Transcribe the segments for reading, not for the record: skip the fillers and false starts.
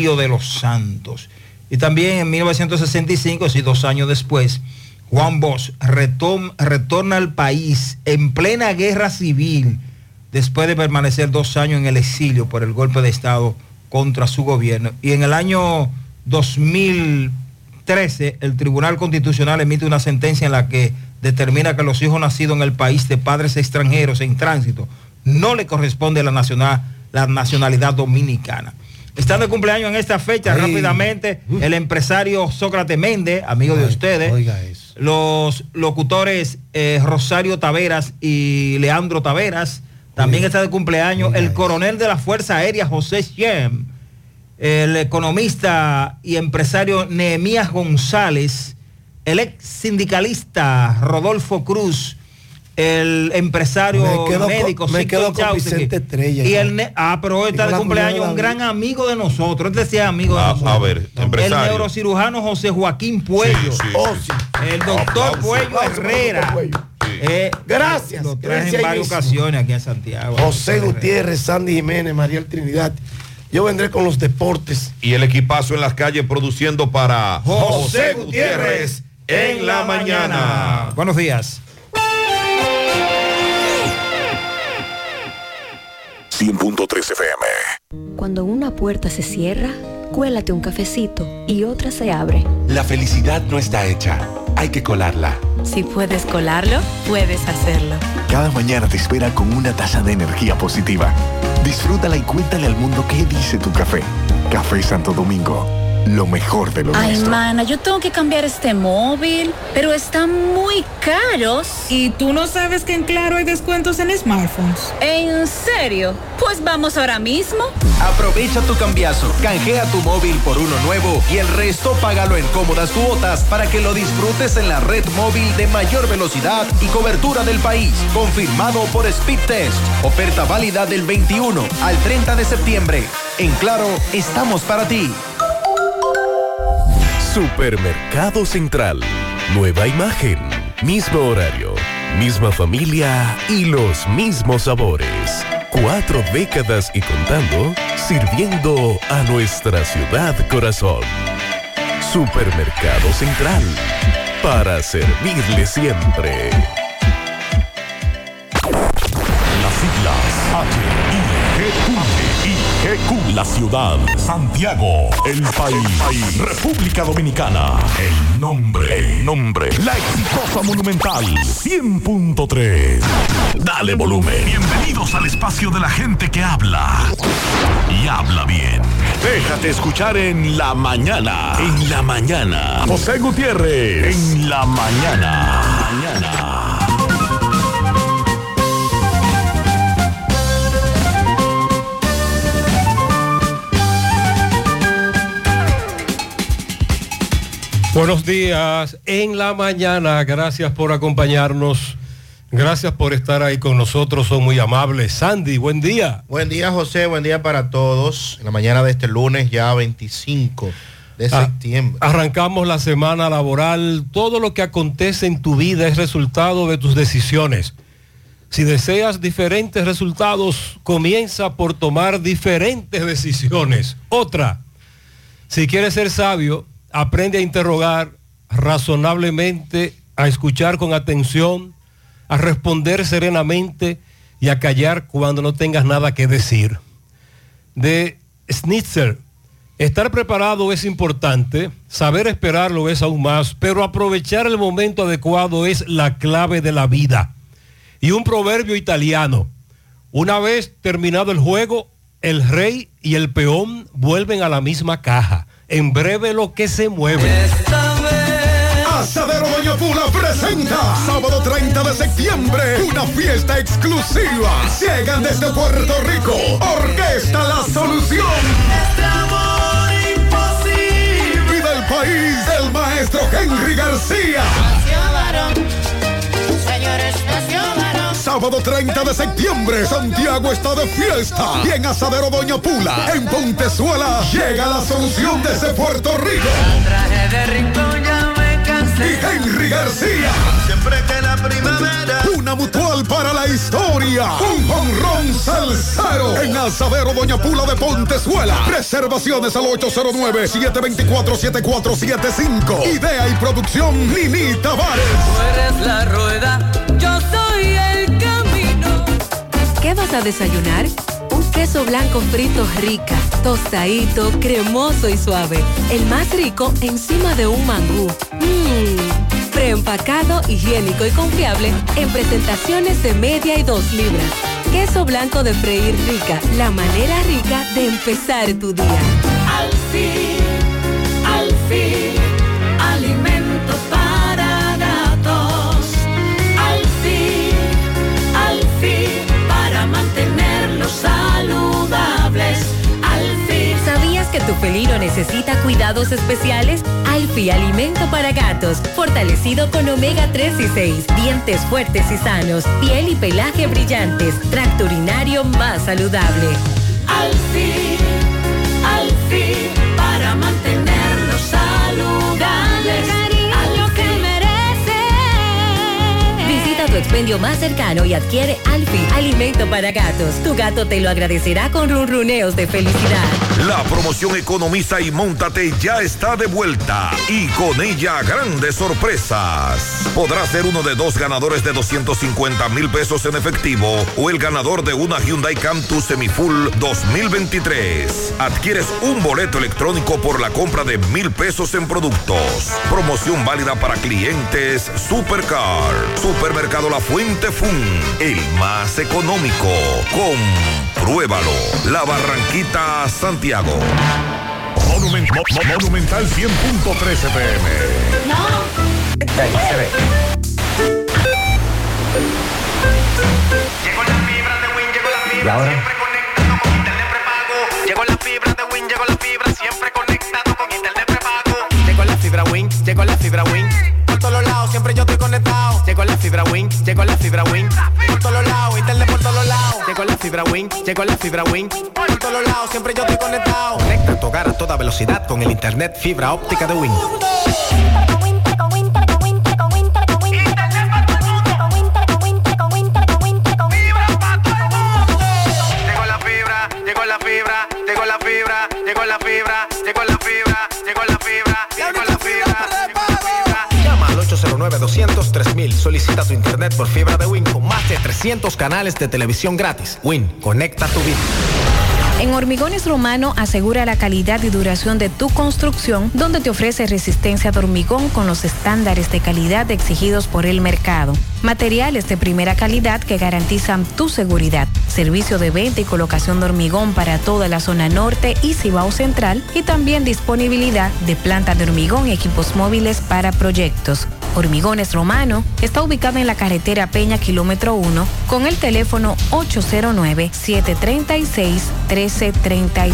Río de los Santos. Y también en 1965, así 2 años después, Juan Bosch retorna al país en plena guerra civil, después de permanecer 2 años en el exilio por el golpe de Estado contra su gobierno. Y en el año 2013, el Tribunal Constitucional emite una sentencia en la que determina que los hijos nacidos en el país de padres extranjeros en tránsito no le corresponde la nacionalidad dominicana. Están de cumpleaños en esta fecha, rápidamente, el empresario Sócrates Méndez, amigo de ustedes, los locutores Rosario Taveras y Leandro Taveras, también está de cumpleaños el coronel de la Fuerza Aérea José Siem, el economista y empresario Nehemías González, el ex sindicalista Rodolfo Cruz, el empresario médico me quedo con Vicente Estrella. Y pero hoy está de cumpleaños un gran amigo de nosotros. Este sí es amigo de nosotros. A ver, empresario. El neurocirujano José Joaquín Puello. El doctor Puello Herrera. Gracias. Lo traje en varias ocasiones aquí en Santiago. José Gutiérrez, Sandy Jiménez, María Trinidad. Yo vendré con los deportes. Y el equipazo en las calles produciendo para José Gutiérrez en la mañana. Buenos días. 100.3 FM. Cuando una puerta se cierra, cuélate un cafecito y otra se abre. La felicidad no está hecha, hay que colarla. Si puedes colarlo, puedes hacerlo. Cada mañana te espera con una taza de energía positiva. Disfrútala y cuéntale al mundo qué dice tu café. Café Santo Domingo, lo mejor de lo nuestro. Ay, mana, yo tengo que cambiar este móvil, pero están muy caros. ¿Y tú no sabes que en Claro hay descuentos en smartphones? ¿En serio? Pues vamos ahora mismo. Aprovecha tu cambiazo, canjea tu móvil por uno nuevo y el resto págalo en cómodas cuotas para que lo disfrutes en la red móvil de mayor velocidad y cobertura del país. Confirmado por Speedtest. Oferta válida del 21 al 30 de septiembre. En Claro, estamos para ti. Supermercado Central. Nueva imagen, mismo horario, misma familia y los mismos sabores. 4 décadas y contando, sirviendo a nuestra ciudad corazón. Supermercado Central, para servirle siempre. Las siglas HIGQ, la ciudad, Santiago, el país, República Dominicana, el nombre, la exitosa Monumental 100.3. Dale volumen. Bienvenidos al espacio de la gente que habla y habla bien. Déjate escuchar en la mañana. En la mañana. José Gutiérrez. En la mañana. Buenos días, en la mañana, gracias por acompañarnos, gracias por estar ahí con nosotros, son muy amables. Sandy, buen día. Buen día, José, buen día para todos, en la mañana de este lunes ya 25 de septiembre. Arrancamos la semana laboral, todo lo que acontece en tu vida es resultado de tus decisiones. Si deseas diferentes resultados, comienza por tomar diferentes decisiones. Otra, si quieres ser sabio, aprende a interrogar razonablemente, a escuchar con atención, a responder serenamente y a callar cuando no tengas nada que decir. De Schnitzer, estar preparado es importante, saber esperarlo es aún más, pero aprovechar el momento adecuado es la clave de la vida. Y un proverbio italiano, una vez terminado el juego, el rey y el peón vuelven a la misma caja. En breve lo que se mueve. Asadero Doña Pula presenta sábado 30 de septiembre una fiesta exclusiva. Llegan desde Puerto Rico Orquesta La Solución. Nuestro amor imposible. Y del país el maestro Henry García. Sábado 30 de septiembre, Santiago está de fiesta. Y en Asadero Doña Pula, en Pontezuela, llega La Solución desde Puerto Rico. y Henry García. Siempre que la primavera. Una mutual para la historia. Un jonrón salsero. En Asadero Doña Pula de Pontezuela. Reservaciones al 809-724-7475. Idea y producción Nini Tavares. Tú eres la rueda, yo soy el camino. ¿Qué vas a desayunar? Un queso blanco frito rica, tostadito, cremoso y suave. El más rico encima de un mangú. Preempacado, higiénico y confiable en presentaciones de media y 2 libras. Queso blanco de freír rica, la manera rica de empezar tu día. Al fin, alimento para gatos. Al fin, para mantenerlos saludables. Al fin. ¿Sabías que tu felino necesita cuidados especiales? Alfi, alimento para gatos, fortalecido con omega 3 y 6, dientes fuertes y sanos, piel y pelaje brillantes, tracto urinario más saludable. Al fin, para mantenerlos saludables. Cariño que merece. Visita tu expendio más cercano y adquiere Alfi, alimento para gatos. Tu gato te lo agradecerá con ronroneos de felicidad. La promoción Economiza y Móntate ya está de vuelta y con ella grandes sorpresas. Podrás ser uno de 2 ganadores de 250,000 pesos en efectivo o el ganador de una Hyundai Cantus Semifull 2023. Adquieres un boleto electrónico por la compra de 1,000 pesos en productos. Promoción válida para clientes Supercar. Supermercado La Fuente Fun, el más económico. Compruébalo. La Barranquita, Santiago. Monumental 100.13 FM. Llegó la fibra de Win, llegó la fibra. ¿Y ahora? Siempre conectado con internet prepago. Llegó la fibra de Win, llegó la fibra. Siempre conectado con internet prepago. Llegó la fibra Win, llegó la fibra Win. Por todos lados, siempre yo estoy conectado. Llegó la fibra Win, llegó la fibra Win. Por todos lados, internet por todos lados. Llegó la fibra Win, llegó la fibra Win. Por todos lados, siempre yo estoy conectado. Conecta tu hogar a toda velocidad con el internet fibra óptica de Win. Llegó la fibra, llegó la fibra, llegó la fibra, llegó la fibra, llegó la fibra, llegó la fibra, llegó la fibra. Llama al 809-200-3000. Solicita tu internet por fibra de Win con más de 300 canales de televisión gratis. Win, conecta tu vida. En Hormigones Romano asegura la calidad y duración de tu construcción, donde te ofrece resistencia de hormigón con los estándares de calidad exigidos por el mercado. Materiales de primera calidad que garantizan tu seguridad. Servicio de venta y colocación de hormigón para toda la zona norte y Cibao Central, y también disponibilidad de planta de hormigón y equipos móviles para proyectos. Hormigones Romano está ubicado en la carretera Peña, kilómetro 1, con el teléfono 809-736-1335.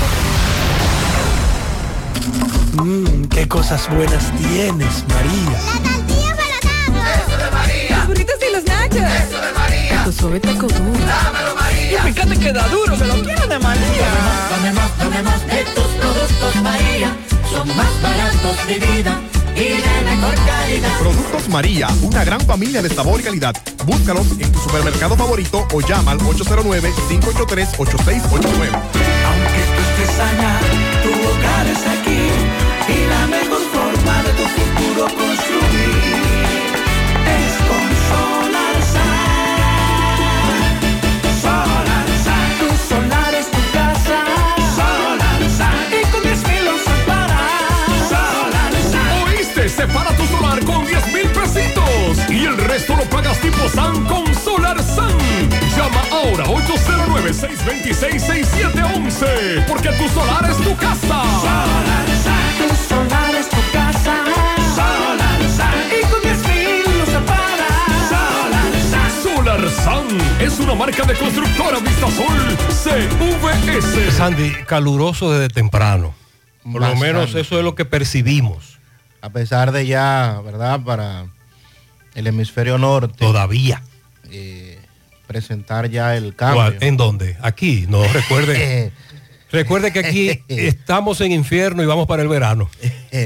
Qué cosas buenas tienes, María. La tortilla para tacos. Eso de María. Los burritos y los nachos. Eso de María. Taco suave, taco duro. Dámelo, María. Y fíjate que da duro, que lo quiero de María. Dame más de tus productos, María. Son más baratos de vida y de mejor calidad. Productos María, una gran familia de sabor y calidad. Búscalos en tu supermercado favorito o llama al 809-583-8689. Aunque tú estés allá, tu hogar es aquí y la mejor forma de tu futuro construir es con Solarsan. Solarsan. Tu solar es tu casa. Solarsan. Y con 10,000 los separas. Solarsan. ¿Oíste? Separa tu solar con 10,000 pesitos y el resto lo pagas tipo SAN con Solarsan. Llama ahora 809-626-6711 porque tu solar es tu casa. Solarsan. Tu solar es tu casa. Solarsan. Y con 10,000 los separas. Solarsan. Solarsan es una marca de constructora Vistasol CVS. Sandy, caluroso desde temprano. Por lo menos eso es lo que percibimos. A pesar de ya, ¿verdad? Para el hemisferio norte. Todavía. Presentar ya el cambio. ¿En dónde? Aquí. No, recuerde. Recuerde que aquí estamos en infierno y vamos para el verano.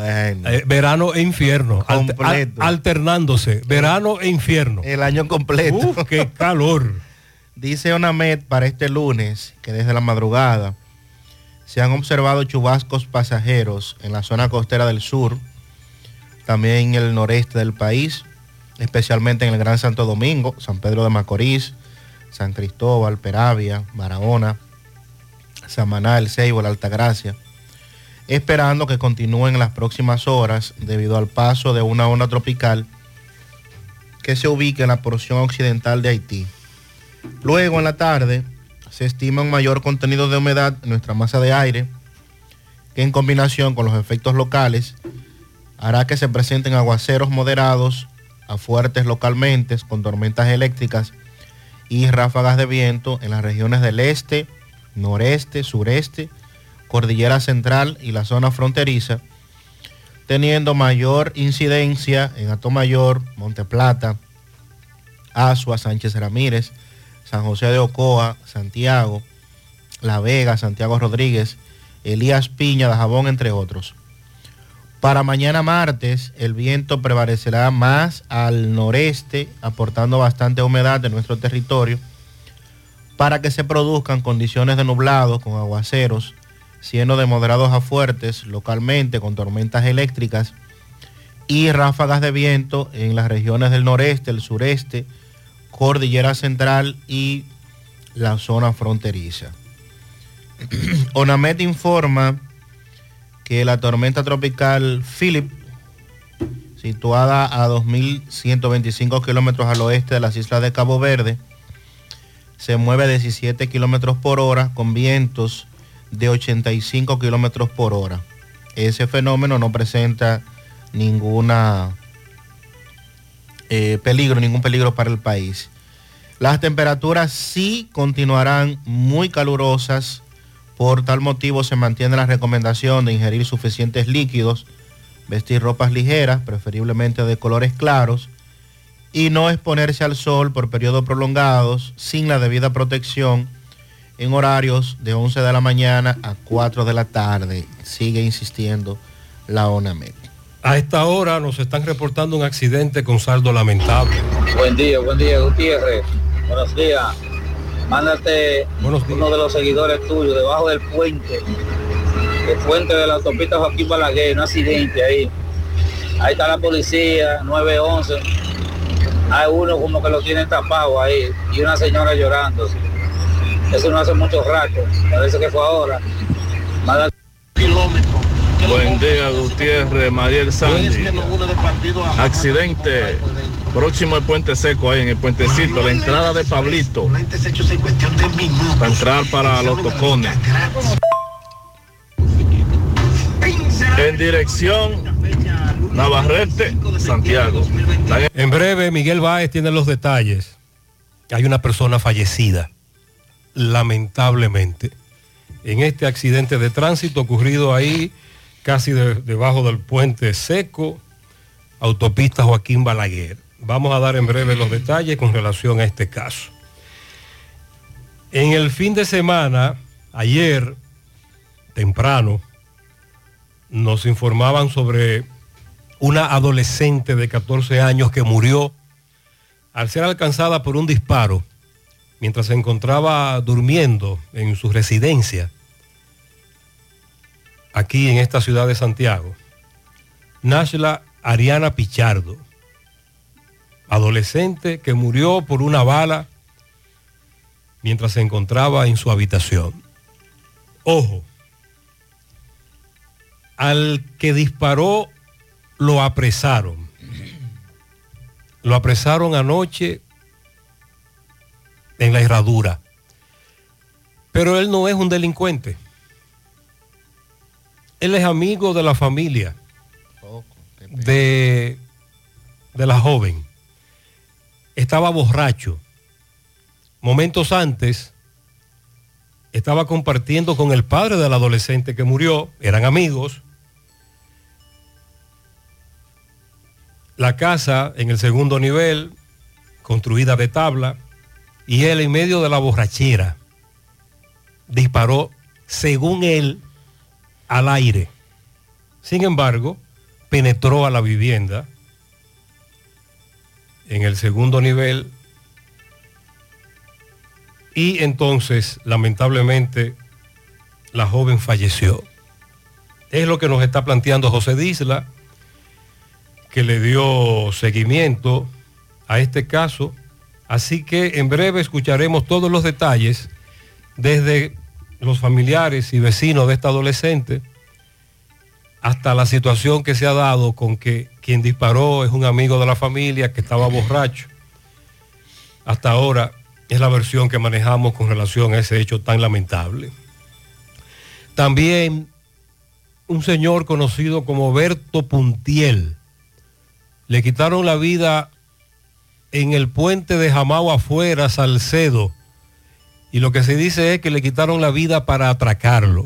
Bueno. Verano e infierno. Completo. Alternándose. Verano e infierno. El año completo. Uf, qué calor. Dice ONAMED para este lunes que desde la madrugada se han observado chubascos pasajeros en la zona costera del sur, también en el noreste del país, especialmente en el Gran Santo Domingo, San Pedro de Macorís, San Cristóbal, Peravia, Barahona, Samaná, El Ceibo, La Altagracia, esperando que continúen en las próximas horas debido al paso de una onda tropical que se ubica en la porción occidental de Haití. Luego en la tarde se estima un mayor contenido de humedad en nuestra masa de aire, que en combinación con los efectos locales hará que se presenten aguaceros moderados a fuertes localmente, con tormentas eléctricas y ráfagas de viento en las regiones del este, noreste, sureste, cordillera central y la zona fronteriza, teniendo mayor incidencia en Atomayor, Monte Plata, Azua, Sánchez Ramírez, San José de Ocoa, Santiago, La Vega, Santiago Rodríguez, Elías Piña, Dajabón, entre otros. Para mañana martes, el viento prevalecerá más al noreste, aportando bastante humedad en nuestro territorio, para que se produzcan condiciones de nublado con aguaceros, siendo de moderados a fuertes localmente con tormentas eléctricas y ráfagas de viento en las regiones del noreste, el sureste, cordillera central y la zona fronteriza. ONAMED informa que la tormenta tropical Philip, situada a 2.125 kilómetros al oeste de las islas de Cabo Verde, se mueve a 17 kilómetros por hora con vientos de 85 kilómetros por hora. Ese fenómeno no presenta ningún peligro para el país. Las temperaturas sí continuarán muy calurosas. Por tal motivo se mantiene la recomendación de ingerir suficientes líquidos, vestir ropas ligeras, preferiblemente de colores claros, y no exponerse al sol por periodos prolongados sin la debida protección en horarios de 11 de la mañana a 4 de la tarde. Sigue insistiendo la ONAMED. A esta hora nos están reportando un accidente con saldo lamentable. Buen día, Gutiérrez. Buenos días. Mándate uno de los seguidores tuyos debajo del puente de la autopista Joaquín Balaguer, un accidente ahí. Ahí está la policía, 911. Hay uno como que lo tienen tapado ahí y una señora llorando. Eso no hace mucho rato, parece que fue ahora. Buen día, Gutiérrez, Mariel Sandy. Accidente próximo al Puente Seco, ahí en el puentecito, la entrada de Pablito, para entrar para los Tocones. En dirección Navarrete, Santiago. En breve, Miguel Báez tiene los detalles. Hay una persona fallecida, lamentablemente, en este accidente de tránsito ocurrido ahí, casi debajo del Puente Seco, autopista Joaquín Balaguer. Vamos a dar en breve los detalles con relación a este caso. En el fin de semana, ayer, temprano, nos informaban sobre una adolescente de 14 años que murió al ser alcanzada por un disparo mientras se encontraba durmiendo en su residencia aquí en esta ciudad de Santiago. Nashla Ariana Pichardo, adolescente que murió por una bala mientras se encontraba en su habitación. Ojo, al que disparó lo apresaron. Lo apresaron anoche en la Herradura. Pero él no es un delincuente. Él es amigo de la familia de la joven. Estaba borracho. Momentos antes estaba compartiendo con el padre del adolescente que murió. Eran amigos. La casa en el segundo nivel, construida de tabla, y él en medio de la borrachera disparó, según él, al aire. Sin embargo, penetró a la vivienda en el segundo nivel y entonces, lamentablemente, la joven falleció. Es lo que nos está planteando José Disla, que le dio seguimiento a este caso. Así que en breve escucharemos todos los detalles desde los familiares y vecinos de esta adolescente hasta la situación que se ha dado con que quien disparó es un amigo de la familia que estaba borracho. Hasta ahora es la versión que manejamos con relación a ese hecho tan lamentable. También un señor conocido como Berto Puntiel. Le quitaron la vida en el puente de Jamao afuera, Salcedo. Y lo que se dice es que le quitaron la vida para atracarlo.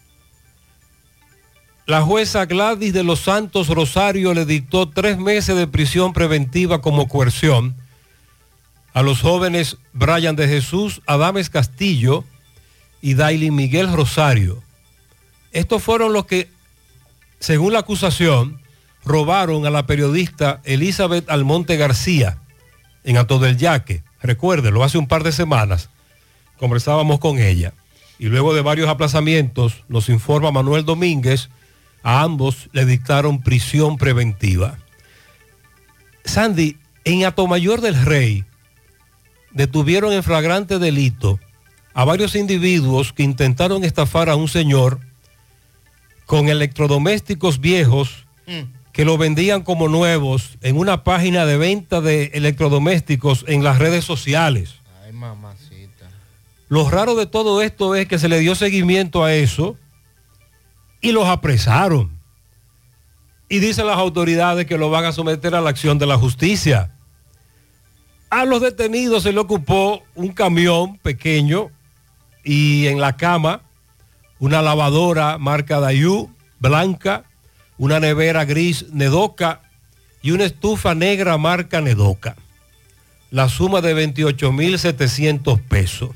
La jueza Gladys de los Santos Rosario le dictó 3 meses de prisión preventiva como coerción a los jóvenes Brian de Jesús Adames Castillo y Daily Miguel Rosario. Estos fueron los que, según la acusación, robaron a la periodista Elizabeth Almonte García en Hato del Yaque. Recuérdelo, hace un par de semanas conversábamos con ella. Y luego de varios aplazamientos, nos informa Manuel Domínguez, a ambos le dictaron prisión preventiva. Sandy, en Atomayor del Rey, detuvieron en flagrante delito a varios individuos que intentaron estafar a un señor con electrodomésticos viejos que lo vendían como nuevos en una página de venta de electrodomésticos en las redes sociales. Ay, mamacita. Lo raro de todo esto es que se le dio seguimiento a eso y los apresaron. Y dicen las autoridades que lo van a someter a la acción de la justicia. A los detenidos se le ocupó un camión pequeño y en la cama una lavadora marca Daewoo blanca, una nevera gris Nedoca y una estufa negra marca Nedoca. La suma de 28,700 pesos.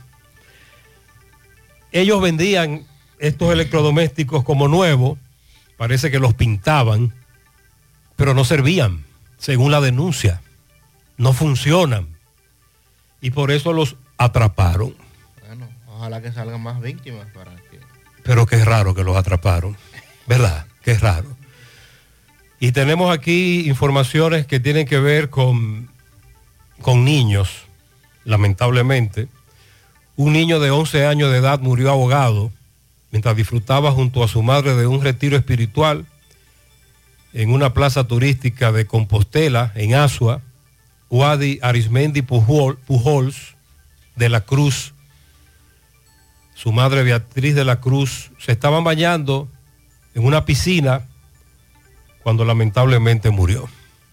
Ellos vendían estos electrodomésticos como nuevos, parece que los pintaban, pero no servían, según la denuncia. No funcionan. Y por eso los atraparon. Bueno, ojalá que salgan más víctimas para que... Pero qué raro que los atraparon, ¿verdad? Qué raro. Y tenemos aquí informaciones que tienen que ver con niños, lamentablemente. Un niño de 11 años de edad murió ahogado mientras disfrutaba junto a su madre de un retiro espiritual en una plaza turística de Compostela, en Asua. Wadi Arismendi Pujols de la Cruz, su madre Beatriz de la Cruz, se estaban bañando en una piscina cuando lamentablemente murió.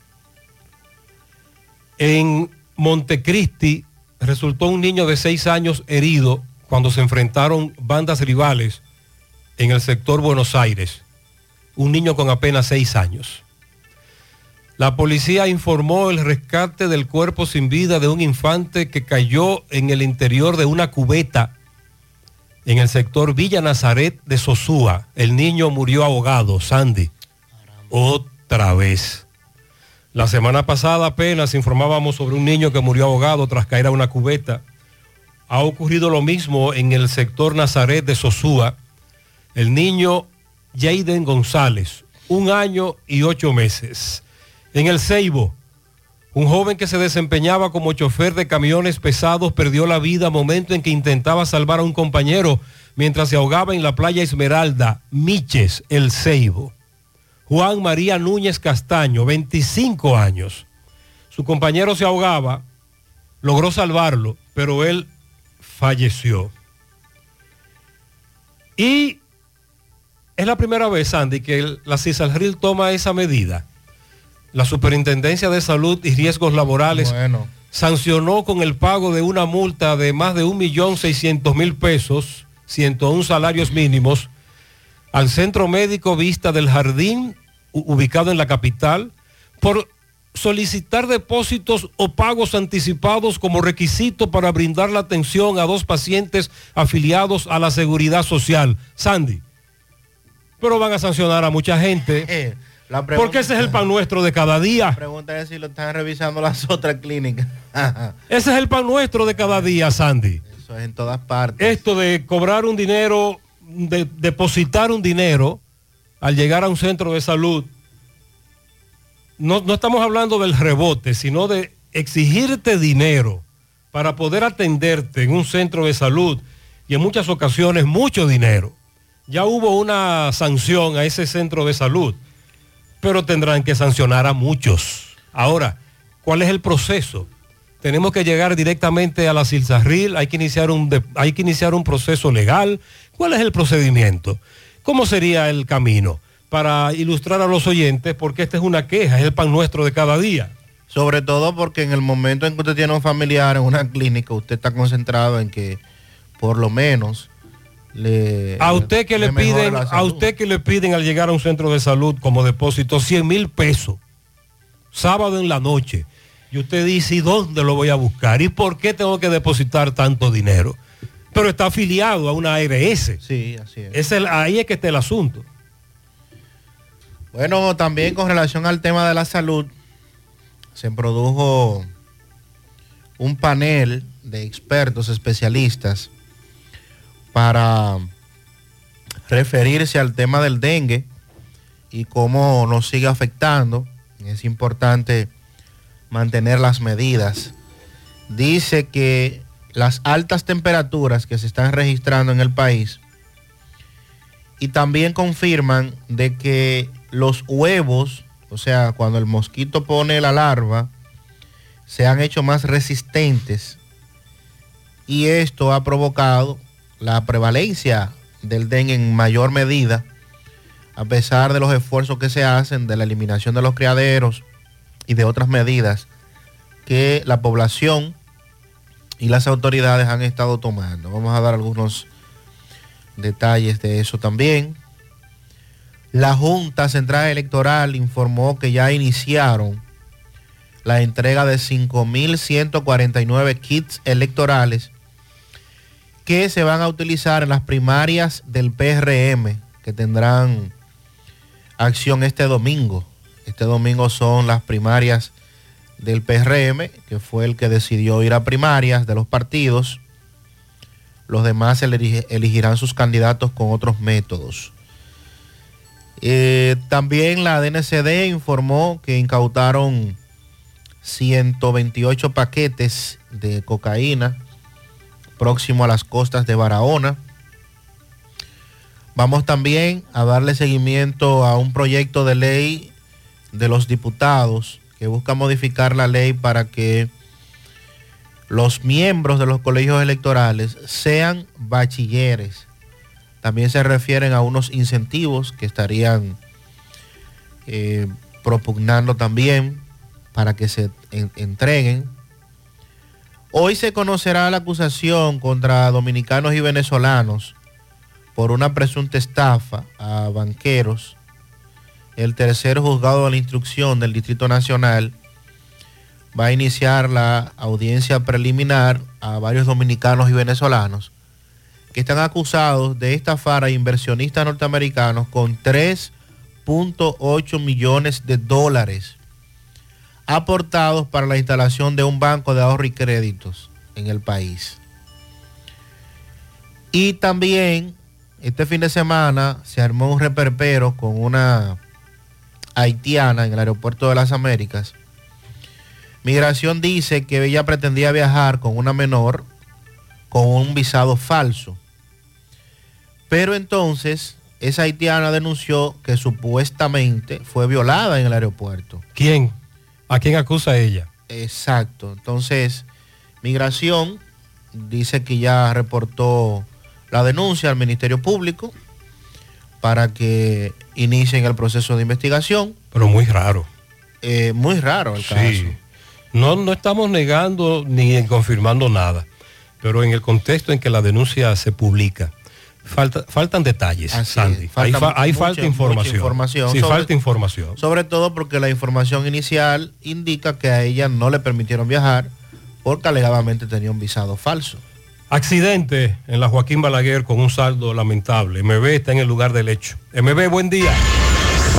En Montecristi resultó un niño de 6 años herido cuando se enfrentaron bandas rivales en el sector Buenos Aires. Un niño con apenas 6 años. La policía informó el rescate del cuerpo sin vida de un infante que cayó en el interior de una cubeta en el sector Villa Nazaret de Sosúa. El niño murió ahogado, Sandy. Otra vez. La semana pasada apenas informábamos sobre un niño que murió ahogado tras caer a una cubeta. Ha ocurrido lo mismo en el sector Nazaret de Sosúa. El niño Jaden González, 1 año y 8 meses. En el Ceibo, un joven que se desempeñaba como chofer de camiones pesados perdió la vida momento en que intentaba salvar a un compañero mientras se ahogaba en la playa Esmeralda, Miches, el Ceibo. Juan María Núñez Castaño, 25 años. Su compañero se ahogaba, logró salvarlo, pero él falleció. Y es la primera vez, Sandy, que la CISALRIL toma esa medida. La Superintendencia de Salud y Riesgos Laborales sancionó con el pago de una multa de más de 1.600.000 pesos, 101 salarios mínimos, al Centro Médico Vista del Jardín, ubicado en la capital, por solicitar depósitos o pagos anticipados como requisito para brindar la atención a 2 pacientes afiliados a la Seguridad Social. Sandy, pero van a sancionar a mucha gente. Porque ese es el pan nuestro de cada día. La pregunta es si lo están revisando las otras clínicas. Ese es el pan nuestro de cada día, Sandy. Eso es en todas partes. Esto de cobrar un dinero, de depositar un dinero al llegar a un centro de salud, no estamos hablando del rebote, sino de exigirte dinero para poder atenderte en un centro de salud y en muchas ocasiones mucho dinero. Ya hubo una sanción a ese centro de salud, pero tendrán que sancionar a muchos. Ahora, ¿cuál es el proceso? Tenemos que llegar directamente a la Silsarril, hay que iniciar un proceso legal. ¿Cuál es el procedimiento? ¿Cómo sería el camino? Para ilustrar a los oyentes, porque esta es una queja, es el pan nuestro de cada día. Sobre todo porque en el momento en que usted tiene un familiar en una clínica, usted está concentrado en que por lo menos a usted que le piden al llegar a un centro de salud como depósito 100,000 pesos sábado en la noche, y usted dice, ¿y dónde lo voy a buscar? ¿Y por qué tengo que depositar tanto dinero? Pero está afiliado a una ARS. Sí, así es. Ahí es que está el asunto. Bueno, también con relación al tema de la salud, se produjo un panel de expertos especialistas para referirse al tema del dengue y cómo nos sigue afectando. Es importante mantener las medidas. Dice que las altas temperaturas que se están registrando en el país, y también confirman de que los huevos, o sea, cuando el mosquito pone la larva, se han hecho más resistentes, y esto ha provocado la prevalencia del dengue en mayor medida, a pesar de los esfuerzos que se hacen de la eliminación de los criaderos y de otras medidas que la población y las autoridades han estado tomando. Vamos a dar algunos detalles de eso también. La Junta Central Electoral informó que ya iniciaron la entrega de 5.149 kits electorales que se van a utilizar en las primarias del PRM, que tendrán acción este domingo. Este domingo son las primarias del PRM, que fue el que decidió ir a primarias de los partidos. Los demás elegirán sus candidatos con otros métodos. También la DNCD informó que incautaron 128 paquetes de cocaína próximo a las costas de Barahona. Vamos también a darle seguimiento a un proyecto de ley de los diputados que busca modificar la ley para que los miembros de los colegios electorales sean bachilleres. También se refieren a unos incentivos que estarían propugnando también para que se entreguen. Hoy se conocerá la acusación contra dominicanos y venezolanos por una presunta estafa a banqueros. El tercer juzgado de la instrucción del Distrito Nacional va a iniciar la audiencia preliminar a varios dominicanos y venezolanos que están acusados de estafar a inversionistas norteamericanos con $3.8 millones aportados para la instalación de un banco de ahorro y créditos en el país. Y también este fin de semana se armó un reperpero con una haitiana en el aeropuerto de las Américas. Migración dice que ella pretendía viajar con una menor con un visado falso. Pero entonces esa haitiana denunció que supuestamente fue violada en el aeropuerto. ¿Quién? ¿A quién acusa ella? Exacto. Entonces, Migración dice que ya reportó la denuncia al Ministerio Público para que inicien el proceso de investigación. Pero muy raro. Muy raro el caso. No estamos negando ni confirmando nada, pero en el contexto en que la denuncia se publica, faltan detalles, Sandy. Hay falta información. Sí, falta información. Sobre todo porque la información inicial indica que a ella no le permitieron viajar porque alegadamente tenía un visado falso. Accidente en la Joaquín Balaguer con un saldo lamentable. MB está en el lugar del hecho. MB, buen día.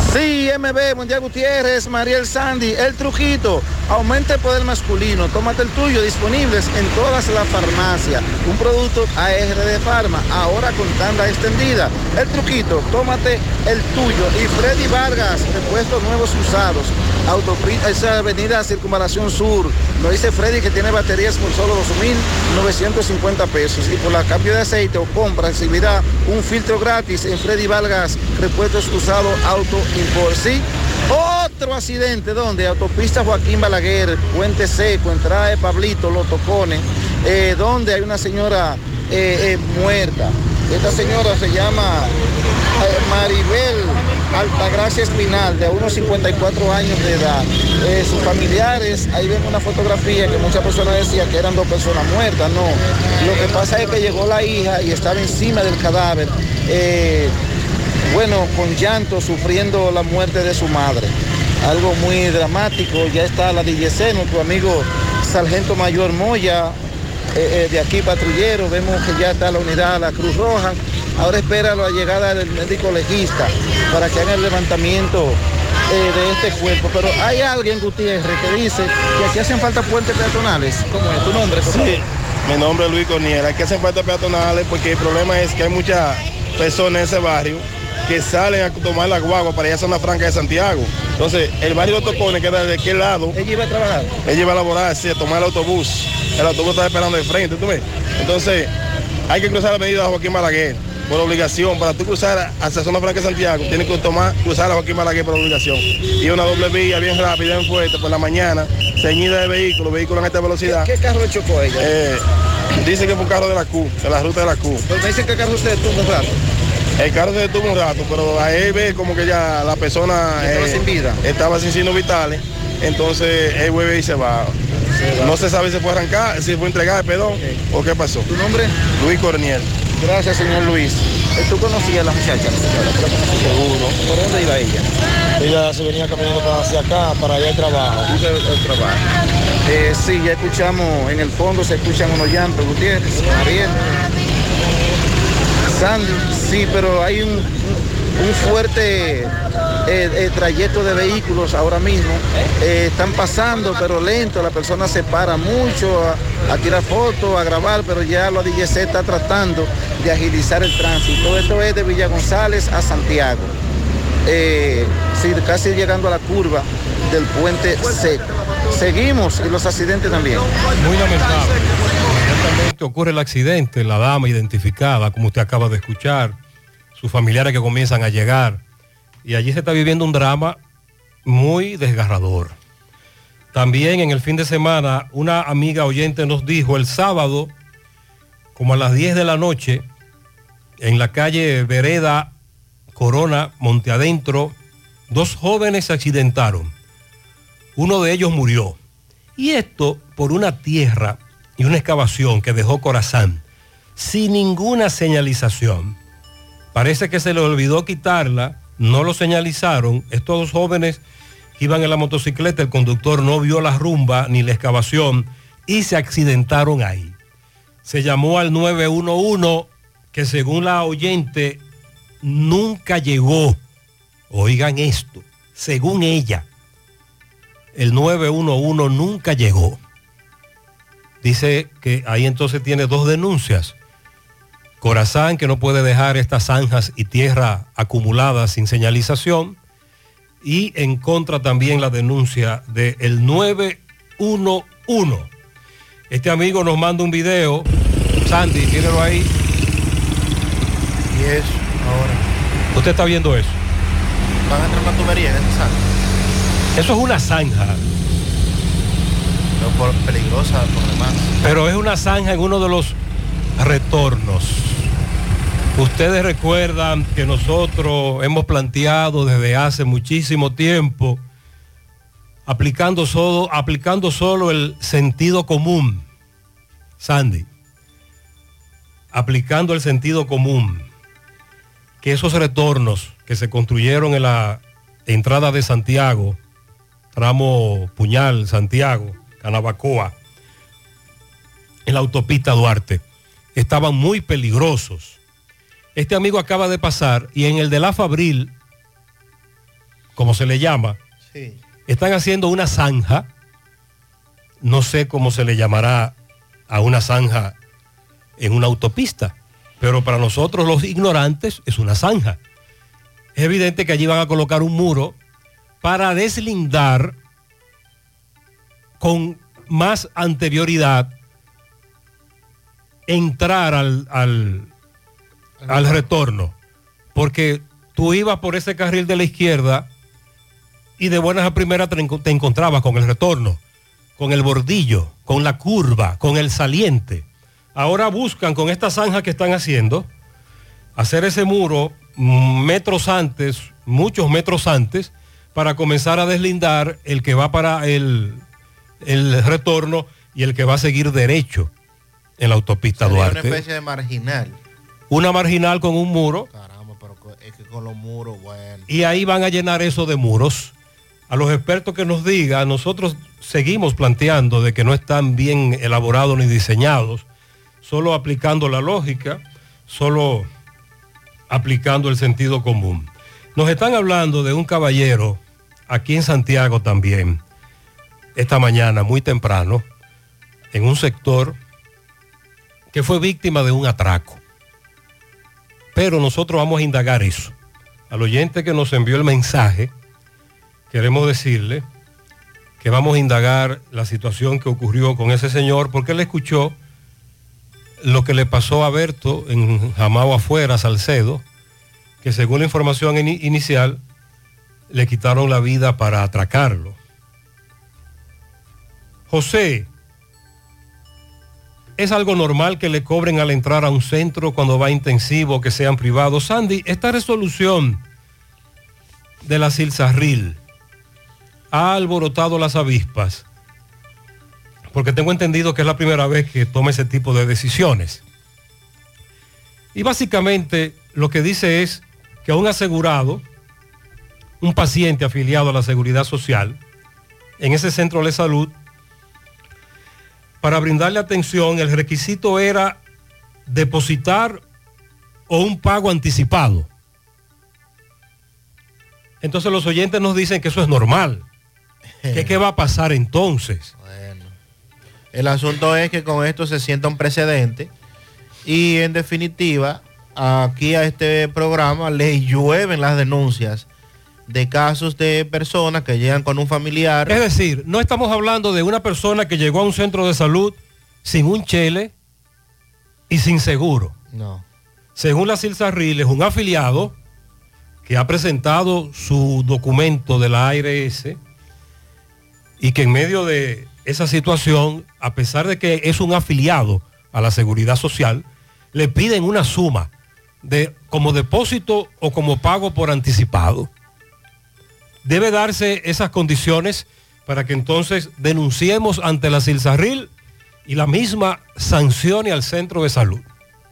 Sí, MB, Mundial Gutiérrez, Mariel Sandy, el truquito, aumenta el poder masculino, tómate el tuyo, disponibles en todas las farmacias, un producto ARD Pharma, ahora con tanda extendida. El truquito, tómate el tuyo. Y Freddy Vargas, repuestos nuevos usados, esa avenida Circunvalación Sur, lo dice Freddy que tiene baterías por solo 2.950 pesos y por la cambio de aceite o compra recibirá un filtro gratis en Freddy Vargas, repuestos usados Auto Import. Sí, otro accidente donde autopista Joaquín Balaguer, Puente Seco, entrada de Pablito, Los Tocones, donde hay una señora muerta. Esta señora se llama Maribel Altagracia Espinal, de unos 54 años de edad. Sus familiares, ahí ven una fotografía que muchas personas decían que eran 2 personas muertas. No, lo que pasa es que llegó la hija y estaba encima del cadáver, con llanto, sufriendo la muerte de su madre. Algo muy dramático. Ya está la DGC, nuestro amigo Sargento Mayor Moya, de aquí patrullero, vemos que ya está la unidad, la Cruz Roja. Ahora espera la llegada del médico legista para que haga el levantamiento de este cuerpo. Pero hay alguien, Gutiérrez, que dice que aquí hacen falta puentes peatonales. ¿Cómo es tu nombre? Sí, mi nombre es Luis Corniel. Aquí hacen falta peatonales porque el problema es que hay muchas personas en ese barrio que salen a tomar la guagua para ir a Zona Franca de Santiago. Entonces, el barrio Los Tocones queda de aquel lado. ¿Ella iba a trabajar? Ella iba a laborar, sí, a tomar el autobús. El autobús está esperando de frente, ¿tú ves? Entonces, hay que cruzar la avenida Joaquín Balaguer por obligación. Para tú cruzar hacia Zona Franca de Santiago, tienes que cruzar a Joaquín Balaguer por obligación. Y una doble vía bien rápida, bien fuerte, por la mañana, ceñida de vehículos en alta velocidad. ¿Qué carro le chocó a ella? Dice que fue un carro de la Q, de la ruta de la Q. Pero me dicen que el carro se detuvo un rato. El carro se detuvo un rato, pero ahí ve como que ya la persona estaba sin vida. Estaba sin signos vitales, entonces él vuelve y se va. No se sabe si fue arrancar, si fue entregar, perdón, o qué pasó. ¿Tu nombre? Luis Corniel. Gracias, señor Luis. ¿Tú conocías a la muchacha? Seguro. ¿Por dónde iba ella? Ella se venía caminando hacia acá, para allá al trabajo. El trabajo. Sí, ya escuchamos, en el fondo se escuchan unos llantos, Gutiérrez, Mariel. Sandy, sí, pero hay un fuerte trayecto de vehículos ahora mismo. Están pasando, pero lento. La persona se para mucho a tirar fotos, a grabar, pero ya la DGC está tratando de agilizar el tránsito. Todo esto es de Villa González a Santiago. Sí, casi llegando a la curva del Puente Seco. Seguimos y los accidentes también. Muy lamentable. Inmediatamente ocurre el accidente, la dama identificada, como usted acaba de escuchar, sus familiares que comienzan a llegar, y allí se está viviendo un drama muy desgarrador. También en el fin de semana, una amiga oyente nos dijo el sábado, como a las 10 de la noche, en la calle Vereda Corona, Monte Adentro, 2 jóvenes se accidentaron. Uno de ellos murió. Y esto por una tierra y una excavación que dejó Corazán, sin ninguna señalización. Parece que se le olvidó quitarla, no lo señalizaron. Estos 2 jóvenes iban en la motocicleta, el conductor no vio la rumba ni la excavación y se accidentaron ahí. Se llamó al 911, que según la oyente nunca llegó. Oigan esto, según ella, el 911 nunca llegó. Dice que ahí entonces tiene 2 denuncias. Corazán, que no puede dejar estas zanjas y tierra acumuladas sin señalización. Y en contra también la denuncia del 911. Este amigo nos manda un video. Sandy, tírelo ahí. Y eso, ahora. ¿Usted está viendo eso? Van a entrar una tubería en esa zanja. Eso es una zanja. No, peligrosa por demás. Pero es una zanja en uno de los retornos. Ustedes recuerdan que nosotros hemos planteado desde hace muchísimo tiempo, aplicando solo el sentido común, Sandy, aplicando el sentido común, que esos retornos que se construyeron en la entrada de Santiago, tramo Puñal, Santiago, Canabacoa, en la autopista Duarte, estaban muy peligrosos. Este amigo acaba de pasar y en el de la Fabril como se le llama, están haciendo una zanja. No sé cómo se le llamará a una zanja en una autopista, pero para nosotros los ignorantes es una zanja. Es evidente que allí van a colocar un muro para deslindar con más anterioridad, entrar al retorno, porque tú ibas por ese carril de la izquierda y de buenas a primeras te encontrabas con el retorno, con el bordillo, con la curva, con el saliente. Ahora buscan con esta zanja que están haciendo, hacer ese muro metros antes, muchos metros antes, para comenzar a deslindar el que va para el retorno y el que va a seguir derecho en la autopista Duarte. Una especie de marginal. Una marginal con un muro. Caramba, pero es que con los muros, bueno. Y ahí van a llenar eso de muros. A los expertos que nos digan, nosotros seguimos planteando de que no están bien elaborados ni diseñados, solo aplicando la lógica, solo aplicando el sentido común. Nos están hablando de un caballero aquí en Santiago también, esta mañana muy temprano, en un sector que fue víctima de un atraco. Pero nosotros vamos a indagar eso. Al oyente que nos envió el mensaje, queremos decirle que vamos a indagar la situación que ocurrió con ese señor, porque él escuchó lo que le pasó a Berto en Jamao Afuera, Salcedo, que según la información inicial, le quitaron la vida para atracarlo. José, ¿es algo normal que le cobren al entrar a un centro cuando va intensivo, que sean privados? Sandy, esta resolución de la Silsarril ha alborotado las avispas, porque tengo entendido que es la primera vez que toma ese tipo de decisiones. Y básicamente lo que dice es que a un asegurado, un paciente afiliado a la Seguridad Social, en ese centro de salud, para brindarle atención, el requisito era depositar o un pago anticipado. Entonces los oyentes nos dicen que eso es normal. ¿Qué va a pasar entonces? Bueno, el asunto es que con esto se sienta un precedente y en definitiva aquí a este programa le llueven las denuncias de casos de personas que llegan con un familiar. Es decir, no estamos hablando de una persona que llegó a un centro de salud sin un chele y sin seguro. No. Según la Silsarril, es un afiliado que ha presentado su documento de la ARS y que en medio de esa situación, a pesar de que es un afiliado a la Seguridad Social, le piden una suma como depósito o como pago por anticipado. Debe darse esas condiciones para que entonces denunciemos ante la Silsarril y la misma sancione al centro de salud.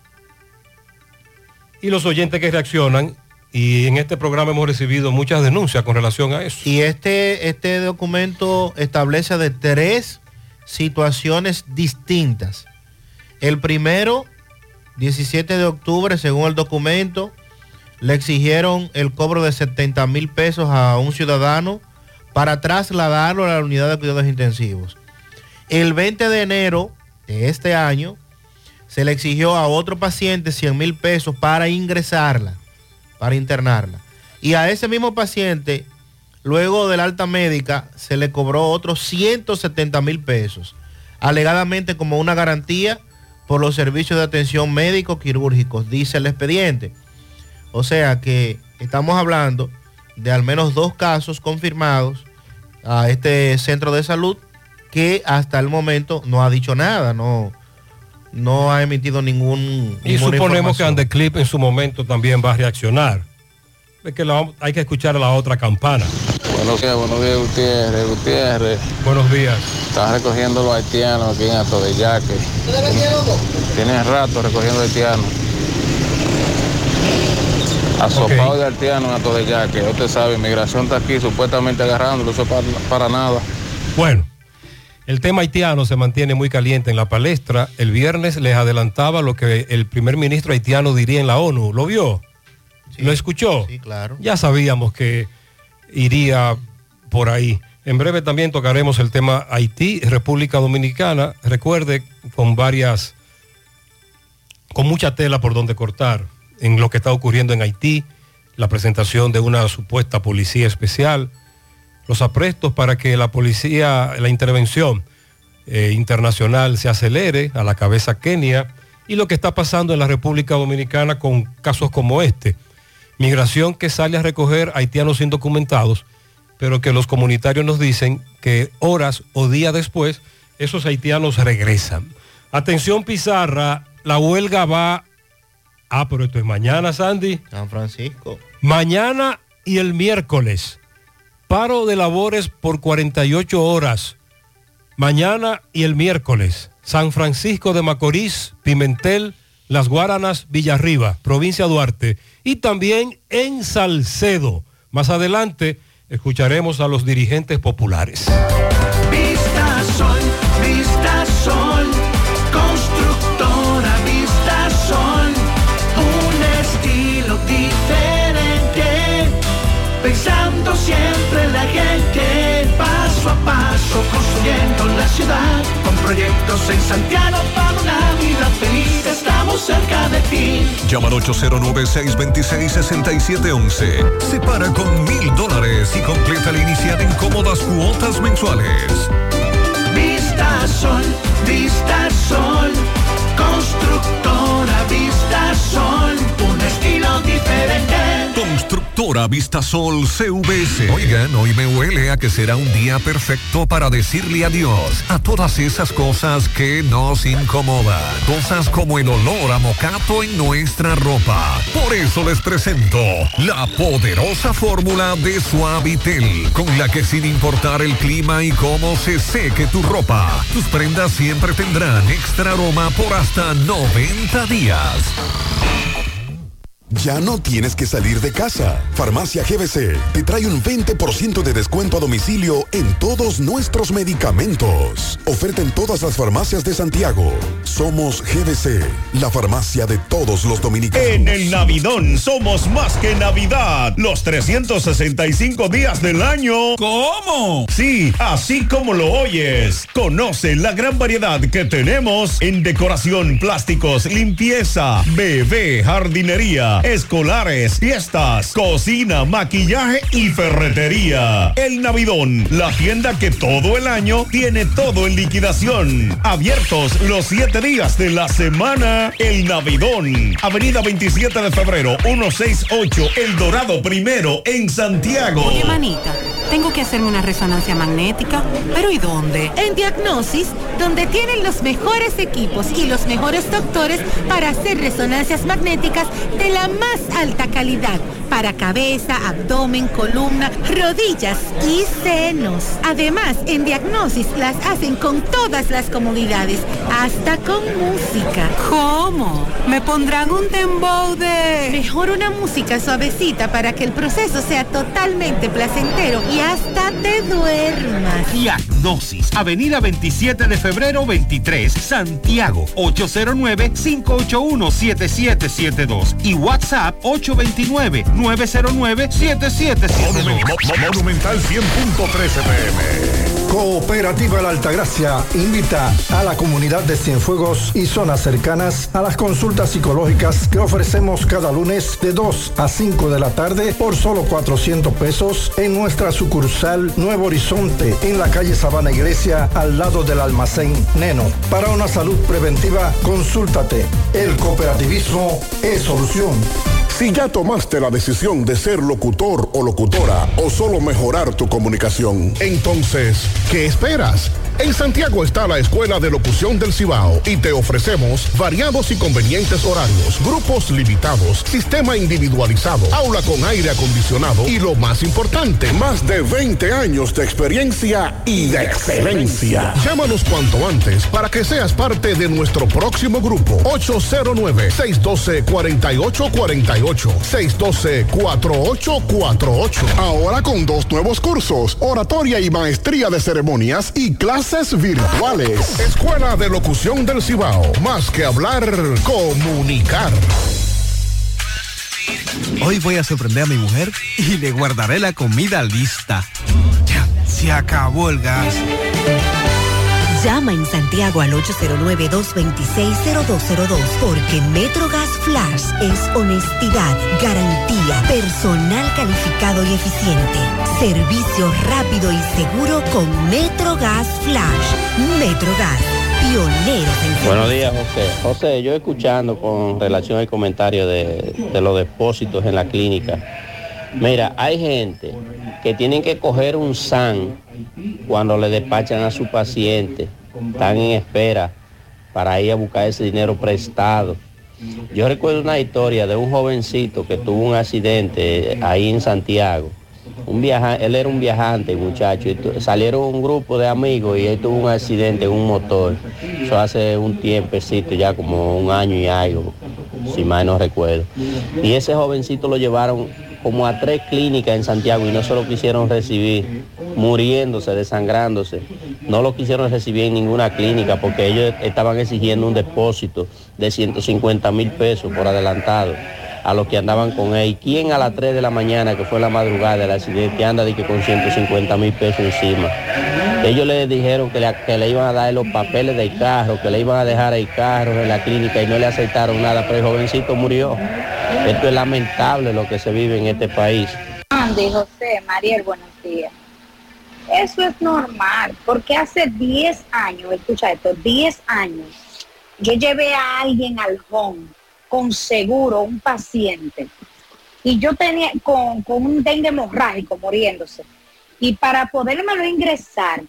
Y los oyentes que reaccionan, y en este programa hemos recibido muchas denuncias con relación a eso. Y este documento establece de 3 situaciones distintas. El primero, 17 de octubre, según el documento, le exigieron el cobro de 70,000 pesos a un ciudadano para trasladarlo a la unidad de cuidados intensivos. El 20 de enero de este año se le exigió a otro paciente 100,000 pesos para ingresarla, para internarla. Y a ese mismo paciente, luego de la alta médica, se le cobró otros 170,000 pesos, alegadamente como una garantía por los servicios de atención médico-quirúrgicos, dice el expediente. O sea que estamos hablando de al menos 2 casos confirmados a este centro de salud que hasta el momento no ha dicho nada, no ha emitido ninguna suponemos que Andeclip en su momento también va a reaccionar. Es que hay que escuchar a la otra campana. Buenos días, Gutiérrez. Buenos días. Están recogiendo los haitianos aquí en Atodeyaque. Tienen rato recogiendo haitianos. Asopado de haitianos en Atodeyaque. Usted sabe, inmigración está aquí supuestamente agarrándolo, eso para nada. Bueno, el tema haitiano se mantiene muy caliente en la palestra. El viernes les adelantaba lo que el primer ministro haitiano diría en la ONU. ¿Lo vio? Sí. ¿Lo escuchó? Sí, claro. Ya sabíamos que iría por ahí. En breve también tocaremos el tema Haití, República Dominicana. Recuerde, con mucha tela por donde cortar en lo que está ocurriendo en Haití, la presentación de una supuesta policía especial, los aprestos para que la intervención internacional se acelere, a la cabeza Kenia, y lo que está pasando en la República Dominicana con casos como este. Migración que sale a recoger haitianos indocumentados, pero que los comunitarios nos dicen que horas o días después esos haitianos regresan. Atención Pizarra, la huelga va... pero esto es mañana, Sandy. San Francisco. Mañana y el miércoles. Paro de labores por 48 horas. Mañana y el miércoles. San Francisco de Macorís, Pimentel, Las Guaranas, Villarriba, provincia Duarte. Y también en Salcedo. Más adelante escucharemos a los dirigentes populares. Vista Sol, constructora Vista Sol, un estilo diferente, pensando siempre en la gente, paso a paso construyendo la ciudad, con proyectos en Santiago para una vida feliz, estamos cerca de ti. Llama al 809-626-6711. Separa con $1,000 y completa la inicial en cómodas cuotas mensuales. Vista Sol, constructora Vista Sol, un estilo diferente. Constructora Vistasol CVS. Oigan, hoy me huele a que será un día perfecto para decirle adiós a todas esas cosas que nos incomodan. Cosas como el olor a mocato en nuestra ropa. Por eso les presento la poderosa fórmula de Suavitel, con la que sin importar el clima y cómo se seque tu ropa, tus prendas siempre tendrán extra aroma por hasta 90 días. Ya no tienes que salir de casa. Farmacia GBC te trae un 20% de descuento a domicilio en todos nuestros medicamentos. Oferta en todas las farmacias de Santiago. Somos GBC, la farmacia de todos los dominicanos. En el Navidón somos más que Navidad. Los 365 días del año. ¿Cómo? Sí, así como lo oyes. Conoce la gran variedad que tenemos en decoración, plásticos, limpieza, bebé, jardinería, escolares, fiestas, cocina, maquillaje y ferretería. El Navidón, la tienda que todo el año tiene todo en liquidación. Abiertos los 7 días de la semana. El Navidón, Avenida 27 de febrero, 168, El Dorado Primero, en Santiago. Oye, manita, tengo que hacerme una resonancia magnética, ¿pero y dónde? En Diagnosis, donde tienen los mejores equipos y los mejores doctores para hacer resonancias magnéticas de la más alta calidad para cabeza, abdomen, columna, rodillas y senos. Además, en Diagnosis las hacen con todas las comodidades, hasta con música. ¿Cómo? ¿Me pondrán un dembow de...? Mejor una música suavecita para que el proceso sea totalmente placentero y hasta te duermas. Diagnosis, Avenida 27 de febrero 23, Santiago, 809-581-7772 y WhatsApp 829-909-7772. Monumental 100.13 PM. Cooperativa La Altagracia invita a la comunidad de Cienfuegos y zonas cercanas a las consultas psicológicas que ofrecemos cada lunes de 2 a 5 de la tarde por solo $400 en nuestra sucursal Nuevo Horizonte, en la calle Sabana Iglesia, al lado del almacén Neno. Para una salud preventiva, consúltate. El cooperativismo es solución. Si ya tomaste la decisión de ser locutor o locutora o solo mejorar tu comunicación, entonces, ¿qué esperas? En Santiago está la Escuela de Locución del Cibao y te ofrecemos variados y convenientes horarios, grupos limitados, sistema individualizado, aula con aire acondicionado y lo más importante, más de 20 años de experiencia y de excelencia. Llámanos cuanto antes para que seas parte de nuestro próximo grupo. 809-612-4848, 612-4848. Ahora con 2 nuevos cursos, oratoria y maestría de ceremonias y clases virtuales. Escuela de Locución del Cibao. Más que hablar, comunicar. Hoy voy a sorprender a mi mujer y le guardaré la comida lista. Ya, se acabó el gas. Llama en Santiago al 809-226-0202 porque MetroGas Flash es honestidad, garantía, personal calificado y eficiente, servicio rápido y seguro con MetroGas Flash. MetroGas, pioneros en servicio. Buenos días, José. José, yo escuchando con relación al comentario de los depósitos en la clínica. Mira, hay gente que tienen que coger un SAN cuando le despachan a su paciente. Están en espera para ir a buscar ese dinero prestado. Yo recuerdo una historia de un jovencito que tuvo un accidente ahí en Santiago. Él era un viajante, muchacho. Salieron un grupo de amigos y él tuvo un accidente en un motor. Eso hace un tiempecito, ya como un año y algo, si mal no recuerdo. Y ese jovencito lo llevaron como a 3 clínicas en Santiago y no se lo quisieron recibir, muriéndose, desangrándose. No lo quisieron recibir en ninguna clínica porque ellos estaban exigiendo un depósito de 150,000 pesos por adelantado a los que andaban con él. ¿Y quién a las 3 de la mañana, que fue la madrugada del accidente, anda de que con 150,000 pesos encima? Ellos le dijeron que le iban a dar los papeles del carro, que le iban a dejar el carro en la clínica y no le aceptaron nada, pero el jovencito murió. Esto es lamentable lo que se vive en este país. Andy, José, Mariel, buenos días. Eso es normal, porque hace 10 años, escucha esto, 10 años, yo llevé a alguien al home con seguro, un paciente, y yo tenía con un dengue hemorrágico muriéndose, y para podérmelo ingresar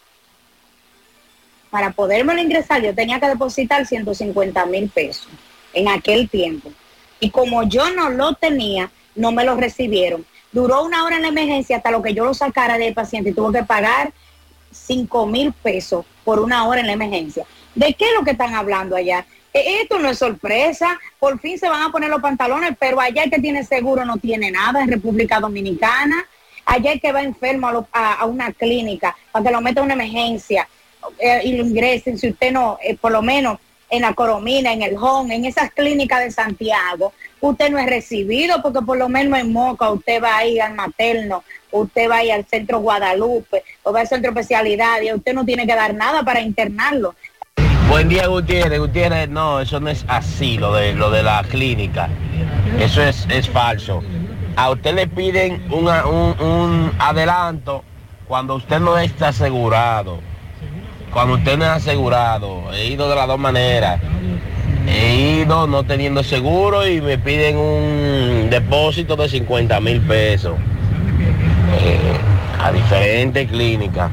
yo tenía que depositar 150,000 pesos en aquel tiempo, y como yo no lo tenía, no me lo recibieron. Duró 1 hora en la emergencia hasta lo que yo lo sacara del paciente y tuvo que pagar 5,000 pesos por 1 hora en la emergencia. ¿De qué es lo que están hablando allá? Esto no es sorpresa, por fin se van a poner los pantalones, pero allá el que tiene seguro no tiene nada en República Dominicana. Allá el que va enfermo a una clínica para que lo meta en una emergencia y lo ingresen, si usted no, por lo menos en la Coromina, en el Home, en esas clínicas de Santiago, usted no es recibido porque por lo menos en Moca usted va a ir al materno, usted va a ir al centro Guadalupe o va al centro especialidad y usted no tiene que dar nada para internarlo. Buen día, Gutiérrez, no, eso no es así, lo de la clínica. Eso es falso. A usted le piden un adelanto cuando usted no está asegurado. Cuando usted no es asegurado, he ido de las dos maneras. He ido no teniendo seguro y me piden un depósito de 50,000 pesos a diferentes clínicas.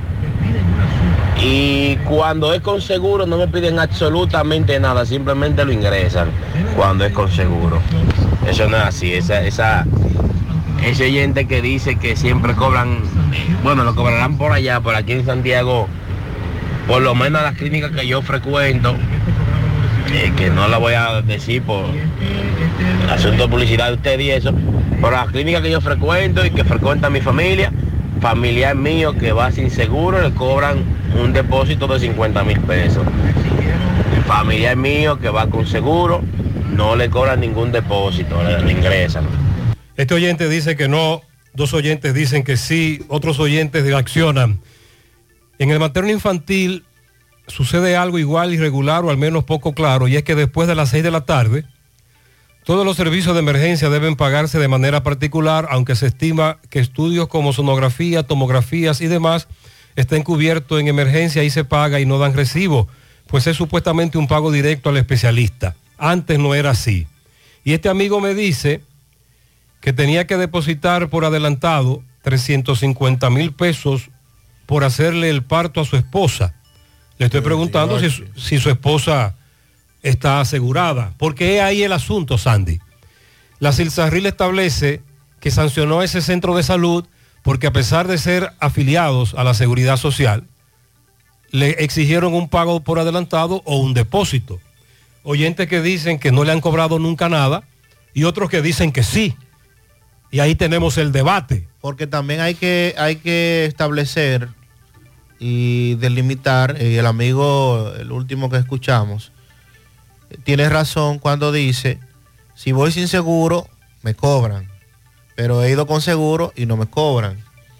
Y cuando es con seguro no me piden absolutamente nada, simplemente lo ingresan cuando es con seguro. Eso no es así, ese oyente que dice que siempre cobran, bueno, lo cobrarán por allá, por aquí en Santiago, por lo menos las clínicas que yo frecuento, que no la voy a decir por asunto de publicidad de usted y eso, pero las clínicas que yo frecuento y que frecuenta mi familia, familiar mío que va sin seguro, le cobran un depósito de 50,000 pesos. El familiar mío que va con seguro, no le cobran ningún depósito, le ingresan. Este oyente dice que no, 2 oyentes dicen que sí, otros oyentes reaccionan. En el materno infantil sucede algo igual, irregular o al menos poco claro, y es que después de las 6 de la tarde, todos los servicios de emergencia deben pagarse de manera particular, aunque se estima que estudios como sonografía, tomografías y demás estén cubiertos en emergencia y se paga y no dan recibo, pues es supuestamente un pago directo al especialista. Antes no era así. Y este amigo me dice que tenía que depositar por adelantado 350,000 pesos por hacerle el parto a su esposa. Le estoy preguntando si su esposa está asegurada, porque es ahí el asunto, Sandy. La Silsarril establece que sancionó a ese centro de salud porque a pesar de ser afiliados a la Seguridad Social, le exigieron un pago por adelantado o un depósito. Oyentes que dicen que no le han cobrado nunca nada y otros que dicen que sí. Y ahí tenemos el debate. Porque también hay que establecer y delimitar, el amigo, el último que escuchamos, tiene razón cuando dice, si voy sin seguro, me cobran. Pero he ido con seguro y no me cobran.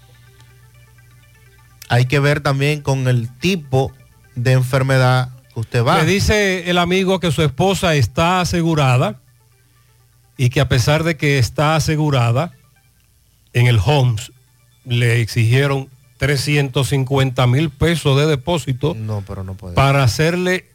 Hay que ver también con el tipo de enfermedad que usted va. Le dice el amigo que su esposa está asegurada y que a pesar de que está asegurada, en el Homs le exigieron 350,000 pesos de depósito. No, pero no puede. Para hacerle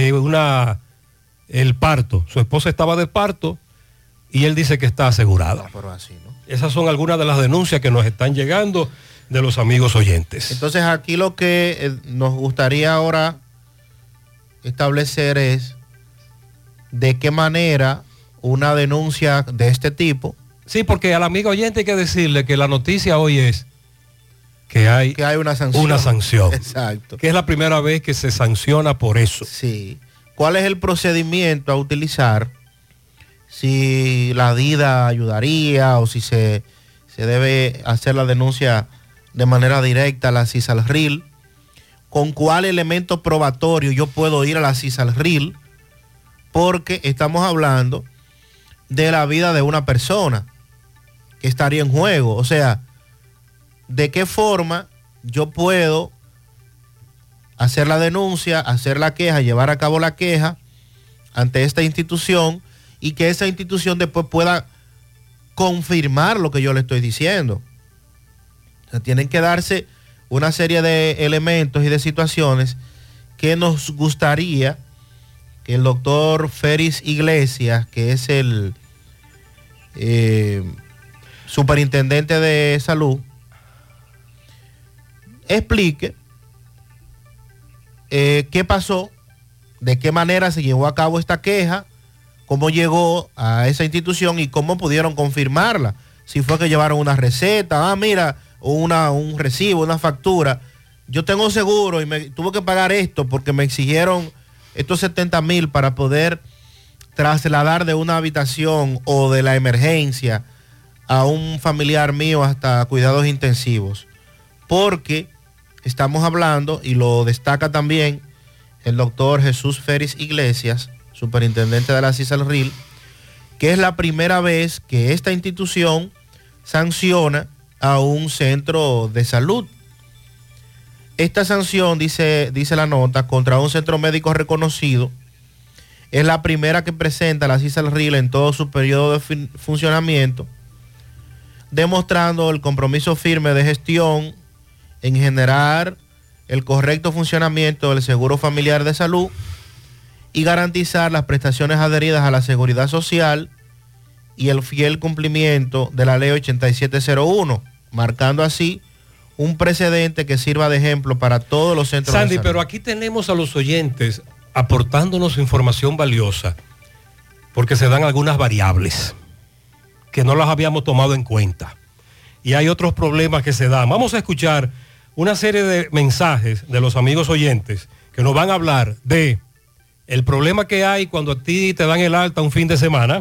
el parto. Su esposa estaba de parto y él dice que está asegurada. No, pero así, ¿no? Esas son algunas de las denuncias que nos están llegando de los amigos oyentes. Entonces aquí lo que nos gustaría ahora establecer es de qué manera una denuncia de este tipo. Sí, porque al amigo oyente hay que decirle que la noticia hoy es que hay una sanción. Una sanción. Exacto. Que es la primera vez que se sanciona por eso. Sí. ¿Cuál es el procedimiento a utilizar? Si la DIDA ayudaría o si se debe hacer la denuncia de manera directa a la CISALRIL. ¿Con cuál elemento probatorio yo puedo ir a la CISALRIL? Porque estamos hablando de la vida de una persona que estaría en juego. O sea, ¿de qué forma yo puedo hacer la denuncia, hacer la queja, llevar a cabo la queja ante esta institución y que esa institución después pueda confirmar lo que yo le estoy diciendo? O sea, tienen que darse una serie de elementos y de situaciones que nos gustaría que el doctor Félix Iglesias, que es el superintendente de salud, explique qué pasó, de qué manera se llevó a cabo esta queja, cómo llegó a esa institución y cómo pudieron confirmarla. Si fue que llevaron una receta, mira, un recibo, una factura. Yo tengo seguro y me tuve que pagar esto porque me exigieron estos 70,000 para poder trasladar de una habitación o de la emergencia a un familiar mío hasta cuidados intensivos. Porque estamos hablando, y lo destaca también el doctor Jesús Félix Iglesias, superintendente de la CISALRIL, que es la primera vez que esta institución sanciona a un centro de salud. Esta sanción, dice la nota, contra un centro médico reconocido, es la primera que presenta la CISALRIL en todo su periodo de funcionamiento, demostrando el compromiso firme de gestión en generar el correcto funcionamiento del seguro familiar de salud y garantizar las prestaciones adheridas a la seguridad social y el fiel cumplimiento de la ley 8701, marcando así un precedente que sirva de ejemplo para todos los centros Sandy, de salud. pero aquí tenemos a los oyentes aportándonos información valiosa, porque se dan algunas variables que no las habíamos tomado en cuenta. Y hay otros problemas que se dan. Vamos a escuchar una serie de mensajes de los amigos oyentes que nos van a hablar de el problema que hay cuando a ti te dan el alta un fin de semana,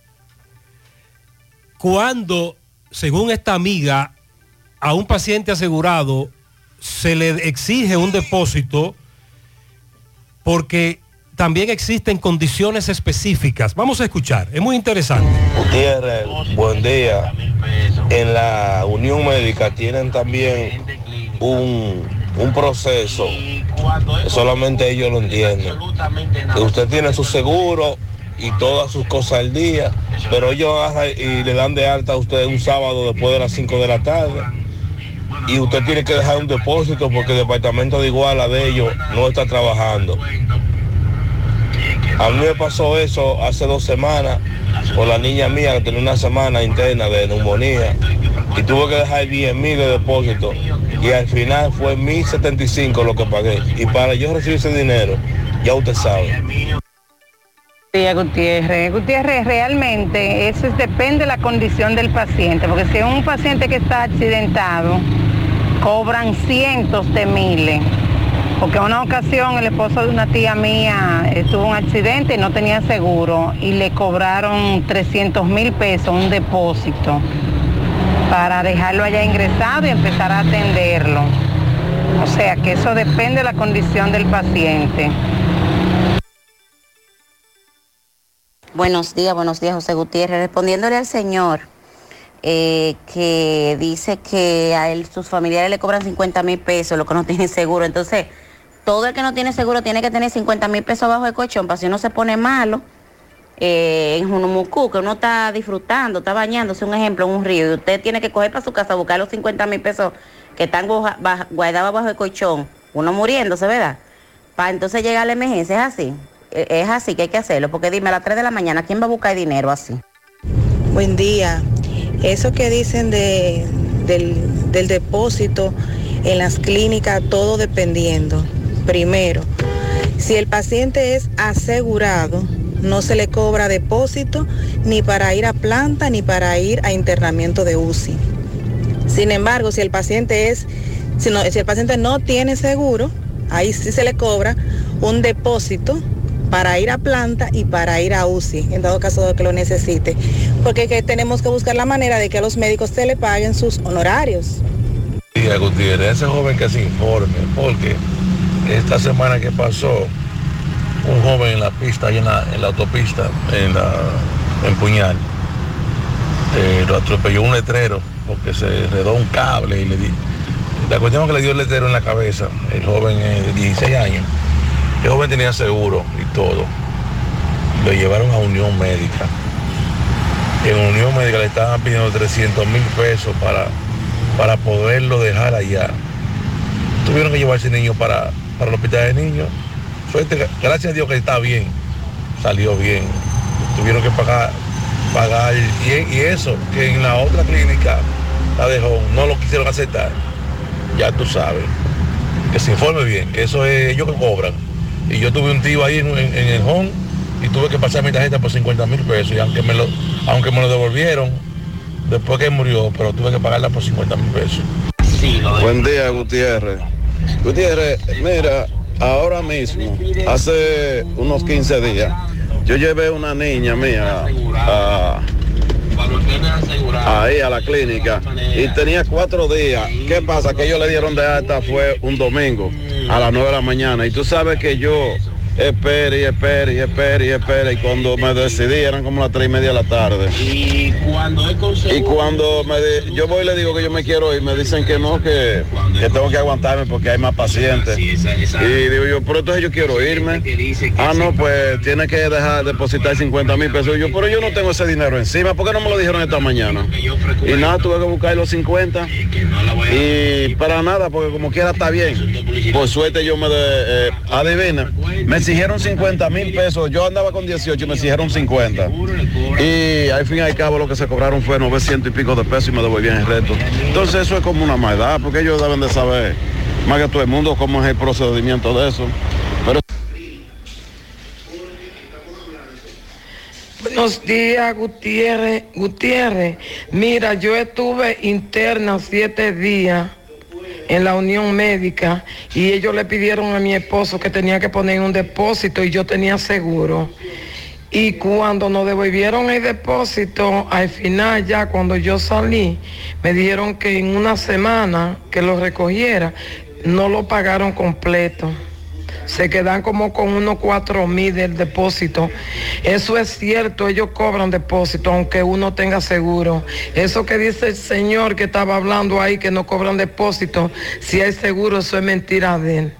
cuando, según esta amiga, a un paciente asegurado se le exige un depósito porque también existen condiciones específicas. Vamos a escuchar, es muy interesante. Gutiérrez, buen día. En la Unión Médica tienen también un proceso, solamente ellos lo entienden. Usted tiene su seguro y todas sus cosas al día, pero ellos agarran y le dan de alta a usted un sábado después de las 5 de la tarde y usted tiene que dejar un depósito porque el departamento de iguala de ellos no está trabajando. A mí me pasó eso hace 2 semanas con la niña mía que tenía una semana interna de neumonía y tuve que dejar 10,000 de depósito y al final fue 1,075 lo que pagué, y para yo recibir ese dinero ya usted sabe. Gutiérrez, realmente eso depende de la condición del paciente, porque si es un paciente que está accidentado, cobran cientos de miles. Porque en una ocasión el esposo de una tía mía tuvo un accidente y no tenía seguro y le cobraron 300,000 pesos, un depósito, para dejarlo allá ingresado y empezar a atenderlo. O sea que eso depende de la condición del paciente. Buenos días, José Gutiérrez. Respondiéndole al señor que dice que a él, sus familiares le cobran 50,000 pesos, lo que no tiene seguro. Entonces, todo el que no tiene seguro tiene que tener 50,000 pesos bajo el colchón para si uno se pone malo en Junumucú, que uno está disfrutando, está bañándose, un ejemplo, en un río, y usted tiene que coger para su casa a buscar los 50,000 pesos que están guardados bajo el colchón, uno muriéndose, ¿verdad? Para entonces llegar a la emergencia, es así que hay que hacerlo, porque dime, a las 3 de la mañana, ¿quién va a buscar dinero así? Buen día. Eso que dicen del depósito en las clínicas, todo dependiendo. Primero, si el paciente es asegurado, no se le cobra depósito ni para ir a planta ni para ir a internamiento de UCI. Sin embargo, si el paciente no tiene seguro, ahí sí se le cobra un depósito para ir a planta y para ir a UCI, en dado caso de que lo necesite. Porque tenemos que buscar la manera de que a los médicos se le paguen sus honorarios. Sí, Gutiérrez, ese joven que se informe, porque esta semana que pasó, un joven en la pista, ahí en la autopista, en Puñal, lo atropelló un letrero porque se enredó un cable y la cuestión es que le dio el letrero en la cabeza, el joven de 16 años. El joven tenía seguro y todo. Lo llevaron a Unión Médica. En Unión Médica le estaban pidiendo 300,000 pesos para poderlo dejar allá. Tuvieron que llevar ese niño para el hospital de niños. Suerte, gracias a Dios que está bien, salió bien. Tuvieron que pagar y eso, que en la otra clínica la dejó, no lo quisieron aceptar. Ya tú sabes, que se informe bien, eso es ellos que cobran. Y yo tuve un tío ahí en el home y tuve que pasar mi tarjeta por 50,000 pesos, y aunque me lo devolvieron después que murió, pero tuve que pagarla por 50,000 pesos. Buen día, Gutiérrez. Gutiérrez, mira, ahora mismo, hace unos 15 días, yo llevé una niña mía ahí a la clínica y tenía 4 días. ¿Qué pasa? Que ellos le dieron de alta fue un domingo a las 9 de la mañana, y tú sabes que yo espere, y cuando me decidí eran como las 3:30 de la tarde. Y cuando yo voy y le digo que yo me quiero ir, me dicen que no, que tengo que aguantarme porque hay más pacientes. Y digo yo, pero entonces yo quiero irme. No, pues tiene que depositar 50,000 pesos. Pero yo no tengo ese dinero encima, ¿por qué no me lo dijeron esta mañana? Y nada, tuve que buscar los 50 y para nada, porque como quiera está bien. Por suerte yo adivina, me exigieron 50,000 pesos, yo andaba con 18 y me exigieron 50. Y al fin y al cabo lo que se cobraron fue 900 y pico de pesos y me devolvían el resto. Entonces eso es como una maldad, porque ellos deben de saber, más que todo el mundo, cómo es el procedimiento de eso. Pero... Buenos días, Gutiérrez. Mira, yo estuve interna 7 días en la Unión Médica y ellos le pidieron a mi esposo que tenía que poner un depósito y yo tenía seguro. Y cuando nos devolvieron el depósito, al final ya cuando yo salí, me dijeron que en una semana que lo recogiera, no lo pagaron completo. Se quedan como con unos 4,000 del depósito. Eso es cierto, ellos cobran depósito aunque uno tenga seguro. Eso que dice el señor que estaba hablando ahí, que no cobran depósito, si hay seguro, eso es mentira de él.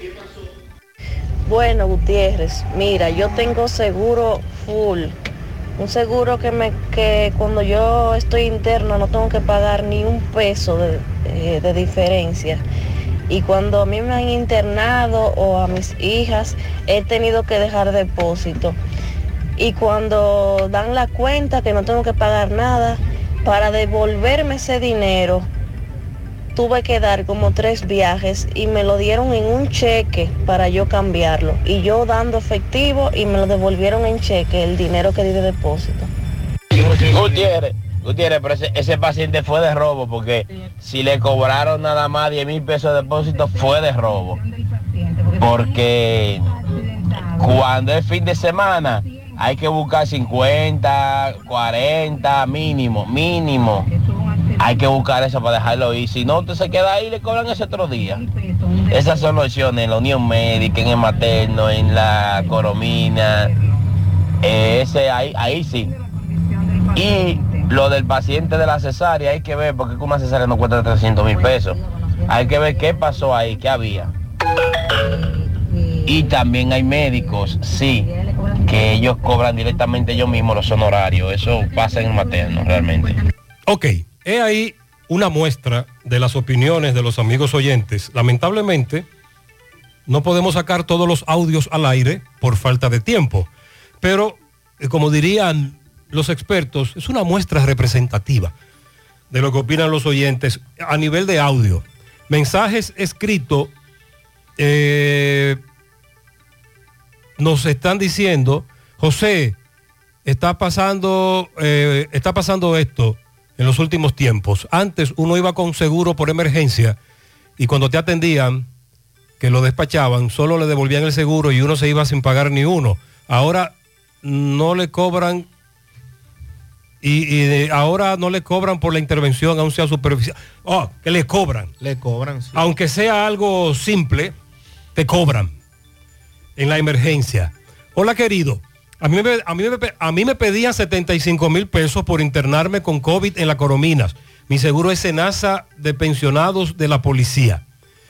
Bueno, Gutiérrez, mira, yo tengo seguro full. Un seguro que cuando yo estoy interna no tengo que pagar ni un peso de diferencia. Y cuando a mí me han internado o a mis hijas, he tenido que dejar depósito. Y cuando dan la cuenta que no tengo que pagar nada, para devolverme ese dinero, tuve que dar como 3 viajes y me lo dieron en un cheque para yo cambiarlo. Y yo dando efectivo y me lo devolvieron en cheque, el dinero que di de depósito. Gutiérrez, pero ese paciente fue de robo, porque si le cobraron nada más 10,000 pesos de depósito, fue de robo. Porque cuando es fin de semana, hay que buscar 50, 40, mínimo. Hay que buscar eso para dejarlo ir. Si no, usted se queda ahí y le cobran ese otro día. Esas son las opciones en la Unión Médica, en el materno, en la Coromina. ese ahí sí. Y lo del paciente de la cesárea hay que ver, porque una cesárea no cuesta 300,000 pesos. Hay que ver qué pasó ahí, qué había. Y también hay médicos, sí, que ellos cobran directamente ellos mismos los honorarios. Eso pasa en el materno, realmente. Ok, he ahí una muestra de las opiniones de los amigos oyentes. Lamentablemente, no podemos sacar todos los audios al aire por falta de tiempo. Pero, como dirían los expertos, es una muestra representativa de lo que opinan los oyentes a nivel de audio. Mensajes escritos nos están diciendo, José, está pasando esto en los últimos tiempos. Antes uno iba con seguro por emergencia y cuando te atendían, que lo despachaban, solo le devolvían el seguro y uno se iba sin pagar ni uno. Ahora no le cobran ahora no le cobran por la intervención, aun sea superficial. Que le cobran. Le cobran, sí. Aunque sea algo simple, te cobran en la emergencia. Hola, querido. A mí me pedían 75,000 pesos por internarme con COVID en la Corominas. Mi seguro es Senasa de pensionados de la policía.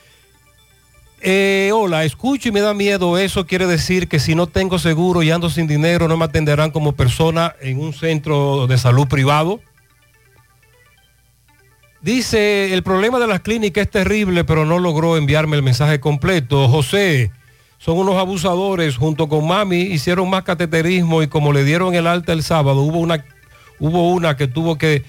Hola, escucho y me da miedo. Eso quiere decir que si no tengo seguro y ando sin dinero, no me atenderán como persona en un centro de salud privado. Dice, el problema de las clínicas es terrible, pero no logró enviarme el mensaje completo. José, son unos abusadores. Junto con mami hicieron más cateterismo y como le dieron el alta el sábado, hubo una que tuvo que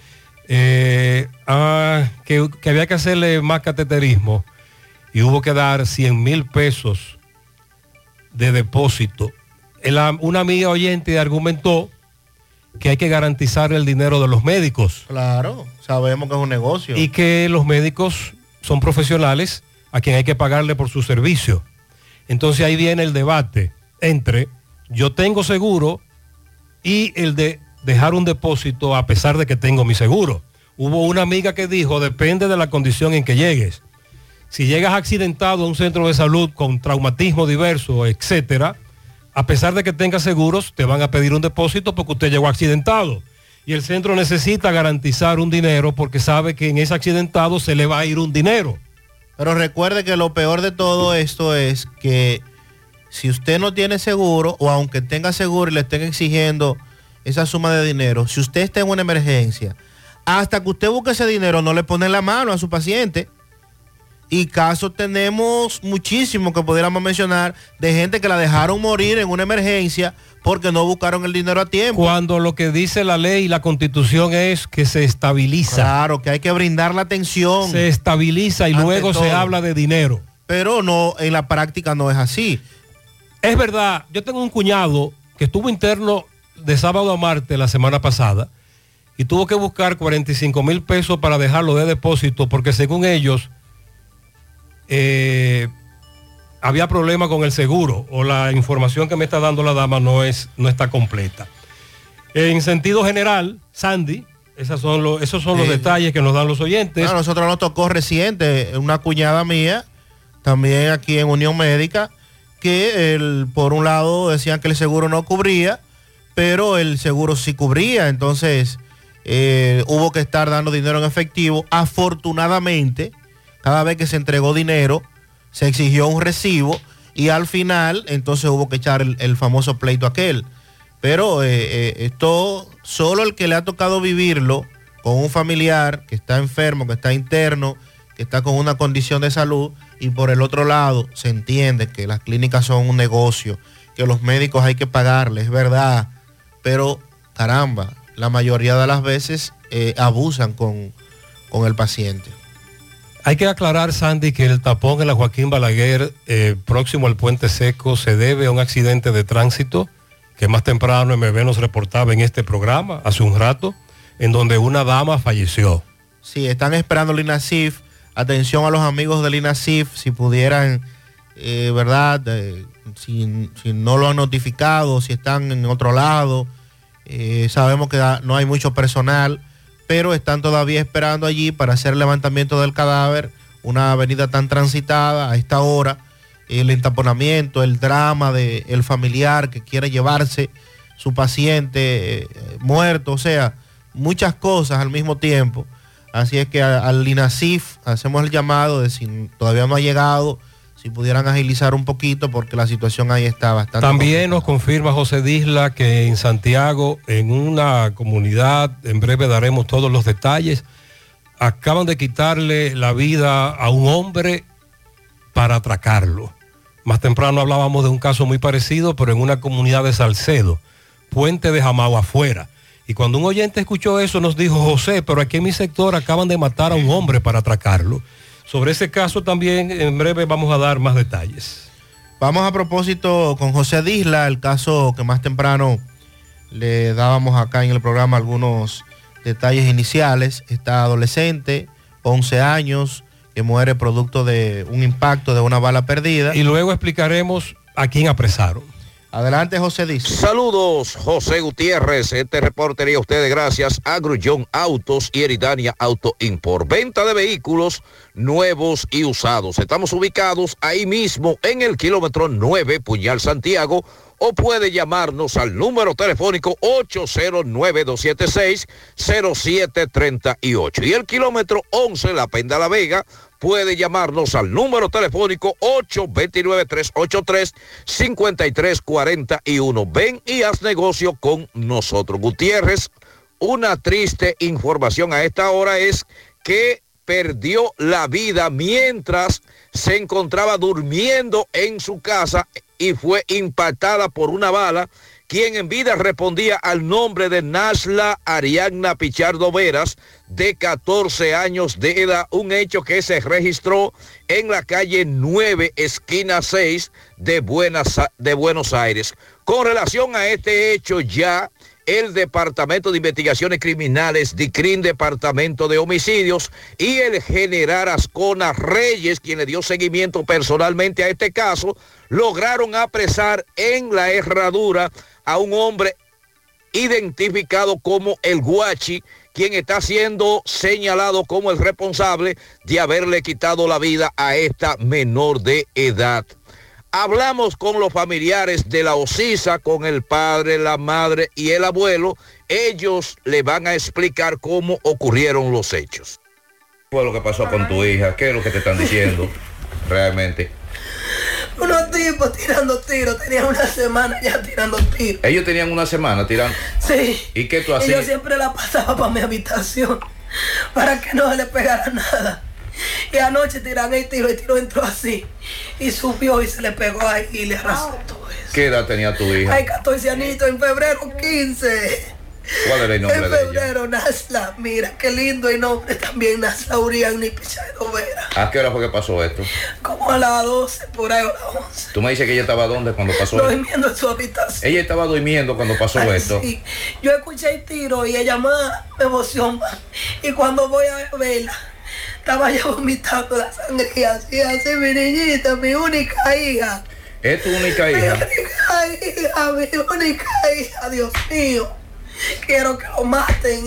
había que hacerle más cateterismo. Y hubo que dar 100,000 pesos de depósito. Una amiga oyente argumentó que hay que garantizar el dinero de los médicos. Claro, sabemos que es un negocio. Y que los médicos son profesionales a quien hay que pagarle por su servicio. Entonces ahí viene el debate entre yo tengo seguro y el de dejar un depósito a pesar de que tengo mi seguro. Hubo una amiga que dijo, depende de la condición en que llegues. Si llegas accidentado a un centro de salud con traumatismo diverso, etcétera, a pesar de que tengas seguros, te van a pedir un depósito porque usted llegó accidentado. Y el centro necesita garantizar un dinero porque sabe que en ese accidentado se le va a ir un dinero. Pero recuerde que lo peor de todo esto es que si usted no tiene seguro, o aunque tenga seguro y le estén exigiendo esa suma de dinero, si usted está en una emergencia, hasta que usted busque ese dinero, no le ponen la mano a su paciente. Y casos tenemos muchísimos que pudiéramos mencionar de gente que la dejaron morir en una emergencia porque no buscaron el dinero a tiempo. Cuando lo que dice la ley y la Constitución es que se estabiliza. Claro, que hay que brindar la atención. Se estabiliza y luego se habla de dinero. Pero no, en la práctica no es así. Es verdad, yo tengo un cuñado que estuvo interno de sábado a martes la semana pasada y tuvo que buscar 45,000 pesos para dejarlo de depósito porque según ellos había problema con el seguro o la información que me está dando la dama no está completa. En sentido general, Sandy, esos son los detalles que nos dan los oyentes. A nosotros nos tocó reciente una cuñada mía, también aquí en Unión Médica, que por un lado decían que el seguro no cubría, pero el seguro sí cubría, entonces hubo que estar dando dinero en efectivo. Afortunadamente, cada vez que se entregó dinero, se exigió un recibo y al final, entonces hubo que echar el famoso pleito aquel. Pero esto, solo el que le ha tocado vivirlo con un familiar que está enfermo, que está interno, que está con una condición de salud, y por el otro lado se entiende que las clínicas son un negocio, que los médicos hay que pagarles, es verdad, pero caramba, la mayoría de las veces abusan con el paciente. Hay que aclarar, Sandy, que el tapón en la Joaquín Balaguer, próximo al Puente Seco, se debe a un accidente de tránsito que más temprano MB nos reportaba en este programa, hace un rato, en donde una dama falleció. Sí, están esperando el INASIF. Atención a los amigos del INASIF, si pudieran, ¿verdad? Si no lo han notificado, si están en otro lado. Sabemos que no hay mucho personal, pero están todavía esperando allí para hacer el levantamiento del cadáver, una avenida tan transitada a esta hora, el entaponamiento, el drama del familiar que quiere llevarse su paciente muerto, o sea, muchas cosas al mismo tiempo. Así es que al INASIF hacemos el llamado de si todavía no ha llegado, si pudieran agilizar un poquito porque la situación ahí está bastante También nos confirma José Disla que en Santiago, en una comunidad, en breve daremos todos los detalles, acaban de quitarle la vida a un hombre para atracarlo. Más temprano hablábamos de un caso muy parecido, pero en una comunidad de Salcedo, Puente de Jamao afuera. Y cuando un oyente escuchó eso nos dijo, José, pero aquí en mi sector acaban de matar a un hombre para atracarlo. Sobre ese caso también en breve vamos a dar más detalles. Vamos a propósito con José Disla, el caso que más temprano le dábamos acá en el programa algunos detalles iniciales. Esta adolescente, 11 años, que muere producto de un impacto de una bala perdida. Y luego explicaremos a quién apresaron. Adelante, José Díaz. Saludos, José Gutiérrez. Este reporte a ustedes gracias a Grullón Autos y Eridania Auto Import. Venta de vehículos nuevos y usados. Estamos ubicados ahí mismo en el kilómetro 9, Puñal, Santiago, o puede llamarnos al número telefónico 809-276-0738. Y el kilómetro 11, La Penda La Vega, puede llamarnos al número telefónico 829-383-5341. Ven y haz negocio con nosotros. Gutiérrez, una triste información a esta hora es que perdió la vida mientras se encontraba durmiendo en su casa y fue impactada por una bala, quien en vida respondía al nombre de Nasla Ariadna Pichardo Veras, de 14 años de edad, un hecho que se registró en la calle 9, esquina 6 de Buenos Aires. Con relación a este hecho, ya el Departamento de Investigaciones Criminales, DICRIN, Departamento de Homicidios, y el general Ascona Reyes, quien le dio seguimiento personalmente a este caso, lograron apresar en la herradura a un hombre identificado como el Guachi, quien está siendo señalado como el responsable de haberle quitado la vida a esta menor de edad. Hablamos con los familiares de la ocisa, con el padre, la madre y el abuelo. Ellos le van a explicar cómo ocurrieron los hechos. ¿Qué fue lo que pasó con tu hija? ¿Qué es lo que te están diciendo realmente? Unos tipos tirando tiros, tenían una semana ya tirando tiros. ¿Ellos tenían una semana tirando? Sí. ¿Y qué tú hacías? Y yo siempre la pasaba para mi habitación, para que no se le pegara nada. Y anoche tiran el tiro entró así, y subió y se le pegó ahí y le arrasó todo eso. ¿Qué edad tenía tu hija? Hay 14 añitos, en febrero 15. ¿Cuál era el nombre de ella? En febrero, Nasla, mira, qué lindo el nombre también, Nasla Uriani Pichardo Vera. ¿A qué hora fue que pasó esto? Como a las 12, por ahí, a las 11. Tú me dices que ella estaba ¿dónde cuando pasó esto? Durmiendo en su habitación. Ella estaba durmiendo cuando pasó esto. Sí, yo escuché el tiro y ella más me emociona. Y cuando voy a verla, estaba ya vomitando la sangre y así, mi niñita, mi única hija. ¿Es tu única hija? Mi única hija, Dios mío. Quiero que lo maten,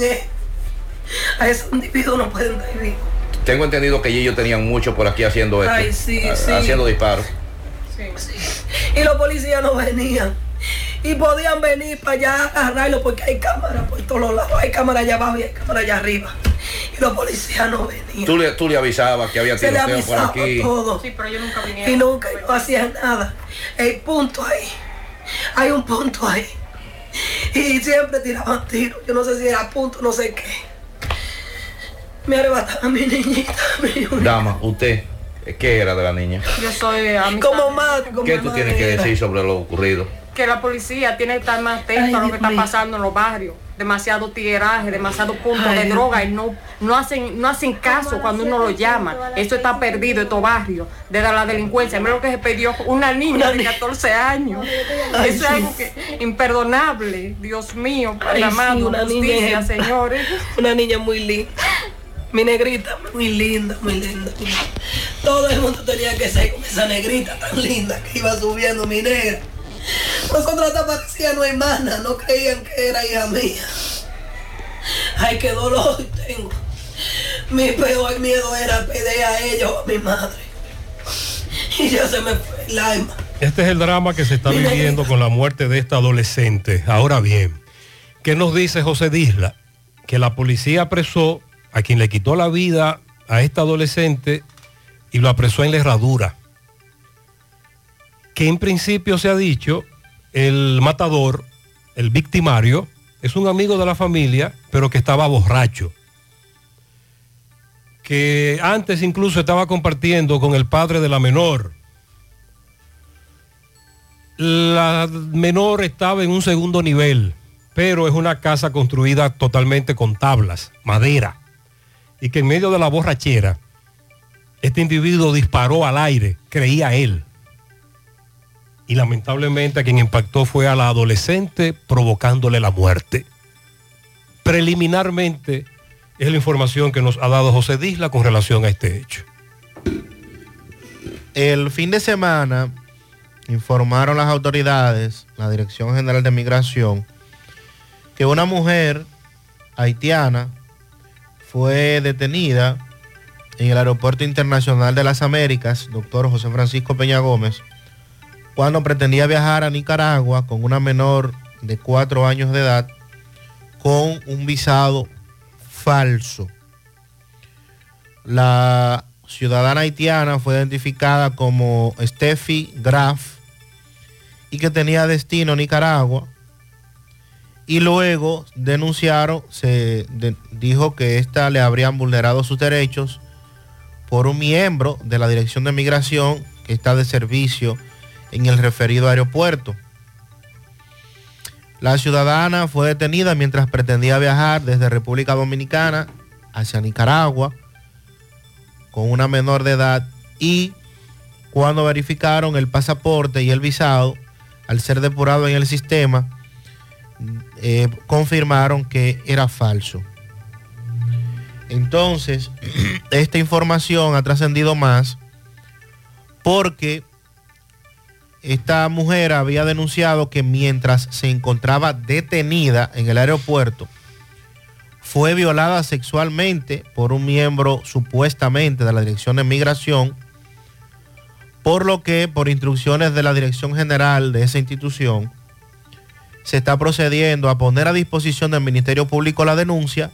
A esos individuos no pueden vivir. Tengo entendido que ellos tenían mucho por aquí haciendo esto. Ay, sí, sí. Haciendo disparos. Sí. Y los policías no venían. Y podían venir para allá a agarrarlo porque hay cámaras por todos los lados. Hay cámaras allá abajo y hay cámaras allá arriba. Y los policías no venían. Tú le avisabas que había tiroteo por aquí. Todo. Sí, pero ellos nunca vinieron. Y nunca no hacían nada. El punto ahí. Hay un punto ahí. Y siempre tiraban tiros. Yo no sé si era punto, no sé qué. Me arrebataban a mi niñita. Dama, usted, ¿qué era de la niña? Yo soy amiga. Como madre. ¿Qué tú tienes que decir sobre lo ocurrido? Que la policía tiene que estar más atento a lo que está pasando en los barrios. Demasiado tigueraje, demasiado puntos de droga y no hacen caso cuando uno lo llama. Eso está perdido, estos barrios, desde la delincuencia. Mira lo que se perdió una niña de 14 años. Eso es algo imperdonable, Dios mío, la mano, justicia, señores. Una niña muy linda. Mi negrita, muy linda, muy linda. Todo el mundo tenía que ser como esa negrita tan linda que iba subiendo, mi negra. Nosotros hasta parecían no hermana, no creían que era hija mía. Ay, qué dolor tengo. Mi peor miedo era pedir a ellos, a mi madre. Y ya se me fue el alma. Este es el drama que se está viviendo con la muerte de esta adolescente. Ahora bien, ¿qué nos dice José Disla? Que la policía apresó a quien le quitó la vida a esta adolescente y lo apresó en la Herradura. Que en principio se ha dicho, el matador, el victimario, es un amigo de la familia, pero que estaba borracho. Que antes incluso estaba compartiendo con el padre de la menor. La menor estaba en un segundo nivel, pero es una casa construida totalmente con tablas, madera, y que en medio de la borrachera, este individuo disparó al aire, creía él, y lamentablemente a quien impactó fue a la adolescente, provocándole la muerte. Preliminarmente es la información que nos ha dado José Disla con relación a este hecho. El fin de semana informaron las autoridades, la Dirección General de Migración, que una mujer haitiana fue detenida en el Aeropuerto Internacional de las Américas, doctor José Francisco Peña Gómez, cuando pretendía viajar a Nicaragua con una menor de 4 años de edad con un visado falso. La ciudadana haitiana fue identificada como Steffi Graf y que tenía destino Nicaragua, y luego denunciaron, dijo que ésta le habrían vulnerado sus derechos por un miembro de la Dirección de Migración que está de servicio en el referido aeropuerto. La ciudadana fue detenida mientras pretendía viajar desde República Dominicana hacia Nicaragua con una menor de edad, y cuando verificaron el pasaporte y el visado, al ser depurado en el sistema, confirmaron que era falso. Entonces, esta información ha trascendido más porque esta mujer había denunciado que mientras se encontraba detenida en el aeropuerto, fue violada sexualmente por un miembro supuestamente de la Dirección de Migración, por lo que, por instrucciones de la Dirección General de esa institución, se está procediendo a poner a disposición del Ministerio Público la denuncia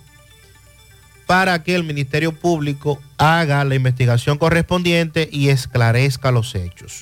para que el Ministerio Público haga la investigación correspondiente y esclarezca los hechos.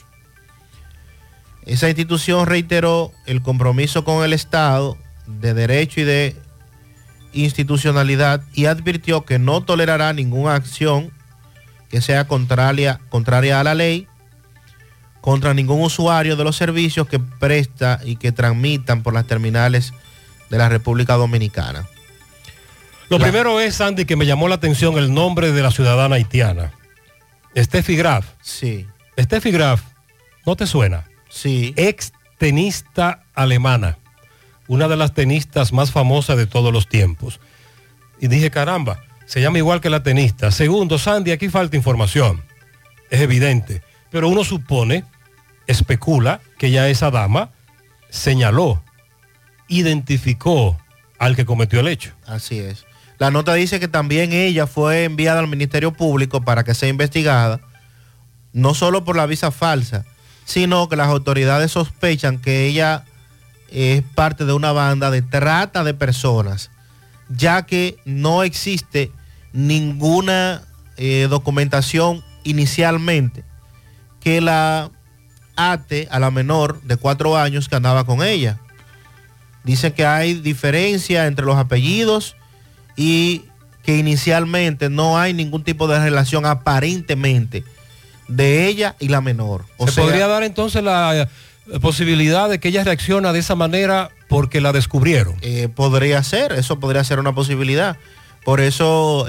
Esa institución reiteró el compromiso con el Estado de Derecho y de institucionalidad y advirtió que no tolerará ninguna acción que sea contraria a la ley contra ningún usuario de los servicios que presta y que transmitan por las terminales de la República Dominicana. Lo primero es, Sandy, que me llamó la atención el nombre de la ciudadana haitiana. Steffi Graf. Sí. Steffi Graf, ¿no te suena? Sí. Ex tenista alemana, una de las tenistas más famosas de todos los tiempos. Y dije, caramba, se llama igual que la tenista. Segundo, Sandy, aquí falta información. Es evidente. Pero uno supone, especula, que ya esa dama señaló, identificó al que cometió el hecho. Así es. La nota dice que también ella fue enviada al Ministerio Público para que sea investigada, no solo por la visa falsa, sino que las autoridades sospechan que ella es parte de una banda de trata de personas, ya que no existe ninguna documentación inicialmente que la ate a la menor de 4 años que andaba con ella. Dicen que hay diferencia entre los apellidos y que inicialmente no hay ningún tipo de relación aparentemente de ella y la menor. ¿Podría dar entonces la posibilidad de que ella reacciona de esa manera porque la descubrieron? Podría ser, eso podría ser una posibilidad. Por eso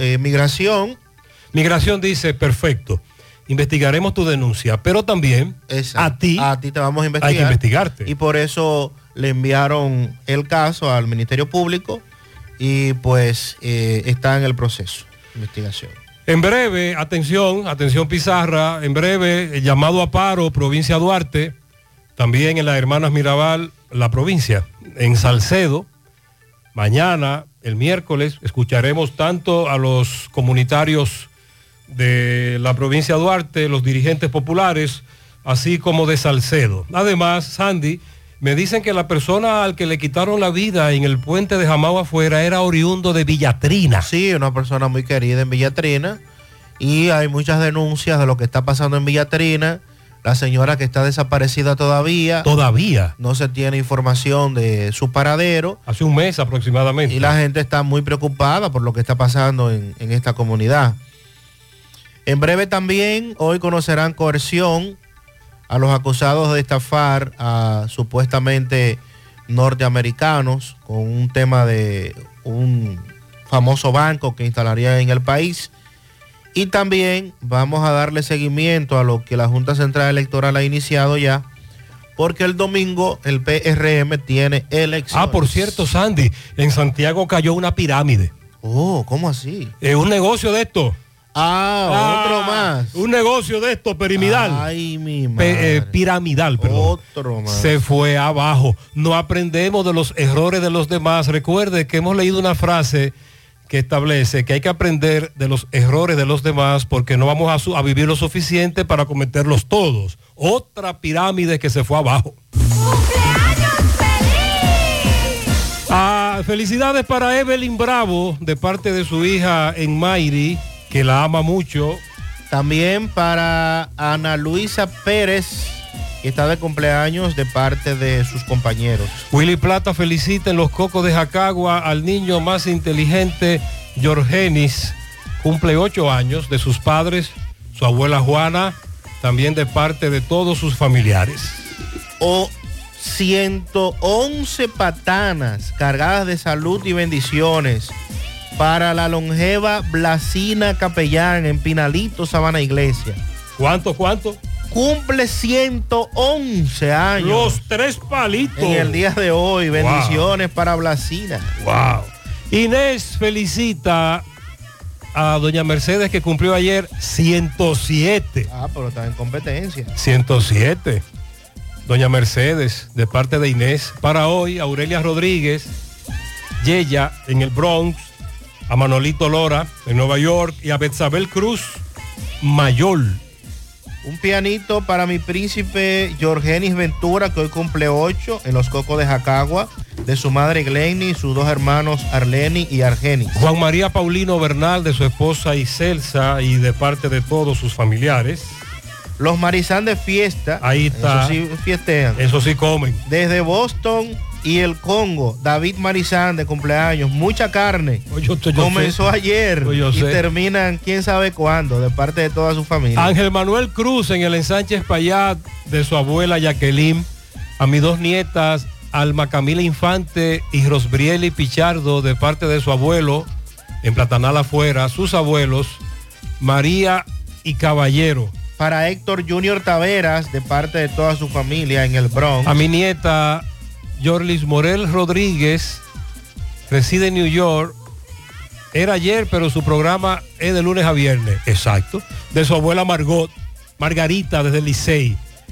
Migración dice, perfecto, investigaremos tu denuncia, pero también a ti te vamos a investigar. Hay que investigarte. Y por eso le enviaron el caso al Ministerio Público y pues está en el proceso de investigación. En breve, atención Pizarra, en breve, llamado a paro, provincia Duarte, también en las Hermanas Mirabal, la provincia, en Salcedo. Mañana, el miércoles, escucharemos tanto a los comunitarios de la provincia Duarte, los dirigentes populares, así como de Salcedo. Además, Sandy, me dicen que la persona al que le quitaron la vida en el puente de Jamao afuera era oriundo de Villatrina. Sí, una persona muy querida en Villatrina, y hay muchas denuncias de lo que está pasando en Villatrina. La señora que está desaparecida todavía. Todavía. No se tiene información de su paradero. Hace un mes aproximadamente. Y la gente está muy preocupada por lo que está pasando en esta comunidad. En breve también, hoy conocerán coerción a los acusados de estafar a supuestamente norteamericanos con un tema de un famoso banco que instalaría en el país. Y también vamos a darle seguimiento a lo que la Junta Central Electoral ha iniciado ya, porque el domingo el PRM tiene elecciones. Ah, por cierto, Sandy, en Santiago cayó una pirámide. Oh, ¿cómo así? Es un negocio de esto. Otro más. Un negocio de esto, piramidal. Ay, mi madre. Piramidal, perdón. Otro más. Se fue abajo. No aprendemos de los errores de los demás. Recuerde que hemos leído una frase que establece que hay que aprender de los errores de los demás porque no vamos a vivir lo suficiente para cometerlos todos. Otra pirámide que se fue abajo. Felicidades para Evelyn Bravo de parte de su hija Enmayri, que la ama mucho. También para Ana Luisa Pérez, que está de cumpleaños de parte de sus compañeros. Willy Plata felicita en Los Cocos de Jacagua al niño más inteligente, Jorgenis, cumple 8 años, de sus padres, su abuela Juana, también de parte de todos sus familiares. 111 patanas cargadas de salud y bendiciones para la longeva Blasina Capellán en Pinalito, Sabana Iglesia. ¿Cuánto? Cumple 111 años. Los 3 palitos. En el día de hoy. Bendiciones para Blasina. Wow. Inés felicita a doña Mercedes, que cumplió ayer 107. Pero está en competencia. 107. Doña Mercedes, de parte de Inés. Para hoy, Aurelia Rodríguez, Yeya en el Bronx, a Manolito Lora en Nueva York y a Betsabel Cruz Mayol. Un pianito para mi príncipe Jorgenis Ventura, que hoy cumple 8 en Los Cocos de Jacagua, de su madre Glenny y sus 2 hermanos Arleni y Argenis. Juan María Paulino Bernal, de su esposa Iselsa y de parte de todos sus familiares. Los Marizán de fiesta. Ahí está. Eso sí fiestean. Eso sí comen. Desde Boston y el Congo, David Marizán de cumpleaños, mucha carne. Comenzó ayer y terminan quién sabe cuándo, de parte de toda su familia. Ángel Manuel Cruz en el ensanche Espaillat, de su abuela Jacqueline, a mis 2 nietas, Alma Camila Infante y Rosbrieli Pichardo, de parte de su abuelo en Platanal Afuera, sus abuelos María y Caballero. Para Héctor Junior Taveras, de parte de toda su familia en el Bronx. A mi nieta Yorlis Morel Rodríguez, reside en New York. Era ayer, pero su programa es de lunes a viernes. Exacto. De su abuela Margarita, desde el Licey.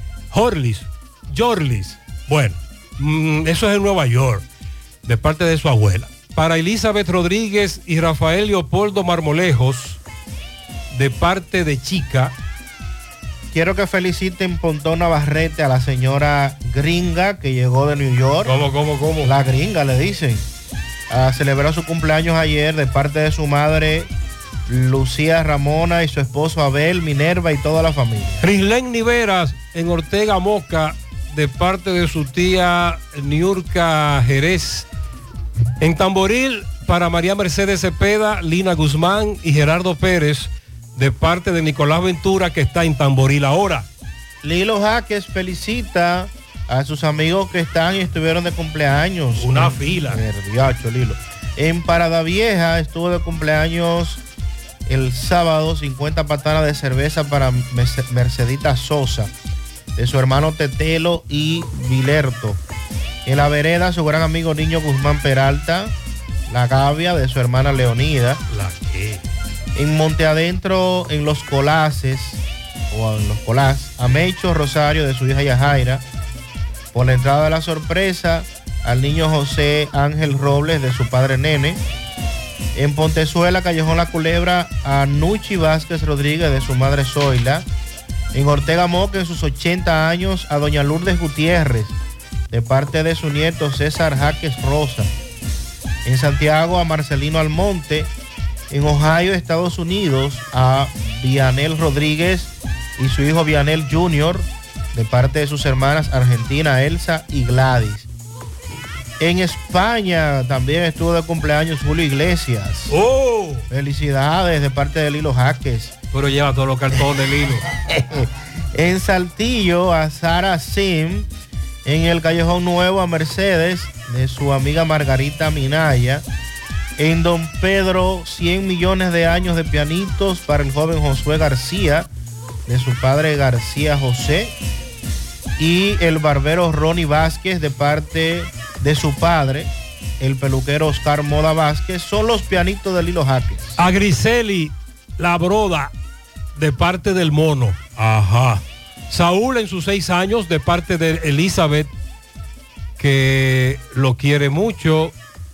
Yorlis. Bueno, eso es en Nueva York, de parte de su abuela. Para Elizabeth Rodríguez y Rafael Leopoldo Marmolejos, de parte de Chica. Quiero que feliciten Pontón Navarrete a la señora gringa que llegó de New York. ¿Cómo? La gringa le dicen. Celebró su cumpleaños ayer de parte de su madre Lucía Ramona y su esposo Abel, Minerva y toda la familia. Rislén Niveras en Ortega Moca, de parte de su tía Niurka Jerez. En Tamboril, para María Mercedes Cepeda, Lina Guzmán y Gerardo Pérez, de parte de Nicolás Ventura, que está en Tamboril ahora. Lilo Jaques felicita a sus amigos que están y estuvieron de cumpleaños. Una fila. Nerviacho, Lilo. En Parada Vieja estuvo de cumpleaños el sábado, 50 patanas de cerveza para Mercedita Sosa, de su hermano Tetelo y Vilerto. En La Vereda, su gran amigo Niño Guzmán Peralta, La Gavia, de su hermana Leonida. ¿La qué? En Monte Adentro, en Los Colaces, o en Los Colás, a Mecho Rosario, de su hija Yajaira. Por la entrada de la sorpresa, al niño José Ángel Robles, de su padre Nene. En Pontezuela, Callejón La Culebra, a Nuchi Vázquez Rodríguez, de su madre Zoila. En Ortega Moca, en sus 80 años, a doña Lourdes Gutiérrez, de parte de su nieto César Jaques Rosa. En Santiago, a Marcelino Almonte. En Ohio, Estados Unidos, a Vianel Rodríguez y su hijo Vianel Jr., de parte de sus hermanas Argentina, Elsa y Gladys. En España también estuvo de cumpleaños Julio Iglesias. ¡Oh! Felicidades de parte de Lilo Jaques. Pero lleva todos los cartones, Lilo. En Saltillo, a Sara Sim. En el Callejón Nuevo, a Mercedes, de su amiga Margarita Minaya. En Don Pedro, 100 millones de años de pianitos para el joven Josué García, de su padre García José. Y el barbero Ronnie Vázquez, de parte de su padre, el peluquero Oscar Moda Vázquez. Son los pianitos de Lilo Jaques. A Griseli La Broda, de parte del Mono. Ajá. Saúl en sus 6 años, de parte de Elizabeth, que lo quiere mucho.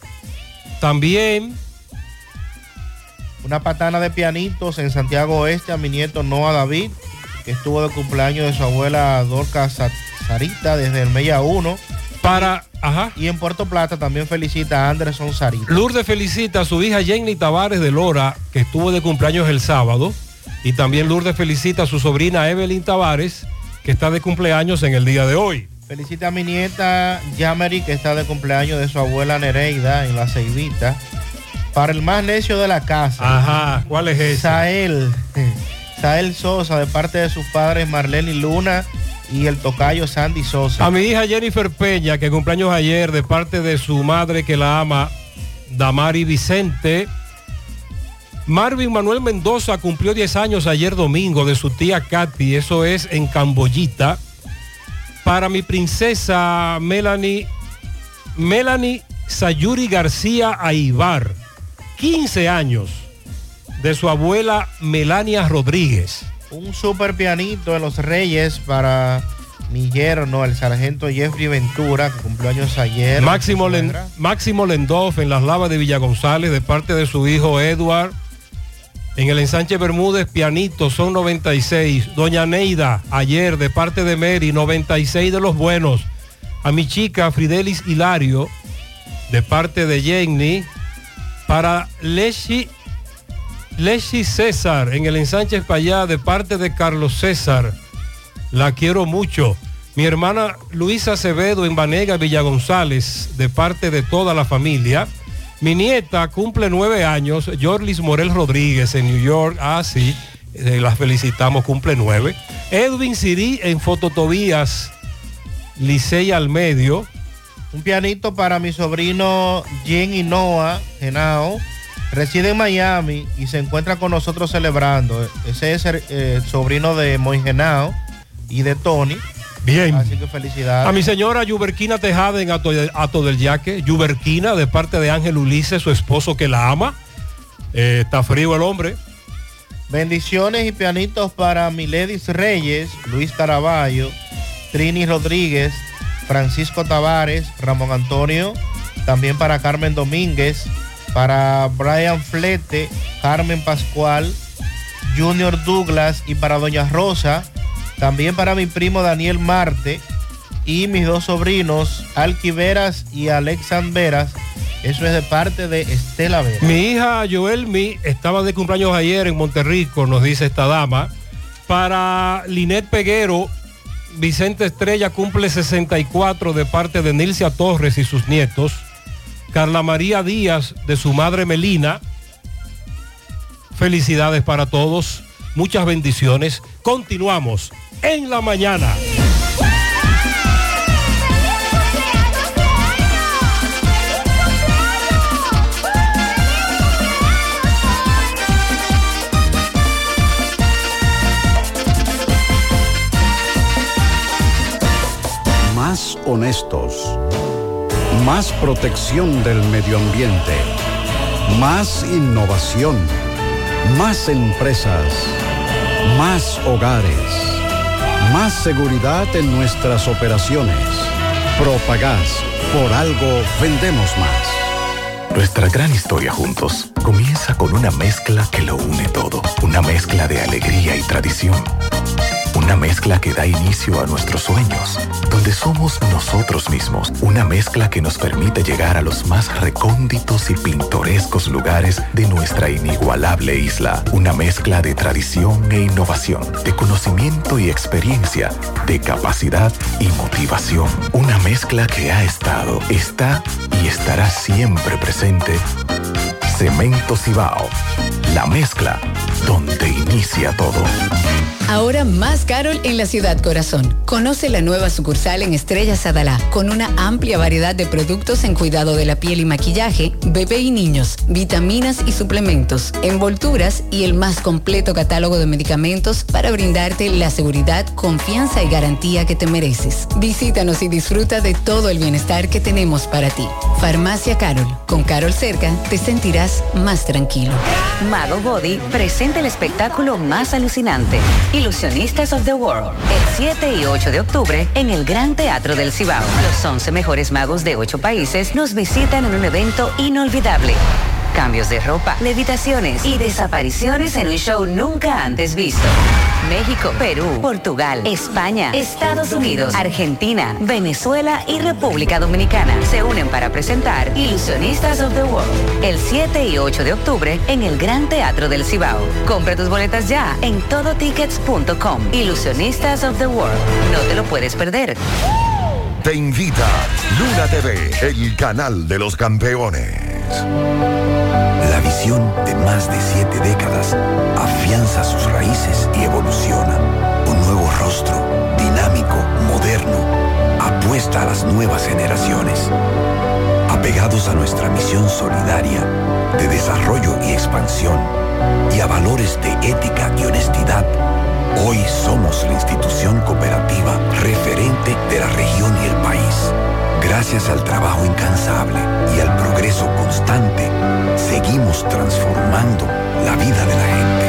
También una patana de pianitos en Santiago Oeste a mi nieto Noah David, que estuvo de cumpleaños de su abuela Dorca Sarita desde el Mella 1. Y en Puerto Plata también felicita a Anderson Sarita. Lourdes felicita a su hija Jenny Tavares de Lora, que estuvo de cumpleaños el sábado. Y también Lourdes felicita a su sobrina Evelyn Tavares, que está de cumpleaños en el día de hoy. Felicita a mi nieta Yameri, que está de cumpleaños de su abuela Nereida en La Ceibita. Para el más necio de la casa. Ajá, ¿cuál es ese? Sael Sosa, de parte de sus padres Marlene Luna y el tocayo Sandy Sosa. A mi hija Jennifer Peña, que cumpleaños ayer, de parte de su madre que la ama, Damari Vicente. Marvin Manuel Mendoza cumplió 10 años ayer domingo, de su tía Katy, eso es en Camboyita. Para mi princesa Melanie Sayuri García Aibar, 15 años, de su abuela Melania Rodríguez. Un super pianito de los Reyes para mi yerno, el sargento Jeffrey Ventura, que cumplió años ayer. Máximo Lendoff en Las Lavas de Villa González, de parte de su hijo Edward. En el Ensanche Bermúdez, pianito, son 96. Doña Neida, ayer, de parte de Mary, 96 de los buenos. A mi chica Fridelis Hilario, de parte de Jenny. Para Leshi César, en el Ensanche Espaillá, de parte de Carlos César. La quiero mucho. Mi hermana Luisa Acevedo en Banega, Villa González, de parte de toda la familia. Mi nieta cumple 9 años, Jorlis Morel Rodríguez en New York. Ah, sí, las felicitamos, cumple 9. Edwin Sirí en Fototobías, Licey al medio. Un pianito para mi sobrino Jen y Noah Genao. Reside en Miami y se encuentra con nosotros celebrando. Ese es el sobrino de Moy Genao y de Tony. Bien. Así que felicidades. A mi señora Yuberquina Tejada en Ato del Yaque. Yuberquina, de parte de Ángel Ulises, su esposo que la ama. Está frío el hombre. Bendiciones y pianitos para Miledis Reyes, Luis Caraballo, Trini Rodríguez, Francisco Tavares, Ramón Antonio. También para Carmen Domínguez, para Brian Flete, Carmen Pascual, Junior Douglas y para Doña Rosa. También para mi primo Daniel Marte y mis 2 sobrinos, Alqui Veras y Alexan Veras. Eso es de parte de Estela Veras. Mi hija Joelmi estaba de cumpleaños ayer en Monterrico, nos dice esta dama. Para Linet Peguero, Vicente Estrella cumple 64 de parte de Nilcia Torres y sus nietos. Carla María Díaz, de su madre Melina. Felicidades para todos, muchas bendiciones. Continuamos en la mañana. Más honestos, más protección del medio ambiente, más innovación, más empresas, más hogares, más seguridad en nuestras operaciones. Propagás, por algo vendemos más. Nuestra gran historia juntos comienza con una mezcla que lo une todo. Una mezcla de alegría y tradición. Una mezcla que da inicio a nuestros sueños, donde somos nosotros mismos. Una mezcla que nos permite llegar a los más recónditos y pintorescos lugares de nuestra inigualable isla. Una mezcla de tradición e innovación, de conocimiento y experiencia, de capacidad y motivación. Una mezcla que ha estado, está y estará siempre presente. Cemento Cibao, la mezcla donde inicia todo. Ahora más Carol en la Ciudad Corazón. Conoce la nueva sucursal en Estrellas Adalá, con una amplia variedad de productos en cuidado de la piel y maquillaje, bebé y niños, vitaminas y suplementos, envolturas y el más completo catálogo de medicamentos para brindarte la seguridad, confianza y garantía que te mereces. Visítanos y disfruta de todo el bienestar que tenemos para ti. Farmacia Carol. Con Carol cerca, te sentirás más tranquilo. Mago Body presenta el espectáculo más alucinante, Ilusionistas of the World, el 7 y 8 de octubre en el Gran Teatro del Cibao. Los 11 mejores magos de 8 países nos visitan en un evento inolvidable. Cambios de ropa, levitaciones y desapariciones en un show nunca antes visto. México, Perú, Portugal, España, Estados Unidos, Argentina, Venezuela y República Dominicana se unen para presentar Ilusionistas of the World el 7 y 8 de octubre en el Gran Teatro del Cibao. Compra tus boletas ya en todotickets.com. Ilusionistas of the World. No te lo puedes perder. Te invita Luna TV, el canal de los campeones. La visión de más de 7 décadas afianza sus raíces y evoluciona. Un nuevo rostro, dinámico, moderno, apuesta a las nuevas generaciones. Apegados a nuestra misión solidaria de desarrollo y expansión y a valores de ética y honestidad, hoy somos la institución cooperativa referente de la región y el país. Gracias al trabajo incansable y al progreso constante, seguimos transformando la vida de la gente.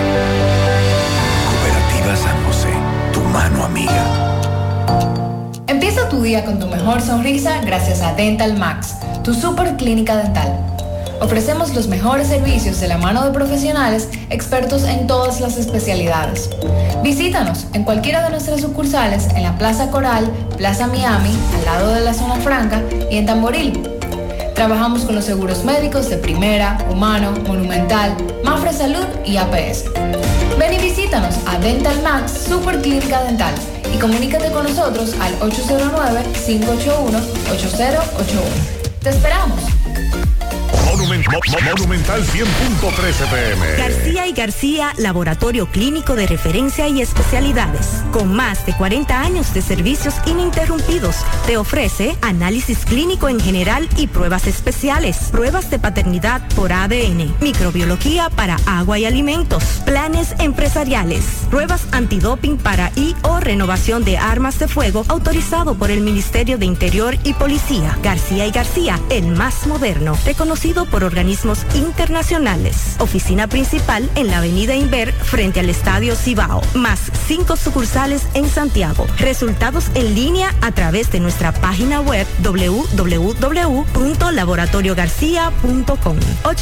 Cooperativa San José, tu mano amiga. Empieza tu día con tu mejor sonrisa gracias a Dental Max, tu super clínica dental. Ofrecemos los mejores servicios de la mano de profesionales expertos en todas las especialidades. Visítanos en cualquiera de nuestras sucursales en la Plaza Coral, Plaza Miami, al lado de la Zona Franca y en Tamboril. Trabajamos con los seguros médicos de Primera, Humano, Monumental, Mafre Salud y APS. Ven y visítanos a Dental Max Super Clínica Dental y comunícate con nosotros al 809-581-8081. ¡Te esperamos! Monumental 100.13 PM. García y García, laboratorio clínico de referencia y especialidades. Con más de 40 años de servicios ininterrumpidos, te ofrece análisis clínico en general y pruebas especiales, pruebas de paternidad por ADN, microbiología para agua y alimentos, planes empresariales, pruebas antidoping para y o renovación de armas de fuego autorizado por el Ministerio de Interior y Policía. García y García, el más moderno, reconocido por organismos internacionales. Oficina principal en la avenida Inver frente al Estadio Cibao, más 5 sucursales en Santiago. Resultados en línea a través de nuestra página web www.laboratoriogarcia.com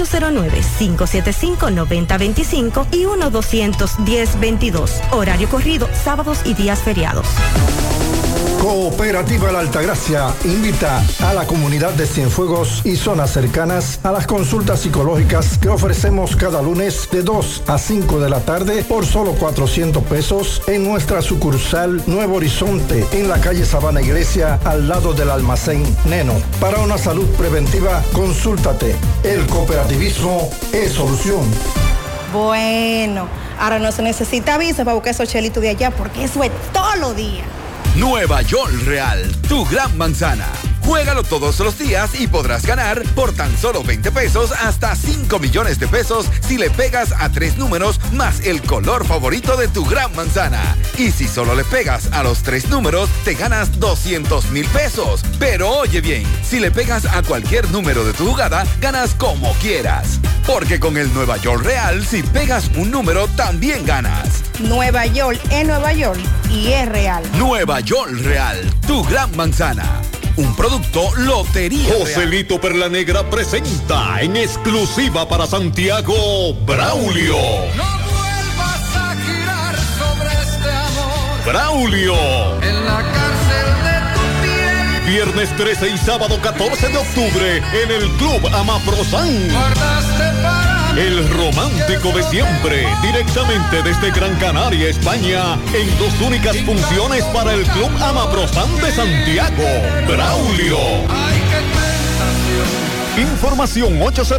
809-575-9025 y 1-210-22. Horario corrido, sábados y días feriados. Cooperativa La Altagracia invita a la comunidad de Cienfuegos y zonas cercanas a las consultas psicológicas que ofrecemos cada lunes de 2 a 5 de la tarde por solo 400 pesos en nuestra sucursal Nuevo Horizonte en la calle Sabana Iglesia al lado del almacén Neno. Para una salud preventiva, consúltate. El cooperativismo es solución. Bueno, ahora no se necesita visa para buscar esos chelitos de allá porque eso es todos los días. Nueva York Real, tu gran manzana. Juégalo todos los días y podrás ganar por tan solo 20 pesos hasta 5 millones de pesos si le pegas a 3 números más el color favorito de tu gran manzana. Y si solo le pegas a los 3 números, te ganas 200,000 pesos. Pero oye bien, si le pegas a cualquier número de tu jugada, ganas como quieras. Porque con el Nueva York Real, si pegas un número, también ganas. Nueva York es Nueva York y es real. Nueva York Real, tu gran manzana. Un producto Lotería Joselito Real. Perla Negra presenta en exclusiva para Santiago Braulio. No vuelvas a girar sobre este amor. Braulio. En la cárcel de tu piel. Viernes 13 y sábado 14 de octubre en el Club Amaprosan. Guardaste para El romántico de siempre, directamente desde Gran Canaria, España, en 2 únicas funciones para el Club Amaprosan de Santiago. Braulio. Información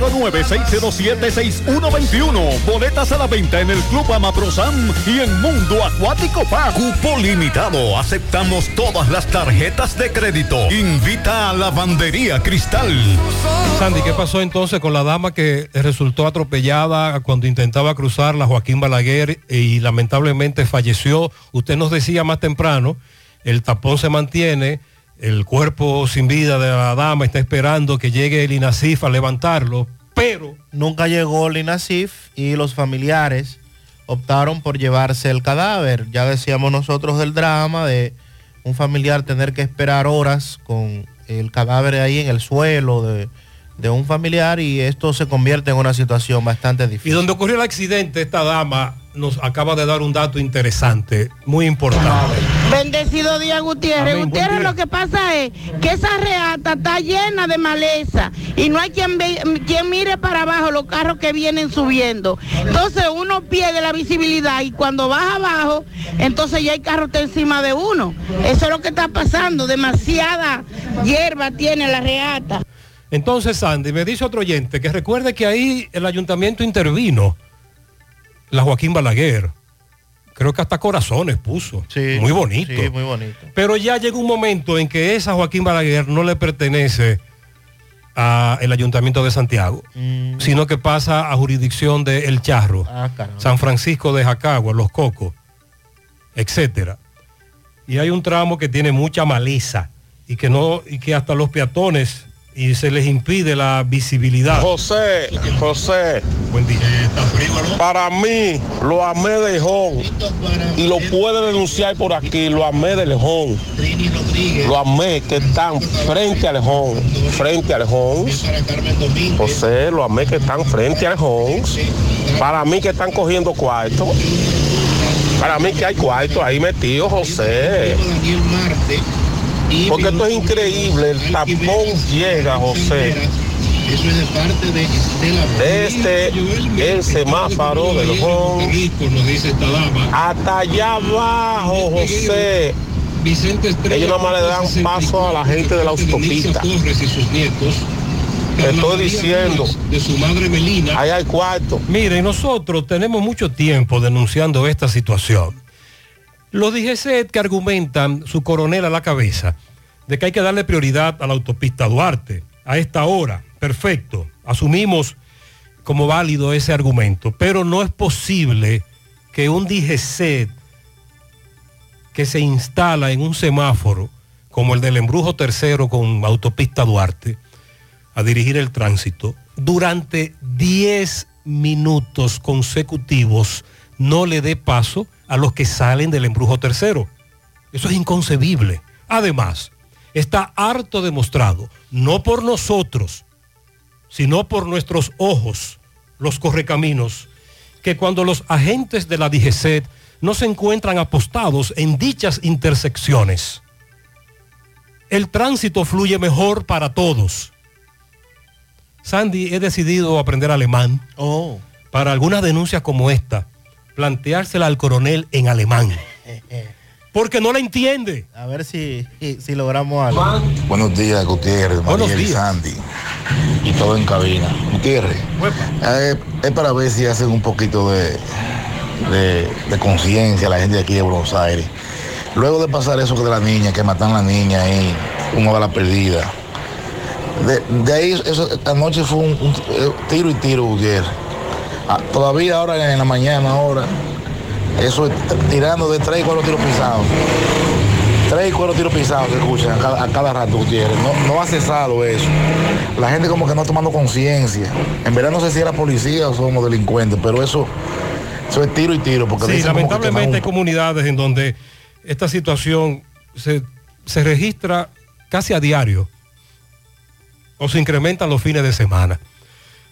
809-607-6121. Boletas a la venta en el Club Amaprosan y en Mundo Acuático Park. Cupo limitado. Aceptamos todas las tarjetas de crédito. Invita a Lavandería Cristal. Sandy, ¿qué pasó entonces con la dama que resultó atropellada cuando intentaba cruzar la Joaquín Balaguer y lamentablemente falleció? Usted nos decía más temprano, el tapón se mantiene. El cuerpo sin vida de la dama está esperando que llegue el INASIF a levantarlo, pero nunca llegó el INASIF y los familiares optaron por llevarse el cadáver. Ya decíamos nosotros del drama de un familiar tener que esperar horas con el cadáver ahí en el suelo de un familiar, y esto se convierte en una situación bastante difícil. Y donde ocurrió el accidente, esta dama nos acaba de dar un dato interesante, muy importante. Bendecido día, Gutiérrez. Amén, Gutiérrez, lo que pasa es que esa reata está llena de maleza y no hay quien mire para abajo los carros que vienen subiendo. Entonces uno pierde la visibilidad y cuando baja abajo, entonces ya el carro está encima de uno. Eso es lo que está pasando. Demasiada hierba tiene la reata. Entonces, Sandy, me dice otro oyente que recuerde que ahí el ayuntamiento intervino, la Joaquín Balaguer. Creo que hasta corazones puso. Sí, muy bonito. Sí, muy bonito. Pero ya llegó un momento en que esa Joaquín Balaguer no le pertenece al Ayuntamiento de Santiago, sino que pasa a jurisdicción de El Charro, San Francisco de Jacagua, Los Cocos, etcétera. Y hay un tramo que tiene mucha maleza y que hasta los peatones y se les impide la visibilidad. José, buen día. Para mí, lo amé de Lejón y lo puede denunciar por aquí, lo amé de Lejón. Lo amé que están frente a Lejón. José, lo amé que están frente a Lejón. Para mí que están cogiendo cuarto. Para mí que hay cuarto ahí metido, José. Porque esto es increíble, el tapón llega, José, desde el semáforo del Lejón hasta allá abajo, José. Ellos nada más le dan paso a la gente de la autopista. Te estoy diciendo, ahí hay cuarto. Mire, nosotros tenemos mucho tiempo denunciando esta situación. Los DGCET que argumentan, su coronel a la cabeza, de que hay que darle prioridad a la autopista Duarte a esta hora. Perfecto, asumimos como válido ese argumento, pero no es posible que un DGCET que se instala en un semáforo como el del Embrujo Tercero con autopista Duarte a dirigir el tránsito, durante 10 minutos consecutivos no le dé paso a los que salen del Embrujo Tercero. Eso es inconcebible. Además, está harto demostrado, no por nosotros, sino por nuestros ojos, los correcaminos, que cuando los agentes de la DGCET no se encuentran apostados en dichas intersecciones, el tránsito fluye mejor para todos. Sandy, he decidido aprender alemán para algunas denuncias como esta, planteársela al coronel en alemán, porque no la entiende. A ver si logramos algo. Buenos días, Gutiérrez, María y Sandy, y todo en cabina. Gutiérrez, es para ver si hacen un poquito de conciencia la gente de aquí de Buenos Aires. Luego de pasar eso de la niña, que matan a la niña ahí, una bala perdida. De ahí, anoche fue un tiro y tiro, Gutiérrez. Todavía ahora en la mañana, ahora, eso es tirando de 3 y 4 tiros pisados. 3 y 4 tiros pisados se escuchan a cada rato, Gutiérrez. No ha cesado eso. La gente como que no tomando conciencia. En verdad no sé si era policía o somos delincuentes, pero eso es tiro y tiro. Porque sí, lamentablemente hay comunidades en donde esta situación se registra casi a diario o se incrementan los fines de semana.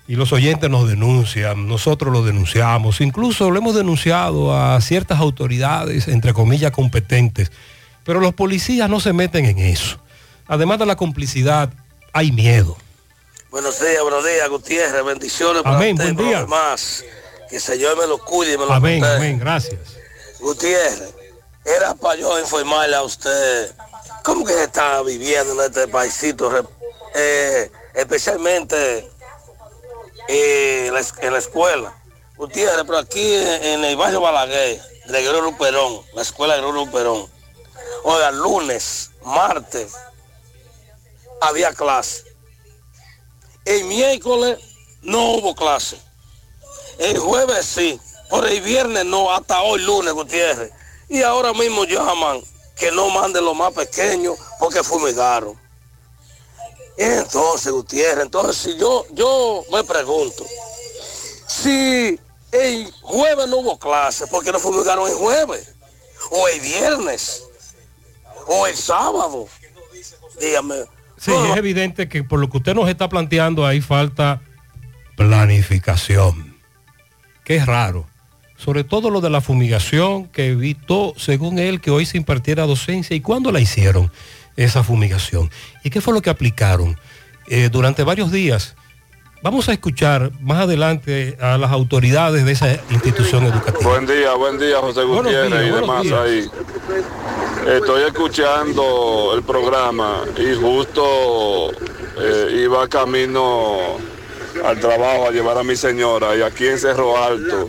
y los oyentes nos denuncian, nosotros lo denunciamos, incluso lo hemos denunciado a ciertas autoridades, entre comillas, competentes, pero los policías no se meten en eso. Además de la complicidad, hay miedo. Buenos días, Gutiérrez, bendiciones para amén, usted, buen día. Más. Que el Señor me lo cuide y me lo Amén, protege. amén, gracias. Gutiérrez, era para yo informarle a usted cómo que se está viviendo en este paisito, especialmente en la escuela. Gutiérrez, pero aquí en el barrio Balaguer, de Gregorio Luperón, la escuela de Gregorio Luperón, oiga, lunes, martes, había clase. El miércoles no hubo clase. El jueves sí, por el viernes no, hasta hoy lunes, Gutiérrez. Y ahora mismo llaman que no manden los más pequeños porque fumigaron. Entonces, Gutiérrez, si yo me pregunto, si el jueves no hubo clase, ¿por qué no fumigaron el jueves? O el viernes, o el sábado. Dígame. Sí, es evidente que por lo que usted nos está planteando ahí falta planificación, que es raro. Sobre todo lo de la fumigación que evitó, según él, que hoy se impartiera docencia. ¿Y cuándo la hicieron, esa fumigación? ¿Y qué fue lo que aplicaron? Durante varios días. Vamos a escuchar más adelante a las autoridades de esa institución educativa. Buen día, José Gutiérrez y demás ahí. Estoy escuchando el programa y justo iba camino al trabajo a llevar a mi señora y aquí en Cerro Alto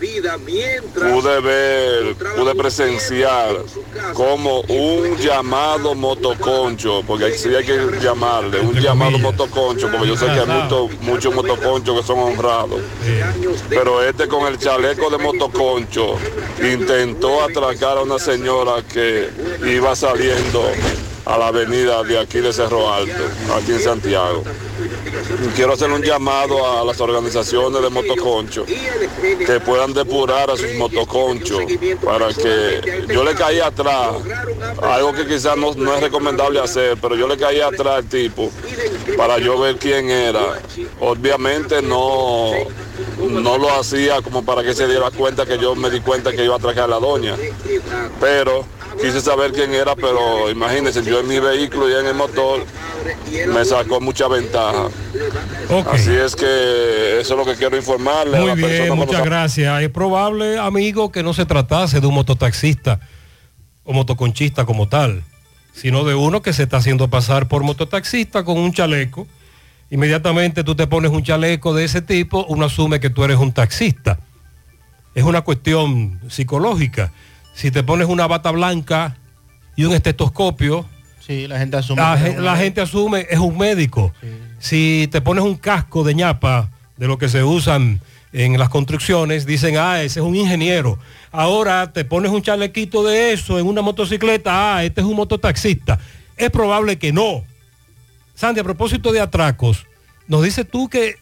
pude presenciar como un llamado motoconcho, porque ahí sí hay que llamarle, un llamado motoconcho, porque yo sé que hay muchos motoconchos que son honrados, pero este con el chaleco de motoconcho intentó atracar a una señora que iba saliendo a la avenida de aquí de Cerro Alto, aquí en Santiago. Quiero hacer un llamado a las organizaciones de motoconchos que puedan depurar a sus motoconchos para que yo le caí atrás, algo que quizás no es recomendable hacer, pero yo le caí atrás al tipo para yo ver quién era. Obviamente no lo hacía como para que se diera cuenta que yo me di cuenta que iba a atracar a la doña, pero quise saber quién era, pero imagínense, yo en mi vehículo y en el motor me sacó mucha ventaja. Okay. Así es que eso es lo que quiero informarle. Muy bien, muchas gracias. Es probable, amigo, que no se tratase de un mototaxista o motoconchista como tal, sino de uno que se está haciendo pasar por mototaxista con un chaleco. Inmediatamente tú te pones un chaleco de ese tipo, uno asume que tú eres un taxista. Es una cuestión psicológica. Si te pones una bata blanca y un estetoscopio, sí, la gente asume. La gente asume es un médico. Sí. Si te pones un casco de ñapa, de lo que se usan en las construcciones, dicen, ese es un ingeniero. Ahora te pones un chalequito de eso en una motocicleta, este es un mototaxista. Es probable que no. Sandy, a propósito de atracos, nos dices tú que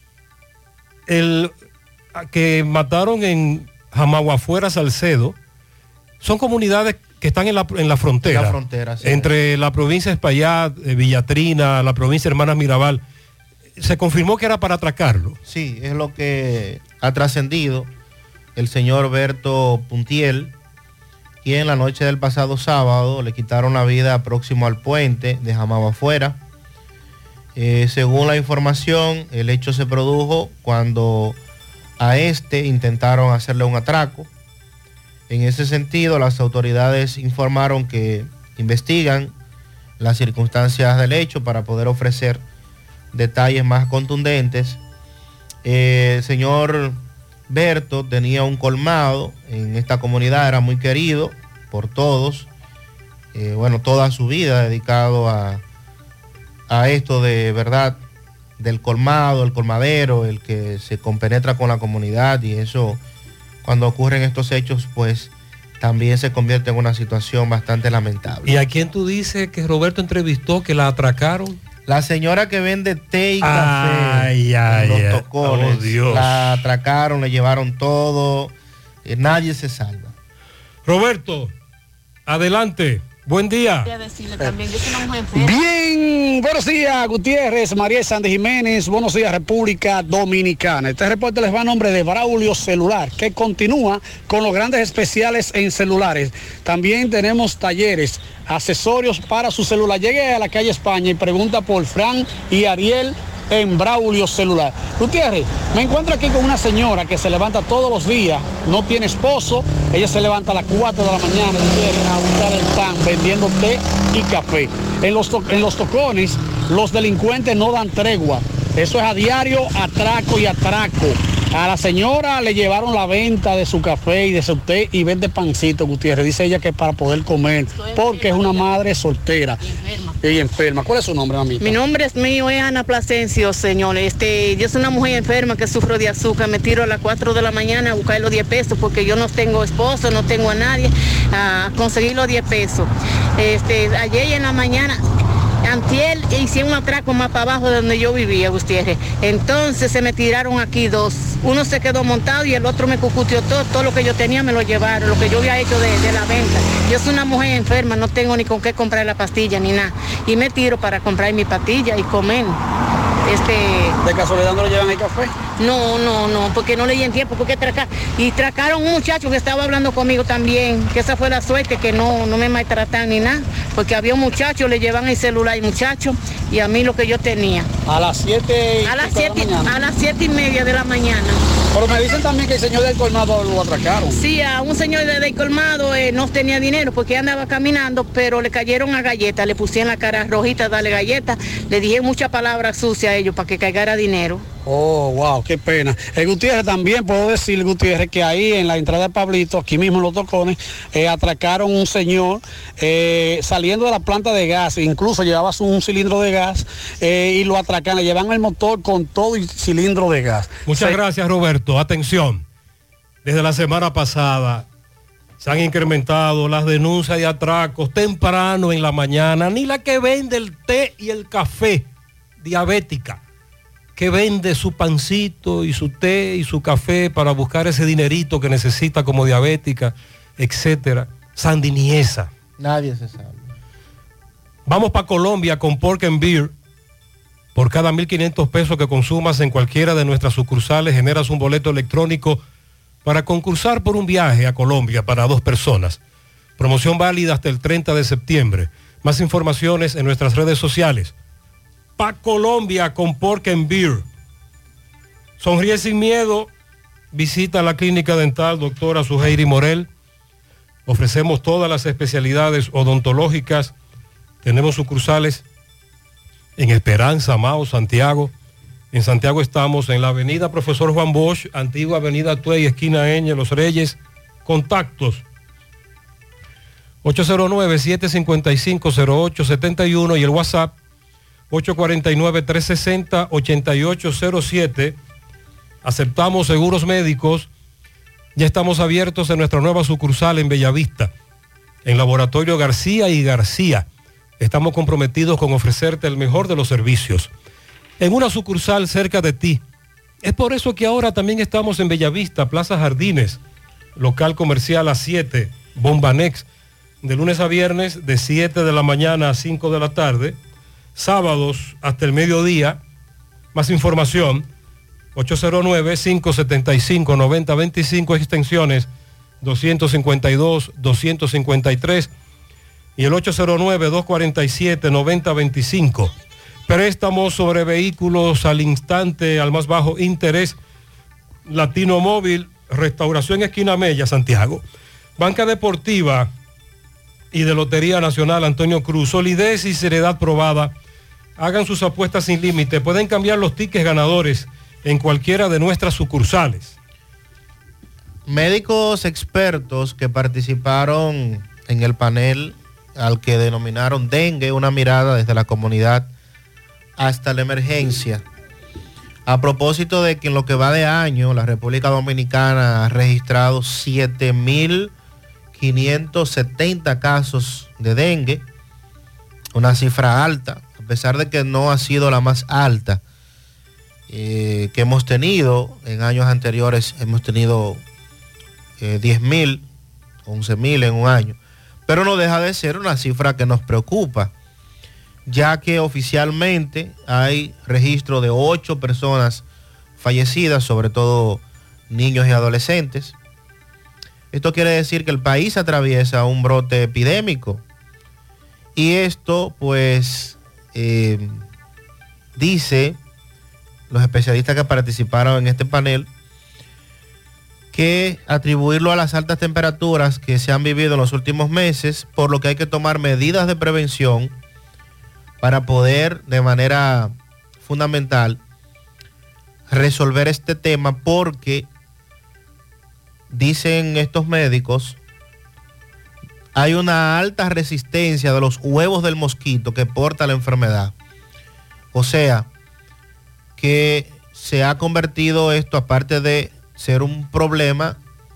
que mataron en Jamaguafuera, Salcedo, son comunidades que están en la frontera. La frontera, sí. Entre la provincia de Espaillat, Villatrina, la provincia de Hermanas Mirabal. ¿Se confirmó que era para atracarlo? Sí, es lo que ha trascendido el señor Berto Puntiel, quien la noche del pasado sábado le quitaron la vida próximo al puente de Jamaguafuera. Según la información, el hecho se produjo cuando a intentaron hacerle un atraco. En ese sentido, las autoridades informaron que investigan las circunstancias del hecho para poder ofrecer detalles más contundentes. El señor Berto tenía un colmado en esta comunidad, era muy querido por todos, toda su vida dedicado a esto de verdad, del colmado, el colmadero, el que se compenetra con la comunidad, y eso, cuando ocurren estos hechos, pues también se convierte en una situación bastante lamentable. ¿Y a quién tú dices que Roberto entrevistó que la atracaron? La señora que vende té y café en los Tocones. Oh, Dios. La atracaron, le llevaron todo, nadie se salva. Roberto, adelante. Buen día. Bien, buenos días, Gutiérrez, María Sandy Jiménez, buenos días, República Dominicana. Este reporte les va a nombre de Braulio Celular, que continúa con los grandes especiales en celulares. También tenemos talleres, accesorios para su celular. Llegue a la calle España y pregunta por Fran y Ariel en Braulio Celular. Gutiérrez, me encuentro aquí con una señora que se levanta todos los días, no tiene esposo, ella se levanta a las 4 de la mañana, Gutiérrez, a buscar el pan, vendiendo té y café. En los tocones, los delincuentes no dan tregua. Eso es a diario, atraco y atraco. A la señora le llevaron la venta de su café y de su té y vende pancito, Gutiérrez. Dice ella que es para poder comer, porque es una madre soltera y enferma. ¿Cuál es su nombre, mamita? Mi nombre es Ana Plasencio, señor. Yo soy una mujer enferma que sufro de azúcar. Me tiro a las 4 de la mañana a buscar los 10 pesos porque yo no tengo esposo, no tengo a nadie, a conseguir los 10 pesos. Ayer en la mañana, antier, hice un atraco más para abajo de donde yo vivía, Gutiérrez. Entonces se me tiraron aquí dos. Uno se quedó montado y el otro me cucuteó todo lo que yo tenía me lo llevaron, lo que yo había hecho de la venta. Yo soy una mujer enferma, no tengo ni con qué comprar la pastilla ni nada. Y me tiro para comprar mi pastilla y comer. ¿De casualidad no le llevan el café? No, porque no le di en tiempo, porque tracaron un muchacho que estaba hablando conmigo también, que esa fue la suerte, que no me maltratan ni nada, porque había un muchacho, le llevan el celular al muchacho y a mí lo que yo tenía. A las 7 a las 7:30 de la mañana. Pero me dicen también que el señor del colmado lo atracaron. Sí, a un señor del colmado no tenía dinero porque andaba caminando, pero le cayeron a galletas, le pusieron la cara rojita, dale galletas, le dije muchas palabras sucias a ellos para que caiga dinero. Oh, wow, qué pena. Gutiérrez, también puedo decir, Gutiérrez, que ahí en la entrada de Pablito, aquí mismo en Los Tocones, atracaron un señor saliendo de la planta de gas, incluso llevaba un cilindro de gas y lo atracan, le llevan el motor con todo y cilindro de gas. Muchas gracias, Roberto. Atención, desde la semana pasada se han incrementado las denuncias de atracos temprano en la mañana, ni la que vende el té y el café, diabética, que vende su pancito y su té y su café para buscar ese dinerito que necesita como diabética, etcétera. Sandiniesa. Nadie se sabe. Vamos para Colombia con Pork and Beer. Por cada 1.500 pesos que consumas en cualquiera de nuestras sucursales, generas un boleto electrónico para concursar por un viaje a Colombia para 2 personas. Promoción válida hasta el 30 de septiembre. Más informaciones en nuestras redes sociales. Pa' Colombia con Pork and Beer. Sonríe sin miedo. Visita la clínica dental doctora Suheiri Morel. Ofrecemos todas las especialidades odontológicas. Tenemos sucursales en Esperanza, Mao, Santiago. En Santiago estamos en la avenida Profesor Juan Bosch, antigua avenida Tuey, esquina Eñe, Los Reyes. Contactos 809-755-0871 y el WhatsApp 849-360-8807. Aceptamos seguros médicos. Ya estamos abiertos en nuestra nueva sucursal en Bellavista, en Laboratorio García y García. Estamos comprometidos con ofrecerte el mejor de los servicios en una sucursal cerca de ti. Es por eso que ahora también estamos en Bellavista, Plaza Jardines, local comercial A7, Bombanex, de lunes a viernes de 7 de la mañana a 5 de la tarde, sábados hasta el mediodía. Más información 809-575-9025, extensiones 252, 253 y el 809-247-9025. Préstamos sobre vehículos al instante, al más bajo interés. Latino Móvil, Restauración Esquina Mella, Santiago. Banca Deportiva y de Lotería Nacional Antonio Cruz. Solidez y seriedad probada. Hagan sus apuestas sin límite. Pueden cambiar los tickets ganadores en cualquiera de nuestras sucursales. Médicos expertos que participaron en el panel al que denominaron Dengue, una mirada desde la comunidad hasta la emergencia. A propósito de que en lo que va de año, la República Dominicana ha registrado 7.570 casos de dengue, una cifra alta, a pesar de que no ha sido la más alta que hemos tenido. En años anteriores hemos tenido 10.000, 11.000 en un año, pero no deja de ser una cifra que nos preocupa, ya que oficialmente hay registro de 8 personas fallecidas, sobre todo niños y adolescentes. Esto quiere decir que el país atraviesa un brote epidémico. Y esto, pues, dice los especialistas que participaron en este panel, que atribuirlo a las altas temperaturas que se han vivido en los últimos meses, por lo que hay que tomar medidas de prevención para poder de manera fundamental resolver este tema, porque dicen estos médicos, hay una alta resistencia de los huevos del mosquito que porta la enfermedad. O sea, que se ha convertido esto, aparte de ser un problema,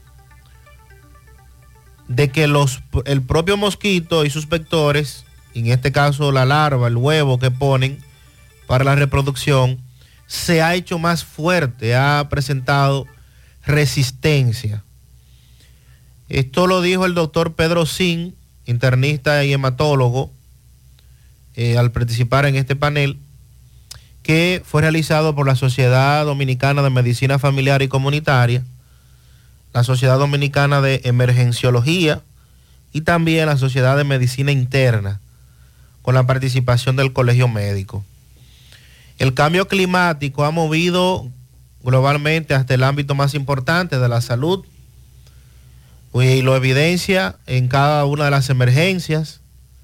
de que el propio mosquito y sus vectores, en este caso la larva, el huevo que ponen para la reproducción, se ha hecho más fuerte, ha presentado resistencia. Esto lo dijo el doctor Pedro Sin, internista y hematólogo, al participar en este panel, que fue realizado por la Sociedad Dominicana de Medicina Familiar y Comunitaria, la Sociedad Dominicana de Emergenciología y también la Sociedad de Medicina Interna, con la participación del Colegio Médico. El cambio climático ha movido globalmente hasta el ámbito más importante de la salud, y lo evidencia en cada una de las emergencias.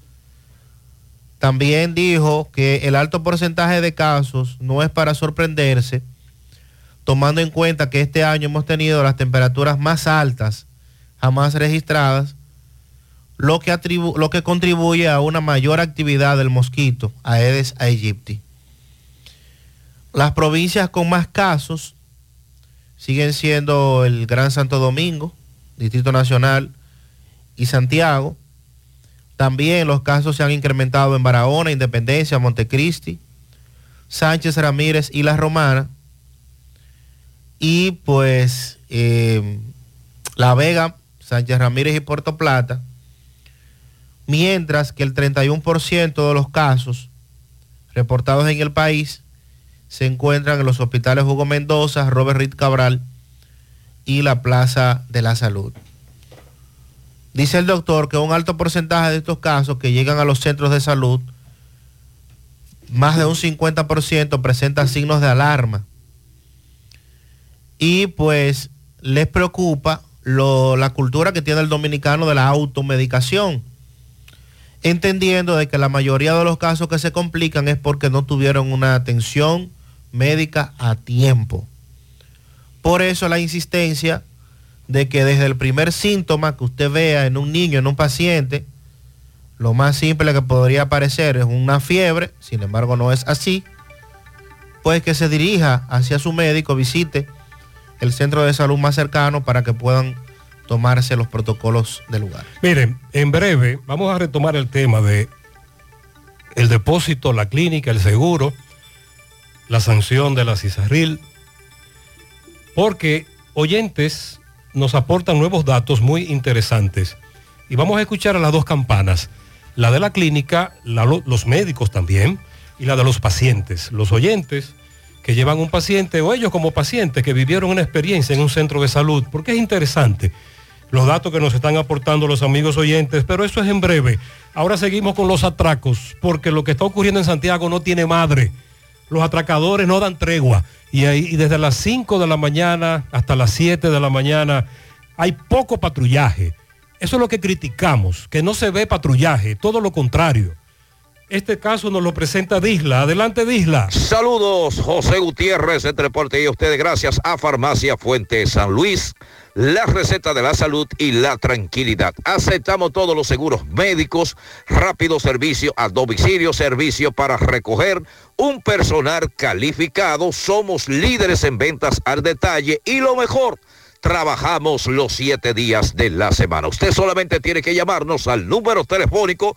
También dijo que el alto porcentaje de casos no es para sorprenderse, tomando en cuenta que este año hemos tenido las temperaturas más altas jamás registradas, lo que contribuye a una mayor actividad del mosquito, Aedes aegypti. Las provincias con más casos siguen siendo el Gran Santo Domingo, Distrito Nacional y Santiago. También los casos se han incrementado en Barahona, Independencia, Montecristi, Sánchez Ramírez y La Romana. Y pues La Vega, Sánchez Ramírez y Puerto Plata. Mientras que el 31% de los casos reportados en el país se encuentran en los hospitales Hugo Mendoza, Robert Reed Cabral y la Plaza de la Salud. Dice el doctor que un alto porcentaje de estos casos que llegan a los centros de salud, más de un 50% presenta signos de alarma. Y pues les preocupa la cultura que tiene el dominicano de la automedicación, entendiendo de que la mayoría de los casos que se complican es porque no tuvieron una atención médica a tiempo. Por eso la insistencia de que desde el primer síntoma que usted vea en un niño, en un paciente, lo más simple que podría parecer es una fiebre, sin embargo no es así, pues que se dirija hacia su médico, visite el centro de salud más cercano para que puedan tomarse los protocolos del lugar. Miren, en breve vamos a retomar el tema de el depósito, la clínica, el seguro, la sanción de la CISARRIL, porque oyentes nos aportan nuevos datos muy interesantes. Y vamos a escuchar a las dos campanas, la de la clínica, los médicos también, y la de los pacientes. Los oyentes que llevan un paciente, o ellos como pacientes que vivieron una experiencia en un centro de salud, porque es interesante los datos que nos están aportando los amigos oyentes, pero eso es en breve. Ahora seguimos con los atracos, porque lo que está ocurriendo en Santiago no tiene madre. Los atracadores no dan tregua. Y desde las 5 de la mañana hasta las 7 de la mañana hay poco patrullaje. Eso es lo que criticamos, que no se ve patrullaje, todo lo contrario. Este caso nos lo presenta Disla. Adelante, Disla. Saludos, José Gutiérrez, entre reporte y a ustedes gracias a Farmacia Fuente San Luis, la receta de la salud y la tranquilidad. Aceptamos todos los seguros médicos, rápido servicio a domicilio, servicio para recoger, un personal calificado, somos líderes en ventas al detalle y lo mejor, trabajamos los 7 días de la semana. Usted solamente tiene que llamarnos al número telefónico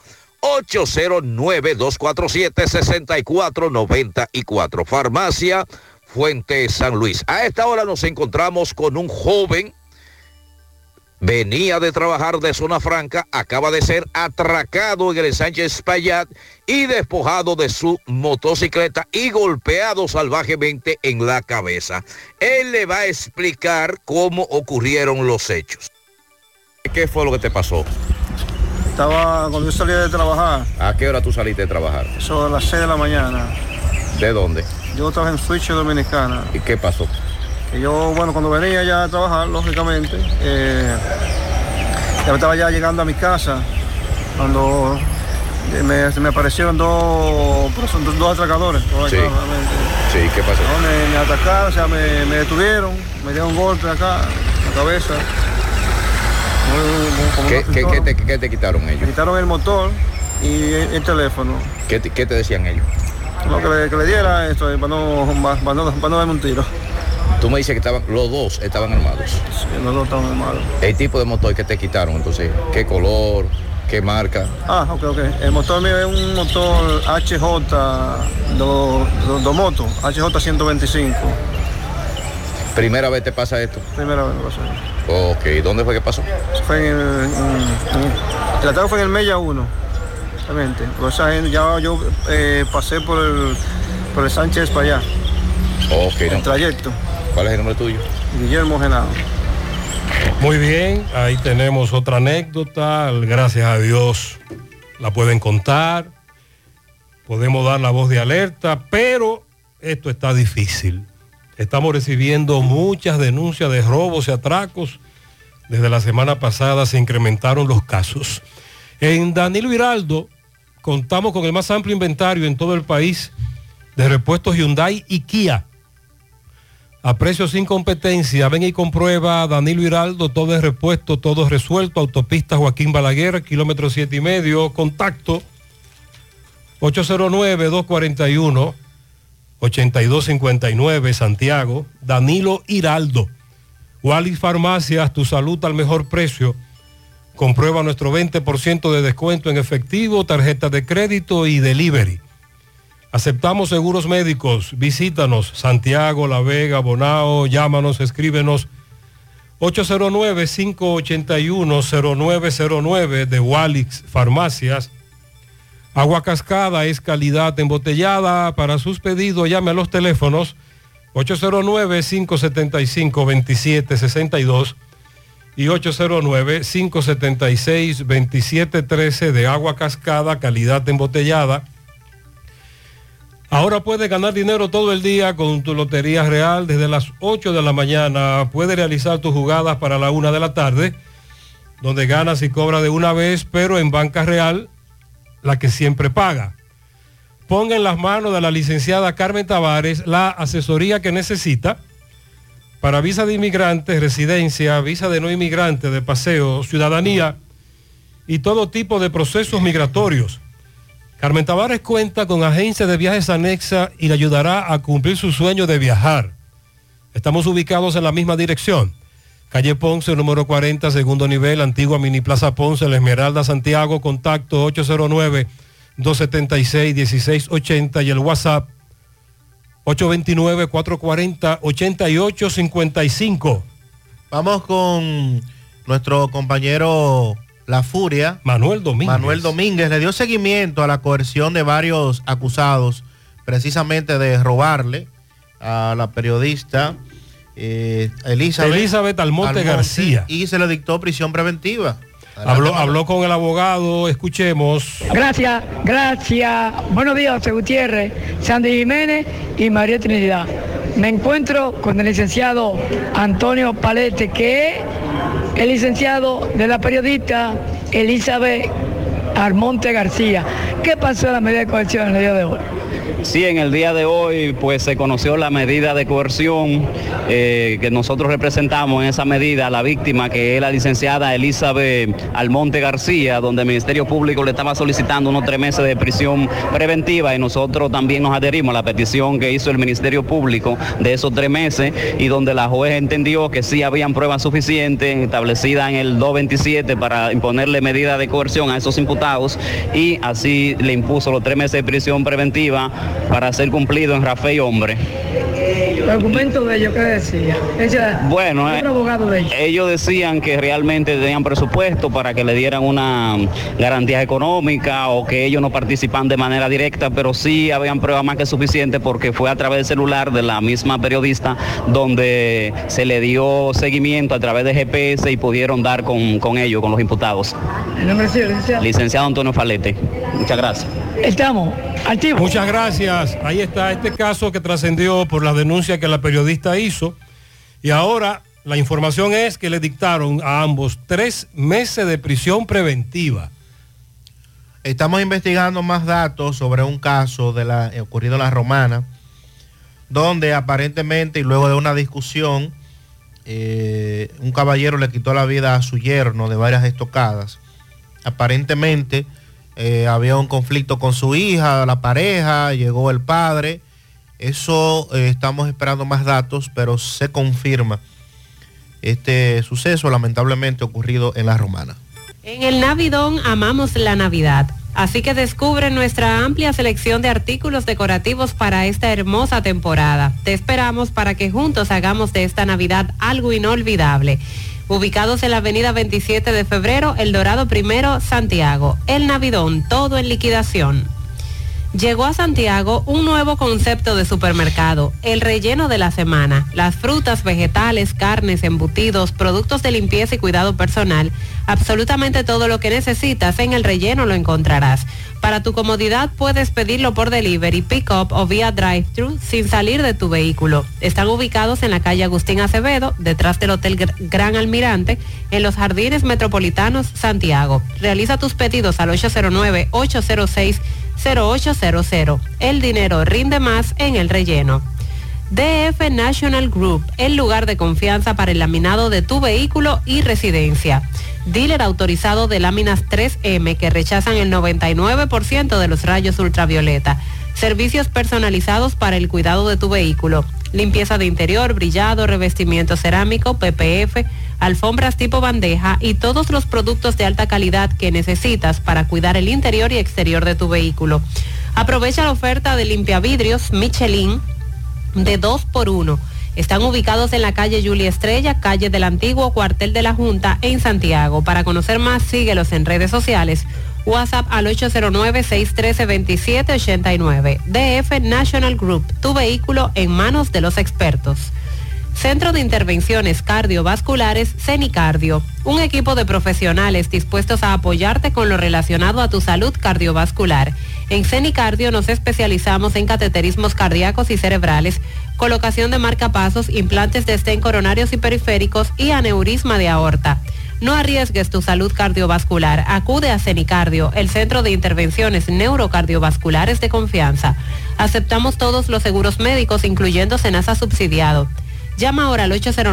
809-247-6494. Farmacia Fuente San Luis. A esta hora nos encontramos con un joven venía de trabajar de Zona Franca, acaba de ser atracado en el Sánchez Payat y despojado de su motocicleta y golpeado salvajemente en la cabeza. Él le va a explicar cómo ocurrieron los hechos. ¿Qué fue lo que te pasó? Cuando yo salí de trabajar. ¿A qué hora tú saliste de trabajar? Eso a las 6 de la mañana. ¿De dónde? Yo trabajé en Switch Dominicana. ¿Y qué pasó? Que yo, cuando venía ya a trabajar, lógicamente, ya estaba ya llegando a mi casa, cuando me aparecieron dos atracadores. Sí. Sí, ¿qué pasó? Me atacaron, o sea, me detuvieron, me dieron un golpe acá, en la cabeza. ¿Qué te quitaron ellos? Me quitaron el motor y el teléfono. ¿Qué te decían ellos? No, que le diera esto, para no darme un tiro. Tú me dices que los dos estaban armados. Sí, los dos estaban armados. El tipo de motor que te quitaron, entonces, ¿qué color, qué marca? Ok. El motor mío es un motor HJ, moto, HJ 125. ¿Primera vez te pasa esto? Primera vez me pasó. Ok, ¿dónde fue que pasó? Fue el ataque fue en el Mella 1, realmente. Ya yo pasé por el Sánchez para allá. Ok. El trayecto. ¿Cuál es el nombre tuyo? Guillermo Genado. Muy bien, ahí tenemos otra anécdota, gracias a Dios la pueden contar, podemos dar la voz de alerta, pero esto está difícil. Estamos recibiendo muchas denuncias de robos y atracos. Desde la semana pasada se incrementaron los casos. En Danilo Hiraldo contamos con el más amplio inventario en todo el país de repuestos Hyundai y Kia. A precios sin competencia, ven y comprueba Danilo Hiraldo, todo es repuesto, todo es resuelto. Autopista Joaquín Balaguer, kilómetro 7,5, contacto 809-241-8259, Santiago. Danilo Hiraldo. Wallis Farmacias, tu salud al mejor precio. Comprueba nuestro 20% de descuento en efectivo, tarjeta de crédito y delivery. Aceptamos seguros médicos. Visítanos, Santiago, La Vega, Bonao, llámanos, escríbenos. 809-581-0909 de Walix Farmacias. Agua Cascada es calidad embotellada. Para sus pedidos, llame a los teléfonos 809-575-2762 y 809-576-2713 de Agua Cascada, calidad embotellada. Ahora puedes ganar dinero todo el día con tu Lotería Real. Desde las 8 de la mañana puedes realizar tus jugadas para la 1 de la tarde, donde ganas y cobras de una vez, pero en Banca Real, la que siempre paga. Ponga en las manos de la licenciada Carmen Tavares la asesoría que necesita para visa de inmigrantes, residencia, visa de no inmigrante, de paseo, ciudadanía y todo tipo de procesos migratorios. Carmen Tavares cuenta con agencia de viajes anexa y le ayudará a cumplir su sueño de viajar. Estamos ubicados en la misma dirección. Calle Ponce, número 40, segundo nivel, antigua Mini Plaza Ponce, La Esmeralda, Santiago. Contacto 809-276-1680 y el WhatsApp 829-440-8855. Vamos con nuestro compañero La Furia. Manuel Domínguez le dio seguimiento a la coerción de varios acusados, precisamente de robarle a la periodista Elizabeth Almonte García. Y se le dictó prisión preventiva. Habló con el abogado, escuchemos. Gracias. Buenos días, José Gutiérrez, Sandy Jiménez y María Trinidad. Me encuentro con el licenciado Antonio Palete, que es el licenciado de la periodista Elizabeth Almonte García. ¿Qué pasó en la medida de coerción en el día de hoy? Sí, en el día de hoy pues se conoció la medida de coerción que nosotros representamos en esa medida a la víctima, que es la licenciada Elizabeth Almonte García, donde el Ministerio Público le estaba solicitando unos 3 meses de prisión preventiva y nosotros también nos adherimos a la petición que hizo el Ministerio Público de esos 3 meses y donde la juez entendió que sí habían pruebas suficientes establecidas en el 227 para imponerle medida de coerción a esos imputados y así le impuso los 3 meses de prisión preventiva para ser cumplido en Rafael Hombre. el argumento de ellos, ¿qué decía? Bueno, otro abogado de ellos decían que realmente tenían presupuesto para que le dieran una garantía económica o que ellos no participan de manera directa, pero sí habían pruebas más que suficientes porque fue a través del celular de la misma periodista donde se le dio seguimiento a través de GPS y pudieron dar con ellos, con los imputados. ¿El nombre es licenciado? Licenciado Antonio Falete. Muchas gracias. Estamos activos. Muchas gracias. Ahí está este caso que trascendió por la denuncia que la periodista hizo. Y ahora la información es que le dictaron a ambos 3 meses de prisión preventiva. Estamos investigando más datos sobre un caso ocurrido en La Romana, donde aparentemente y luego de una discusión, un caballero le quitó la vida a su yerno de varias estocadas. Aparentemente había un conflicto con su hija, la pareja, llegó el padre. Eso estamos esperando más datos, pero se confirma este suceso lamentablemente ocurrido en La Romana. En el Navidón amamos la Navidad, así que descubre nuestra amplia selección de artículos decorativos para esta hermosa temporada. Te esperamos para que juntos hagamos de esta Navidad algo inolvidable. Ubicados en la avenida 27 de febrero, El Dorado I, Santiago. El Navidón, todo en liquidación. Llegó a Santiago un nuevo concepto de supermercado, el relleno de la semana. Las frutas, vegetales, carnes, embutidos, productos de limpieza y cuidado personal, absolutamente todo lo que necesitas en el relleno lo encontrarás. Para tu comodidad puedes pedirlo por delivery, pick-up o vía drive-thru sin salir de tu vehículo. Están ubicados en la calle Agustín Acevedo, detrás del Hotel Gran Almirante, en los Jardines Metropolitanos, Santiago. Realiza tus pedidos al 809-806-0800. El dinero rinde más en el relleno. DF National Group, el lugar de confianza para el laminado de tu vehículo y residencia. Dealer autorizado de láminas 3M que rechazan el 99% de los rayos ultravioleta. Servicios personalizados para el cuidado de tu vehículo. Limpieza de interior, brillado, revestimiento cerámico, PPF, alfombras tipo bandeja y todos los productos de alta calidad que necesitas para cuidar el interior y exterior de tu vehículo. Aprovecha la oferta de limpiavidrios Michelin de 2x1. Están ubicados en la calle Julia Estrella, calle del antiguo cuartel de la Junta en Santiago. Para conocer más, síguelos en redes sociales. WhatsApp al 809-613-2789. DF National Group, tu vehículo en manos de los expertos. Centro de Intervenciones Cardiovasculares CENICardio, un equipo de profesionales dispuestos a apoyarte con lo relacionado a tu salud cardiovascular. En CENICardio nos especializamos en cateterismos cardíacos y cerebrales, colocación de marcapasos, implantes de stent coronarios y periféricos y aneurisma de aorta. No arriesgues tu salud cardiovascular. Acude a CENICardio, el centro de intervenciones neurocardiovasculares de confianza. Aceptamos todos los seguros médicos, incluyendo SENASA subsidiado. Llama ahora al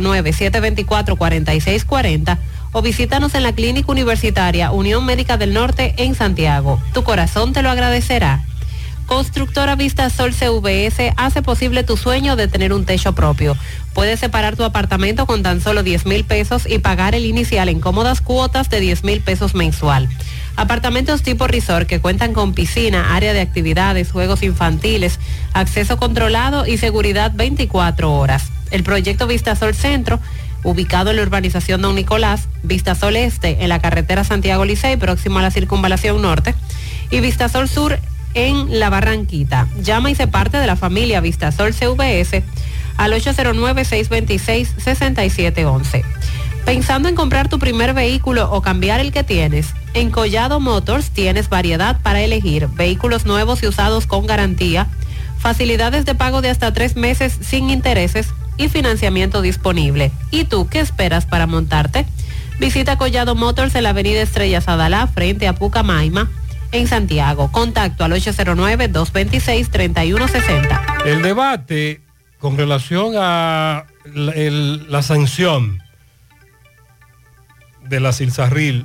809-724-4640 o visítanos en la Clínica Universitaria Unión Médica del Norte en Santiago. Tu corazón te lo agradecerá. Constructora Vistasol CVS hace posible tu sueño de tener un techo propio. Puedes separar tu apartamento con tan solo 10,000 pesos y pagar el inicial en cómodas cuotas de 10,000 pesos mensual. Apartamentos tipo resort que cuentan con piscina, área de actividades, juegos infantiles, acceso controlado y seguridad 24 horas. El proyecto Vistasol Centro, ubicado en la urbanización Don Nicolás, Vistasol Este en la carretera Santiago Licey, próximo a la Circunvalación Norte, y Vistasol Sur en La Barranquita. Llama y sé parte de la familia Vistasol CVS al 809-626-6711. Pensando en comprar tu primer vehículo o cambiar el que tienes, en Collado Motors tienes variedad para elegir, vehículos nuevos y usados con garantía, facilidades de pago de hasta 3 meses sin intereses y financiamiento disponible. ¿Y tú qué esperas para montarte? Visita Collado Motors en la avenida Estrellas Adalá, frente a Pucamaima, en Santiago. Contacto al 809-226-3160. El debate con relación a la sanción de la Silsarril,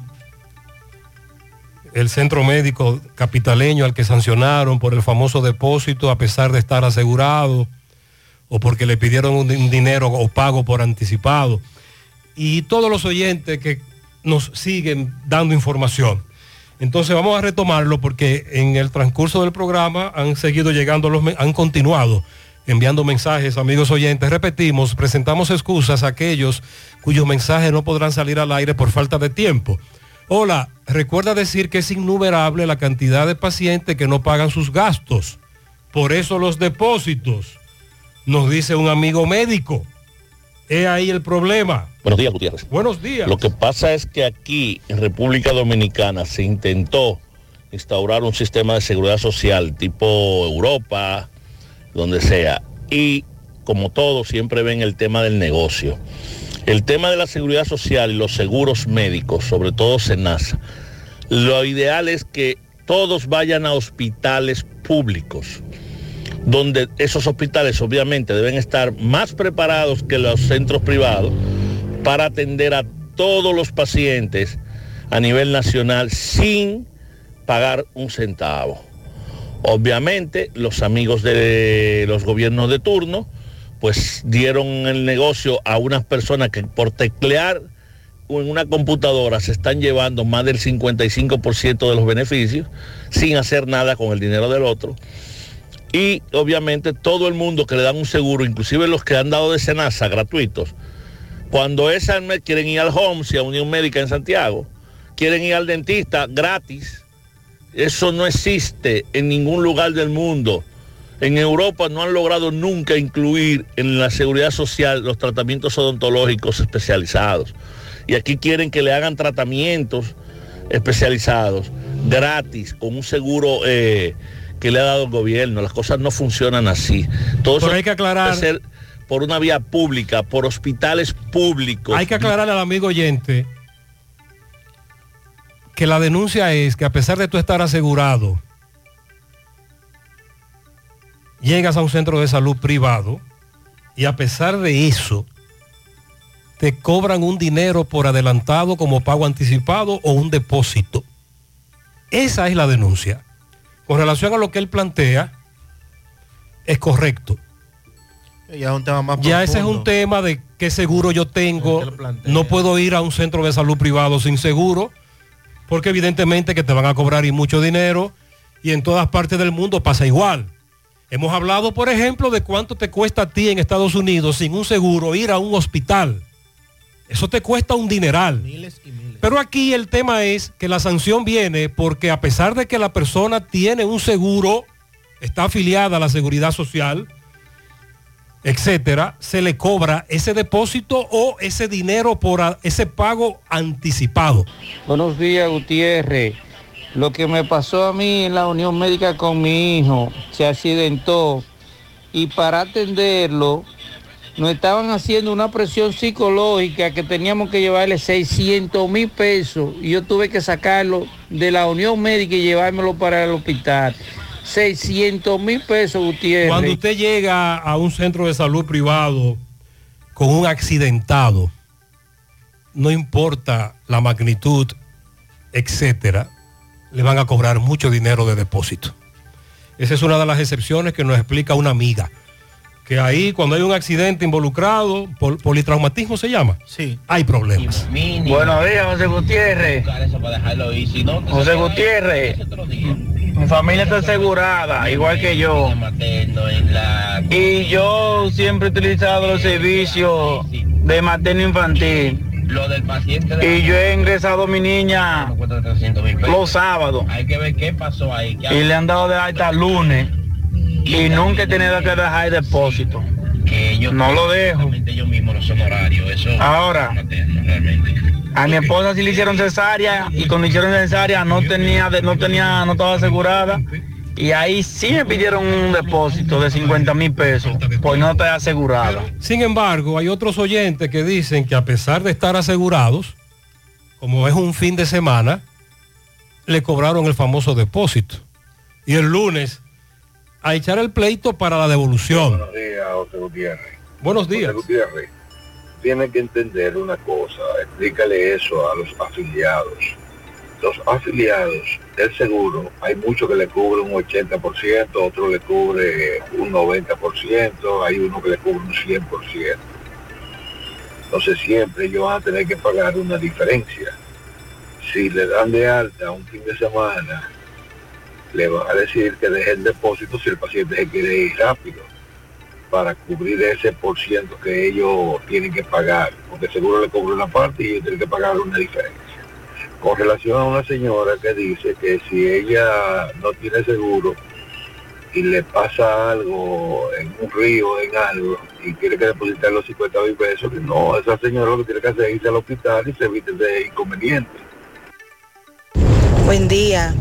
el centro médico capitaleño al que sancionaron por el famoso depósito a pesar de estar asegurado o porque le pidieron un dinero o pago por anticipado, y todos los oyentes que nos siguen dando información. Entonces vamos a retomarlo porque en el transcurso del programa han seguido llegando han continuado enviando mensajes, amigos oyentes. Repetimos, presentamos excusas a aquellos cuyos mensajes no podrán salir al aire por falta de tiempo. Hola, recuerda decir que es innumerable la cantidad de pacientes que no pagan sus gastos. Por eso los depósitos, nos dice un amigo médico. Es ahí el problema. Buenos días, Gutiérrez. Buenos días. Lo que pasa es que aquí en República Dominicana se intentó instaurar un sistema de seguridad social tipo Europa, donde sea, y como todos siempre ven el tema del negocio. El tema de la seguridad social y los seguros médicos, sobre todo SENASA, lo ideal es que todos vayan a hospitales públicos, donde esos hospitales obviamente deben estar más preparados que los centros privados para atender a todos los pacientes a nivel nacional sin pagar un centavo. Obviamente los amigos de los gobiernos de turno pues dieron el negocio a unas personas que por teclear en una computadora se están llevando más del 55% de los beneficios sin hacer nada con el dinero del otro. Y obviamente todo el mundo que le dan un seguro, inclusive los que han dado de SENASA gratuitos, cuando esa mes quieren ir al Homs y a Unión Médica en Santiago, quieren ir al dentista gratis. Eso no existe en ningún lugar del mundo. En Europa no han logrado nunca incluir en la seguridad social los tratamientos odontológicos especializados. Y aquí quieren que le hagan tratamientos especializados gratis con un seguro que le ha dado el gobierno. Las cosas no funcionan así. Todo eso hay que aclarar, debe ser por una vía pública, por hospitales públicos. Hay que aclararle al amigo oyente que la denuncia es que a pesar de tú estar asegurado, llegas a un centro de salud privado y a pesar de eso te cobran un dinero por adelantado como pago anticipado o un depósito. Esa es la denuncia. Con relación a lo que él plantea, es correcto. Ya, un tema más ya ese es un tema de qué seguro yo tengo. No puedo ir a un centro de salud privado sin seguro, porque evidentemente que te van a cobrar y mucho dinero, y en todas partes del mundo pasa igual. Hemos hablado, por ejemplo, de cuánto te cuesta a ti en Estados Unidos sin un seguro ir a un hospital. Eso te cuesta un dineral. Miles y miles. Pero aquí el tema es que la sanción viene porque a pesar de que la persona tiene un seguro, está afiliada a la seguridad social, etcétera, se le cobra ese depósito o ese dinero por ese pago anticipado. Buenos días, Gutiérrez. Lo que me pasó a mí en la Unión Médica con mi hijo, se accidentó y para atenderlo nos estaban haciendo una presión psicológica que teníamos que llevarle 600,000 pesos y yo tuve que sacarlo de la Unión Médica y llevármelo para el hospital. 600,000 pesos, Gutiérrez. Cuando usted llega a un centro de salud privado con un accidentado, no importa la magnitud, etcétera, le van a cobrar mucho dinero de depósito. Esa es una de las excepciones que nos explica una amiga. Que ahí cuando hay un accidente involucrado, politraumatismo se llama, sí, hay problemas. Buenos días, José Gutiérrez. José Gutiérrez, mi familia está asegurada, igual que yo. Y yo siempre he utilizado los servicios de materno infantil. Y yo he ingresado a mi niña los sábados. Hay que ver qué pasó ahí. Y le han dado de alta lunes. Y nunca he tenido que dejar el depósito. No lo dejo. Ahora, a mi esposa sí le hicieron cesárea y cuando hicieron cesárea no estaba asegurada. Y ahí sí me pidieron un depósito de 50,000 pesos, pues no está asegurada. Sin embargo, hay otros oyentes que dicen que a pesar de estar asegurados, como es un fin de semana, le cobraron el famoso depósito. Y el lunes, a echar el pleito para la devolución. Buenos días, José Gutiérrez. Buenos días. José Gutiérrez, tiene que entender una cosa, explícale eso a los afiliados. Los afiliados del seguro, hay muchos que le cubre un 80%, otro le cubre un 90%, hay uno que le cubre un 100%. Entonces siempre ellos van a tener que pagar una diferencia. Si le dan de alta un fin de semana, le van a decir que deje el depósito si el paciente se quiere ir rápido. para cubrir ese por ciento que ellos tienen que pagar, porque seguro le cobra una parte y ellos tienen que pagar una diferencia. Con relación a una señora que dice que si ella no tiene seguro y le pasa algo en un río, en algo, y quiere que depositar los 50,000 pesos, que no, esa señora lo que tiene que hacer es irse al hospital y se evite de inconvenientes. Buen día.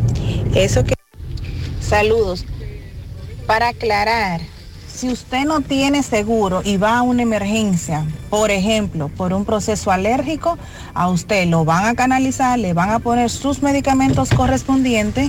Saludos. Para aclarar, si usted no tiene seguro y va a una emergencia, por ejemplo, por un proceso alérgico, a usted lo van a canalizar, le van a poner sus medicamentos correspondientes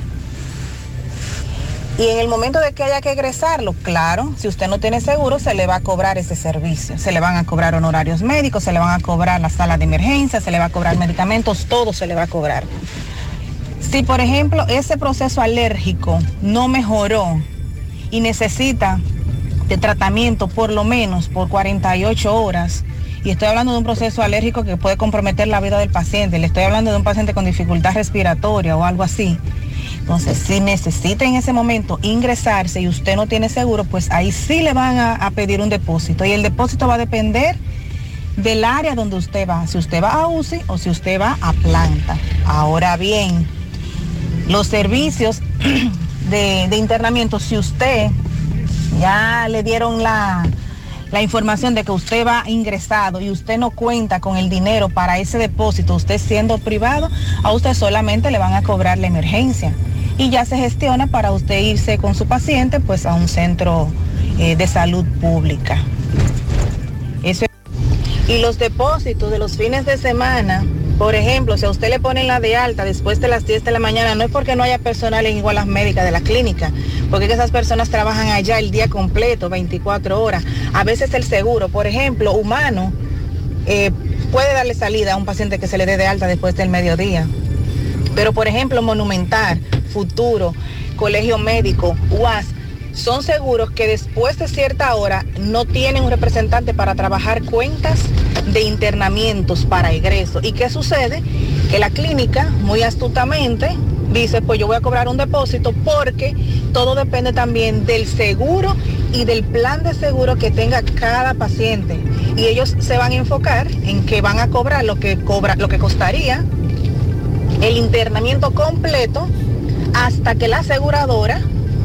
y en el momento de que haya que egresarlo, claro, si usted no tiene seguro, se le va a cobrar ese servicio. Se le van a cobrar honorarios médicos, se le van a cobrar la sala de emergencia, se le va a cobrar medicamentos, todo se le va a cobrar. Si, por ejemplo, ese proceso alérgico no mejoró y necesita de tratamiento por lo menos por 48 horas, y estoy hablando de un proceso alérgico que puede comprometer la vida del paciente, le estoy hablando de un paciente con dificultad respiratoria o algo así. Entonces, si necesita en ese momento ingresarse y usted no tiene seguro, pues ahí sí le van a pedir un depósito, y el depósito va a depender del área donde usted va, si usted va a UCI o si usted va a planta. Ahora bien, los servicios de internamiento, si usted ya le dieron la información de que usted va ingresado y usted no cuenta con el dinero para ese depósito, usted siendo privado, a usted solamente le van a cobrar la emergencia y ya se gestiona para usted irse con su paciente pues a un centro de salud pública. Eso. Y los depósitos de los fines de semana, por ejemplo, si a usted le ponen la de alta después de las 10 de la mañana, no es porque no haya personal en igualas médicas de la clínica, porque esas personas trabajan allá el día completo, 24 horas. A veces el seguro, por ejemplo, humano, puede darle salida a un paciente que se le dé de alta después del mediodía. Pero, por ejemplo, Monumental, Futuro, Colegio Médico, UAS, son seguros que después de cierta hora no tienen un representante para trabajar cuentas de internamientos para egreso. ¿Y qué sucede? Que la clínica, muy astutamente, dice, pues yo voy a cobrar un depósito porque todo depende también del seguro y del plan de seguro que tenga cada paciente. Y ellos se van a enfocar en que van a cobrar lo que costaría el internamiento completo hasta que la aseguradora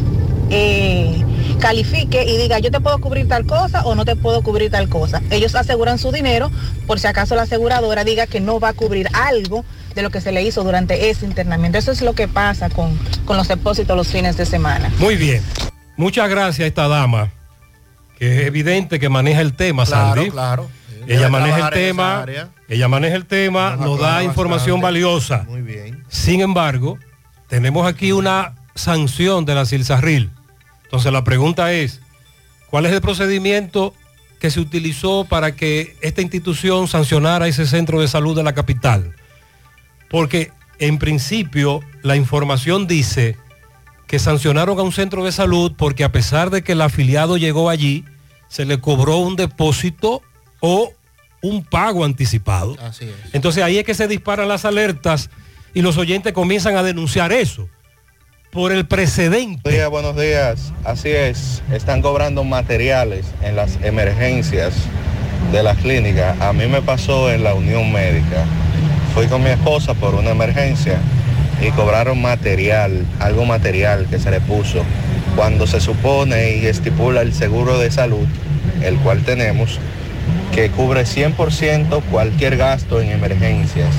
califique y diga, yo te puedo cubrir tal cosa o no te puedo cubrir tal cosa. Ellos aseguran su dinero por si acaso la aseguradora diga que no va a cubrir algo de lo que se le hizo durante ese internamiento. Eso es lo que pasa con los depósitos los fines de semana. Muy bien. Muchas gracias a esta dama, que es evidente que maneja el tema, Sandy. Claro. Ella maneja el tema, nos da información valiosa. Muy bien. Sin embargo, tenemos aquí una sanción de la Silsarril. Entonces la pregunta es, ¿cuál es el procedimiento que se utilizó para que esta institución sancionara ese centro de salud de la capital? Porque en principio la información dice que sancionaron a un centro de salud porque a pesar de que el afiliado llegó allí, se le cobró un depósito o un pago anticipado. Así es. Entonces ahí es que se disparan las alertas y los oyentes comienzan a denunciar eso por el precedente. Buenos días. Así es, están cobrando materiales en las emergencias de las clínicas. A mí me pasó en la Unión Médica. Fui con mi esposa por una emergencia y cobraron material, algo material que se le puso. Cuando se supone y estipula el seguro de salud, el cual tenemos, que cubre 100% cualquier gasto en emergencias.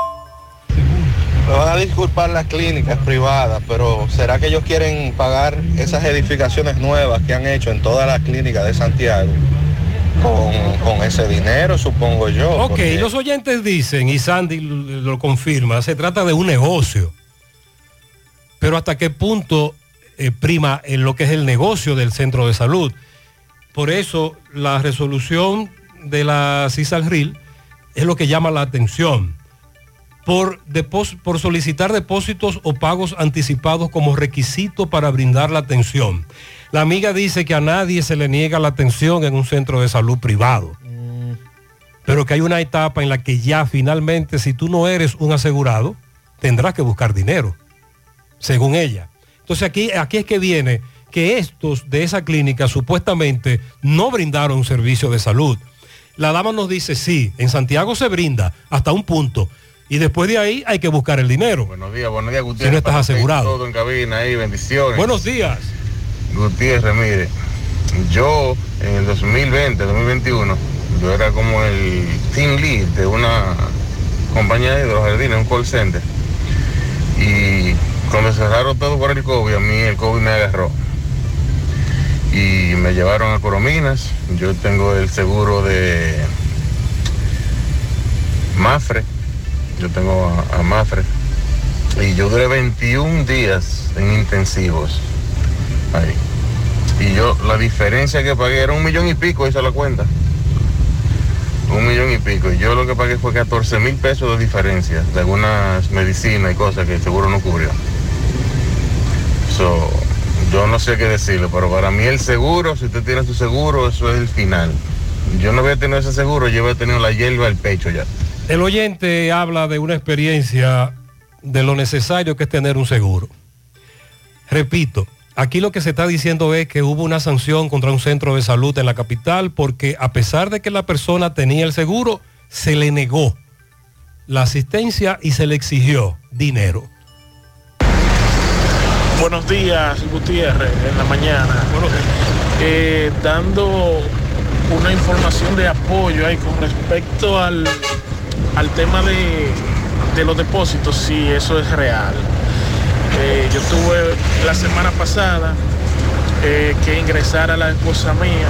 Me van a disculpar las clínicas privadas, pero ¿será que ellos quieren pagar esas edificaciones nuevas que han hecho en todas las clínicas de Santiago con ese dinero, supongo yo? Ok, porque los oyentes dicen, y Sandy lo confirma, se trata de un negocio. Pero ¿hasta qué punto prima en lo que es el negocio del centro de salud? Por eso la resolución de la Silsarril es lo que llama la atención. Por solicitar depósitos o pagos anticipados como requisito para brindar la atención. La amiga dice que a nadie se le niega la atención en un centro de salud privado, pero que hay una etapa en la que ya finalmente, si tú no eres un asegurado, tendrás que buscar dinero, según ella. Entonces aquí es que viene que estos de esa clínica supuestamente no brindaron un servicio de salud. La dama nos dice, sí, en Santiago se brinda hasta un punto y después de ahí hay que buscar el dinero. Buenos días, Gutiérrez. Si no estás asegurado. Todo en cabina ahí, bendiciones. Buenos días. Gutiérrez, mire, yo en el 2021, yo era como el team lead de una compañía de los jardines, un call center. Y cuando cerraron todo por el COVID, a mí el COVID me agarró. Y me llevaron a Corominas. Yo tengo el seguro de Mafre. Yo tengo a Mafre. Y yo duré 21 días en intensivos. Ahí. Y yo, la diferencia que pagué era 1 millón y pico, hice la cuenta. 1 millón y pico. Y yo lo que pagué fue 14,000 pesos de diferencia de algunas medicinas y cosas que el seguro no cubrió. Yo no sé qué decirle, pero para mí el seguro, si usted tiene su seguro, eso es el final. Yo no voy a tener ese seguro, yo voy a tener la hierba al pecho ya. El oyente habla de una experiencia de lo necesario que es tener un seguro. Repito, aquí lo que se está diciendo es que hubo una sanción contra un centro de salud en la capital porque a pesar de que la persona tenía el seguro, se le negó la asistencia y se le exigió dinero. Buenos días, Gutiérrez, en la mañana. Dando una información de apoyo ahí con respecto al tema de los depósitos, sí, eso es real. Yo tuve la semana pasada que ingresar a la esposa mía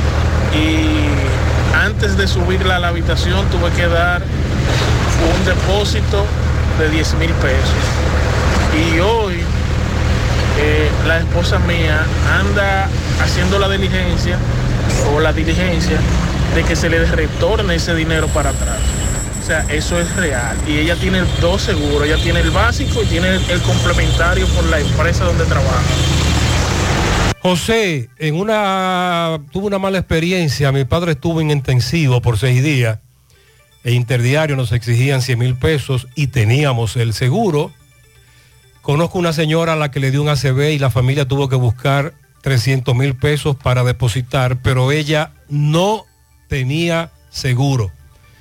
y antes de subirla a la habitación tuve que dar un depósito de 10,000 pesos. Y hoy la esposa mía anda haciendo la diligencia de que se le retorne ese dinero para atrás. O sea, eso es real. Y ella tiene 2 seguros, ella tiene el básico y tiene el complementario por la empresa donde trabaja. José, tuve una mala experiencia. Mi padre estuvo en intensivo por 6 días. E interdiario nos exigían 100,000 pesos y teníamos el seguro. Conozco una señora a la que le dio un ACV y la familia tuvo que buscar 300,000 pesos para depositar, pero ella no tenía seguro.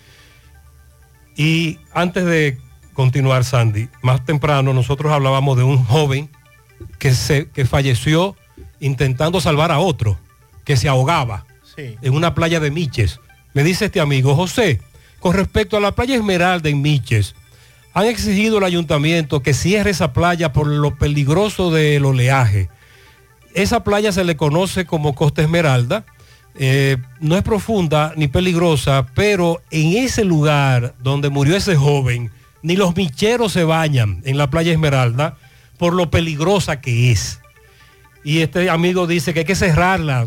Y antes de continuar, Sandy, más temprano nosotros hablábamos de un joven que falleció intentando salvar a otro, que se ahogaba en una playa de Miches. Me dice este amigo, José, con respecto a la playa Esmeralda en Miches, han exigido al ayuntamiento que cierre esa playa por lo peligroso del oleaje. Esa playa se le conoce como Costa Esmeralda, no es profunda ni peligrosa, pero en ese lugar donde murió ese joven, ni los micheros se bañan en la playa Esmeralda por lo peligrosa que es. Y este amigo dice que hay que cerrarla,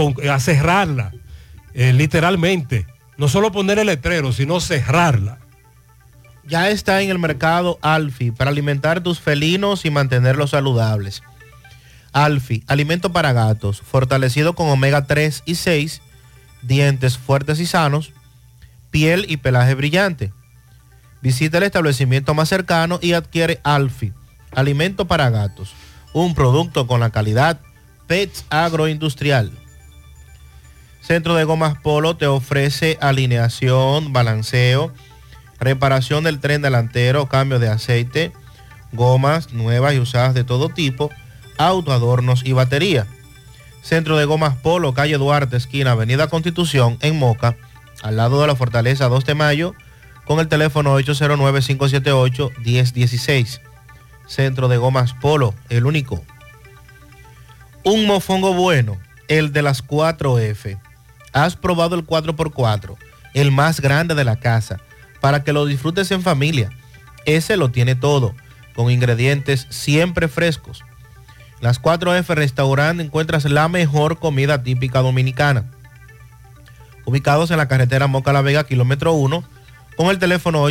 literalmente, no solo poner el letrero, sino cerrarla. Ya está en el mercado Alfi para alimentar tus felinos y mantenerlos saludables. Alfi, alimento para gatos, fortalecido con omega 3 y 6, dientes fuertes y sanos, piel y pelaje brillante. Visita el establecimiento más cercano y adquiere Alfi, alimento para gatos, un producto con la calidad Pets Agroindustrial. Centro de Gomas Polo te ofrece alineación, balanceo, reparación del tren delantero, cambio de aceite, gomas nuevas y usadas de todo tipo, autoadornos y batería. Centro de Gomas Polo, calle Duarte, esquina Avenida Constitución, en Moca, al lado de la Fortaleza 2 de Mayo, con el teléfono 809-578-1016. Centro de Gomas Polo, el único. Un mofongo bueno, el de las 4F. Has probado el 4x4, el más grande de la casa, para que lo disfrutes en familia. Ese lo tiene todo, con ingredientes siempre frescos. Las 4F Restaurante encuentras la mejor comida típica dominicana. Ubicados en la carretera Moca La Vega, kilómetro 1, con el teléfono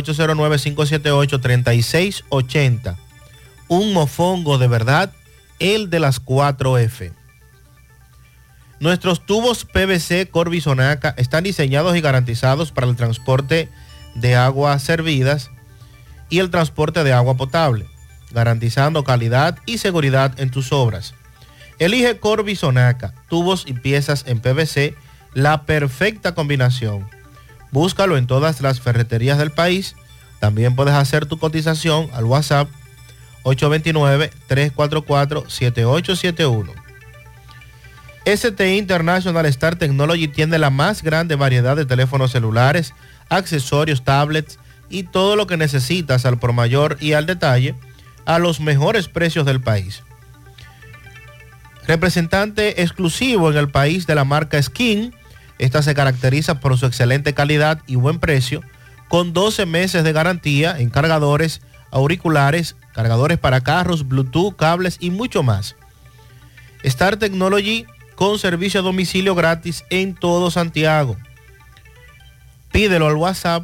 809-578-3680. Un mofongo de verdad, el de las 4F. Nuestros tubos PVC Corbisonaca están diseñados y garantizados para el transporte de aguas servidas y el transporte de agua potable, garantizando calidad y seguridad en tus obras. Elige Corby Sonaca, tubos y piezas en PVC, la perfecta combinación. Búscalo en todas las ferreterías del país. También puedes hacer tu cotización al WhatsApp 829-344-7871. STI International Star Technology tiene la más grande variedad de teléfonos celulares, accesorios, tablets y todo lo que necesitas al por mayor y al detalle a los mejores precios del país. Representante exclusivo en el país de la marca Skin, esta se caracteriza por su excelente calidad y buen precio, con 12 meses de garantía en cargadores, auriculares, cargadores para carros, Bluetooth, cables y mucho más. Star Technology con servicio a domicilio gratis en todo Santiago. Pídelo al WhatsApp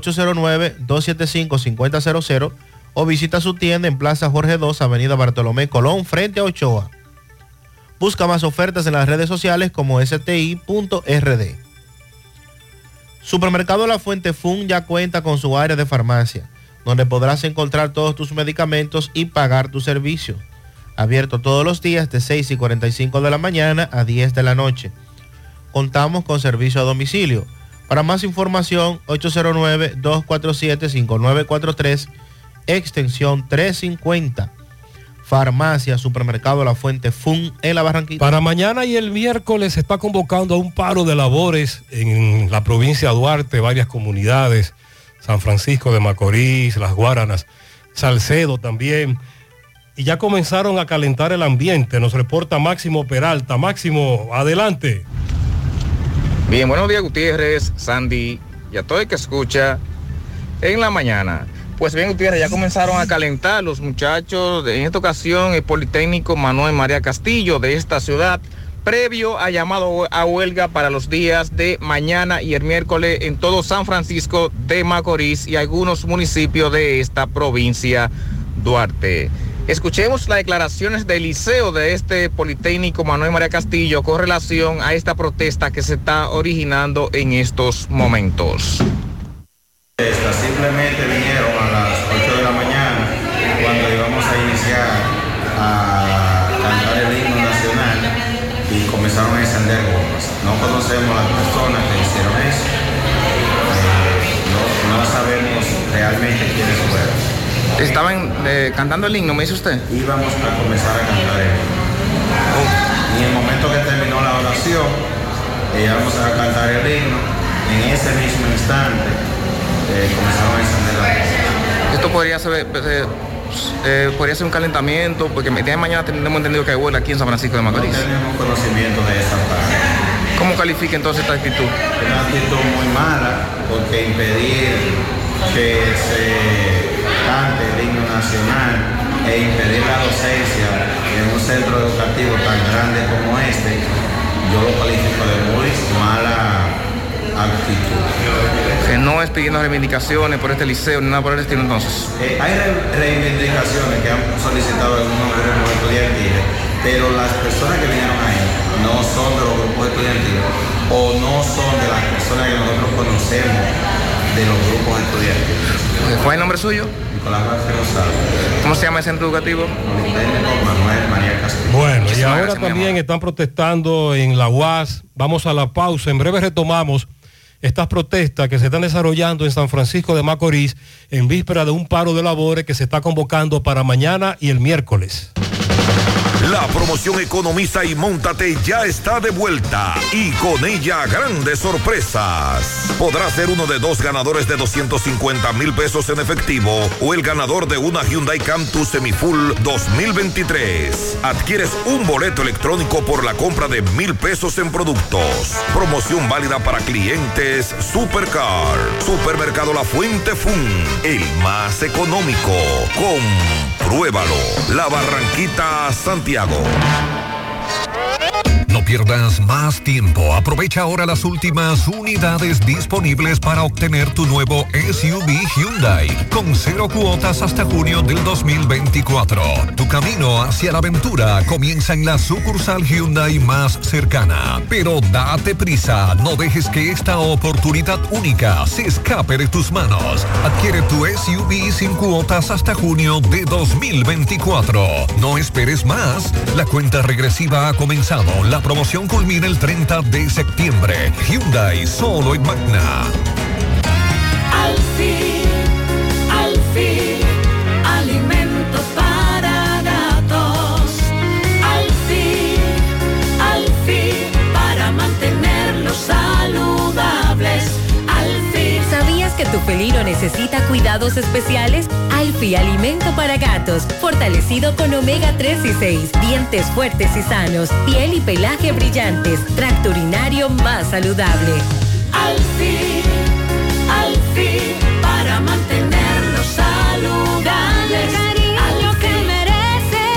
809-275-5000 o visita su tienda en Plaza Jorge II, Avenida Bartolomé Colón, frente a Ochoa. Busca más ofertas en las redes sociales como sti.rd. Supermercado La Fuente Fun ya cuenta con su área de farmacia, donde podrás encontrar todos tus medicamentos y pagar tu servicio. Abierto todos los días de 6:45 de la mañana a 10 de la noche. Contamos con servicio a domicilio. Para más información, 809-247-5943, extensión 350. Farmacia, Supermercado La Fuente Fun en La Barranquita. Para mañana y el miércoles se está convocando a un paro de labores en la provincia de Duarte, varias comunidades, San Francisco de Macorís, Las Guaranas, Salcedo también. Y ya comenzaron a calentar el ambiente, nos reporta Máximo Peralta. Máximo, adelante. Bien, buenos días Gutiérrez, Sandy y a todo el que escucha en la mañana. Pues bien Gutiérrez, ya comenzaron a calentar los muchachos, en esta ocasión el Politécnico Manuel María Castillo de esta ciudad, previo a llamado a huelga para los días de mañana y el miércoles en todo San Francisco de Macorís y algunos municipios de esta provincia Duarte. Escuchemos las declaraciones del liceo de este Politécnico Manuel María Castillo con relación a esta protesta que se está originando en estos momentos. Simplemente vinieron a las 8 de la mañana cuando íbamos a iniciar a cantar el himno nacional y comenzaron a encender bombas. No conocemos a las personas que hicieron eso, no sabemos realmente quiénes fueron. ¿Estaban cantando el himno, me dice usted? Íbamos a comenzar a cantar el himno. Y en el momento que terminó la oración, íbamos a cantar el himno, en ese mismo instante comenzaron a encender la bombas. Esto podría ser un calentamiento, porque el día de mañana tenemos entendido que hay huelga aquí en San Francisco de Macorís. No tenemos conocimiento de esa parte. ¿Cómo califica entonces esta actitud? Una actitud muy mala, porque impedir que se cante el himno nacional e impedir la docencia en un centro educativo tan grande como este, yo lo califico de muy mala actitud. Que no es pidiendo reivindicaciones por este liceo ni nada por el estilo entonces. Hay reivindicaciones que han solicitado algunos grupos estudiantiles, pero las personas que vinieron ahí no son de los grupos estudiantiles o no son de las personas que nosotros conocemos de los grupos estudiantiles. ¿Cuál es el nombre suyo? Nicolás Vázquez Rosado. ¿Cómo se llama el centro educativo? Manuel María Castillo. Bueno, y ahora también están protestando en la UAS. Vamos a la pausa. En breve retomamos estas protestas que se están desarrollando en San Francisco de Macorís en víspera de un paro de labores que se está convocando para mañana y el miércoles. La promoción Economiza y Móntate ya está de vuelta y con ella grandes sorpresas. Podrás ser uno de 2 ganadores de 250,000 pesos en efectivo o el ganador de una Hyundai Cantus Semifull 2023. Adquieres un boleto electrónico por la compra de 1,000 pesos en productos. Promoción válida para clientes Supercar. Supermercado La Fuente Fun, el más económico. Compruébalo. La Barranquita, Santiago. No pierdas más tiempo. Aprovecha ahora las últimas unidades disponibles para obtener tu nuevo SUV Hyundai con 0 cuotas hasta junio del 2024. Tu camino hacia la aventura comienza en la sucursal Hyundai más cercana. Pero date prisa, no dejes que esta oportunidad única se escape de tus manos. Adquiere tu SUV sin cuotas hasta junio de 2024. No esperes más. La cuenta regresiva ha comenzado. La promoción culmina el 30 de septiembre. Hyundai solo en Magna. Al fin, alimento para gatos. Al fin, para mantenerlos saludables. ¿Sabías que tu felino necesita cuidados especiales? Alfi Alimento para Gatos, fortalecido con omega 3 y 6, dientes fuertes y sanos, piel y pelaje brillantes, tracto urinario más saludable. Alfi, para mantenerlos saludables. Cariño que merece.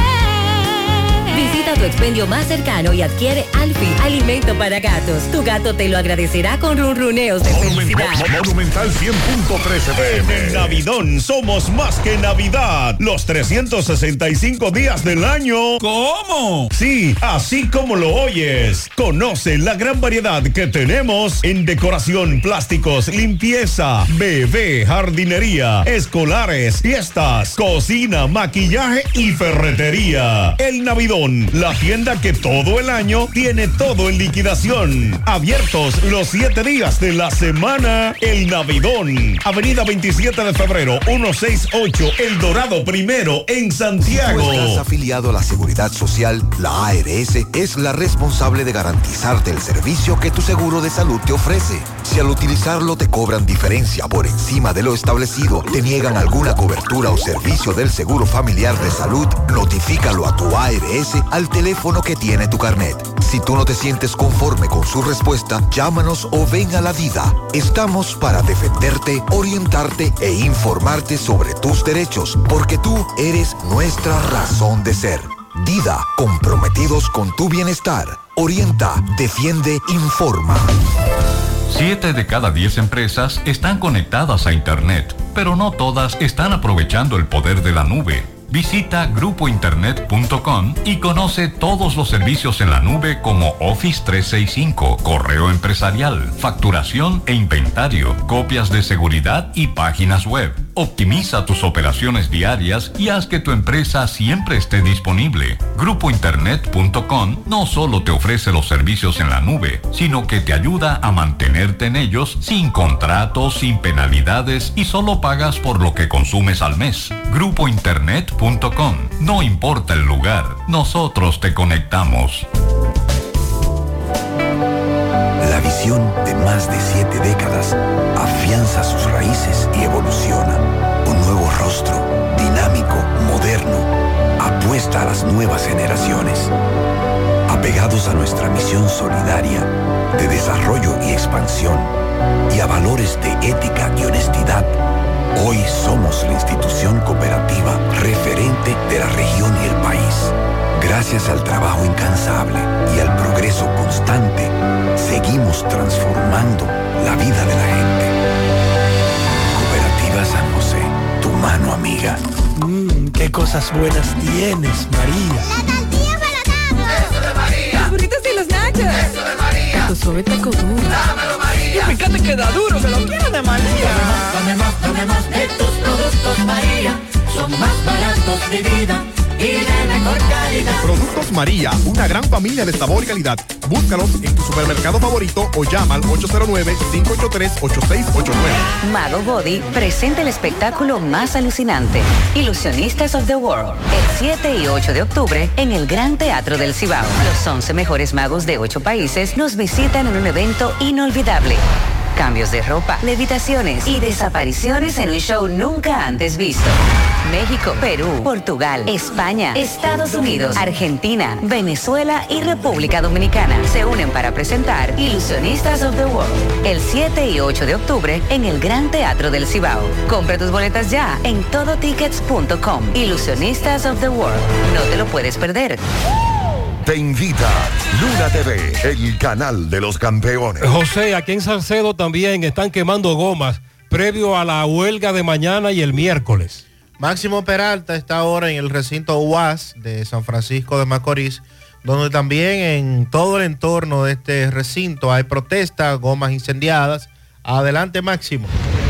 Visita tu expendio más cercano y adquiere Alfi Alimento para Gatos. Tu gato te lo agradecerá con ronroneos de felicidad. Monumental 100.13 FM. En Navidón somos más que Navidad. Los 365 días del año. ¿Cómo? Sí, así como lo oyes. Conoce la gran variedad que tenemos en decoración, plásticos, limpieza, bebé, jardinería, escolares, fiestas, cocina, maquillaje y ferretería. El Navidón, la tienda que todo el año tiene todo en liquidación. Abiertos los 7 días de la semana. El Navidón, Avenida 27 de febrero, 168, El Dorado Primero, en Santiago. Si tú estás afiliado a la Seguridad Social, la ARS es la responsable de garantizarte el servicio que tu seguro de salud te ofrece. Si al utilizarlo te cobran diferencia por encima de lo establecido, te niegan alguna cobertura o servicio del Seguro Familiar de Salud, notifícalo a tu ARS al teléfono que tiene tu carnet. Si tú no te sientes conforme con su respuesta, llámanos o ven a la DIDA. Estamos para defenderte, orientarte e informarte sobre tus derechos, porque tú eres nuestra razón de ser. DIDA, comprometidos con tu bienestar. Orienta, defiende, informa. 7 de cada 10 empresas están conectadas a Internet, pero no todas están aprovechando el poder de la nube. Visita grupointernet.com y conoce todos los servicios en la nube como Office 365, correo empresarial, facturación e inventario, copias de seguridad y páginas web. Optimiza tus operaciones diarias y haz que tu empresa siempre esté disponible. Grupointernet.com no solo te ofrece los servicios en la nube, sino que te ayuda a mantenerte en ellos sin contratos, sin penalidades y solo pagas por lo que consumes al mes. Grupointernet.com. No importa el lugar, nosotros te conectamos. La visión de más de 7 décadas afianza sus raíces y evoluciona. Un nuevo rostro, dinámico, moderno, apuesta a las nuevas generaciones. Apegados a nuestra misión solidaria de desarrollo y expansión y a valores de ética y honestidad, hoy somos la institución cooperativa referente de la región y el país. Gracias al trabajo incansable y al progreso constante, seguimos transformando la vida de la gente. Cooperativa San José, tu mano amiga. Qué cosas buenas tienes, María. La tortilla para Eso de María. Los burritos y los nachos. Eso de María. Tu suave taco duro. Dámelo, María. Y fíjate que da duro, que lo quiero de María. Dame más de tus productos, María. Son más baratos de vida y de mejor calidad. Productos María, una gran familia de sabor y calidad. Búscalos en tu supermercado favorito o llama al 809-583-8689. Mago Body presenta el espectáculo más alucinante, Ilusionistas of the World, el 7 y 8 de octubre en el Gran Teatro del Cibao. Los 11 mejores magos de 8 países nos visitan en un evento inolvidable. Cambios de ropa, levitaciones y desapariciones en un show nunca antes visto. México, Perú, Portugal, España, Estados Unidos, Argentina, Venezuela y República Dominicana se unen para presentar Ilusionistas of the World el 7 y 8 de octubre en el Gran Teatro del Cibao. Compra tus boletas ya en todotickets.com. Ilusionistas of the World. No te lo puedes perder. te invita. Luna TV, el canal de los campeones. José, aquí en Salcedo también están quemando gomas previo a la huelga de mañana y el miércoles. Máximo Peralta está ahora en el recinto UAS de San Francisco de Macorís, donde también en todo el entorno de este recinto hay protestas, gomas incendiadas. Adelante, Máximo.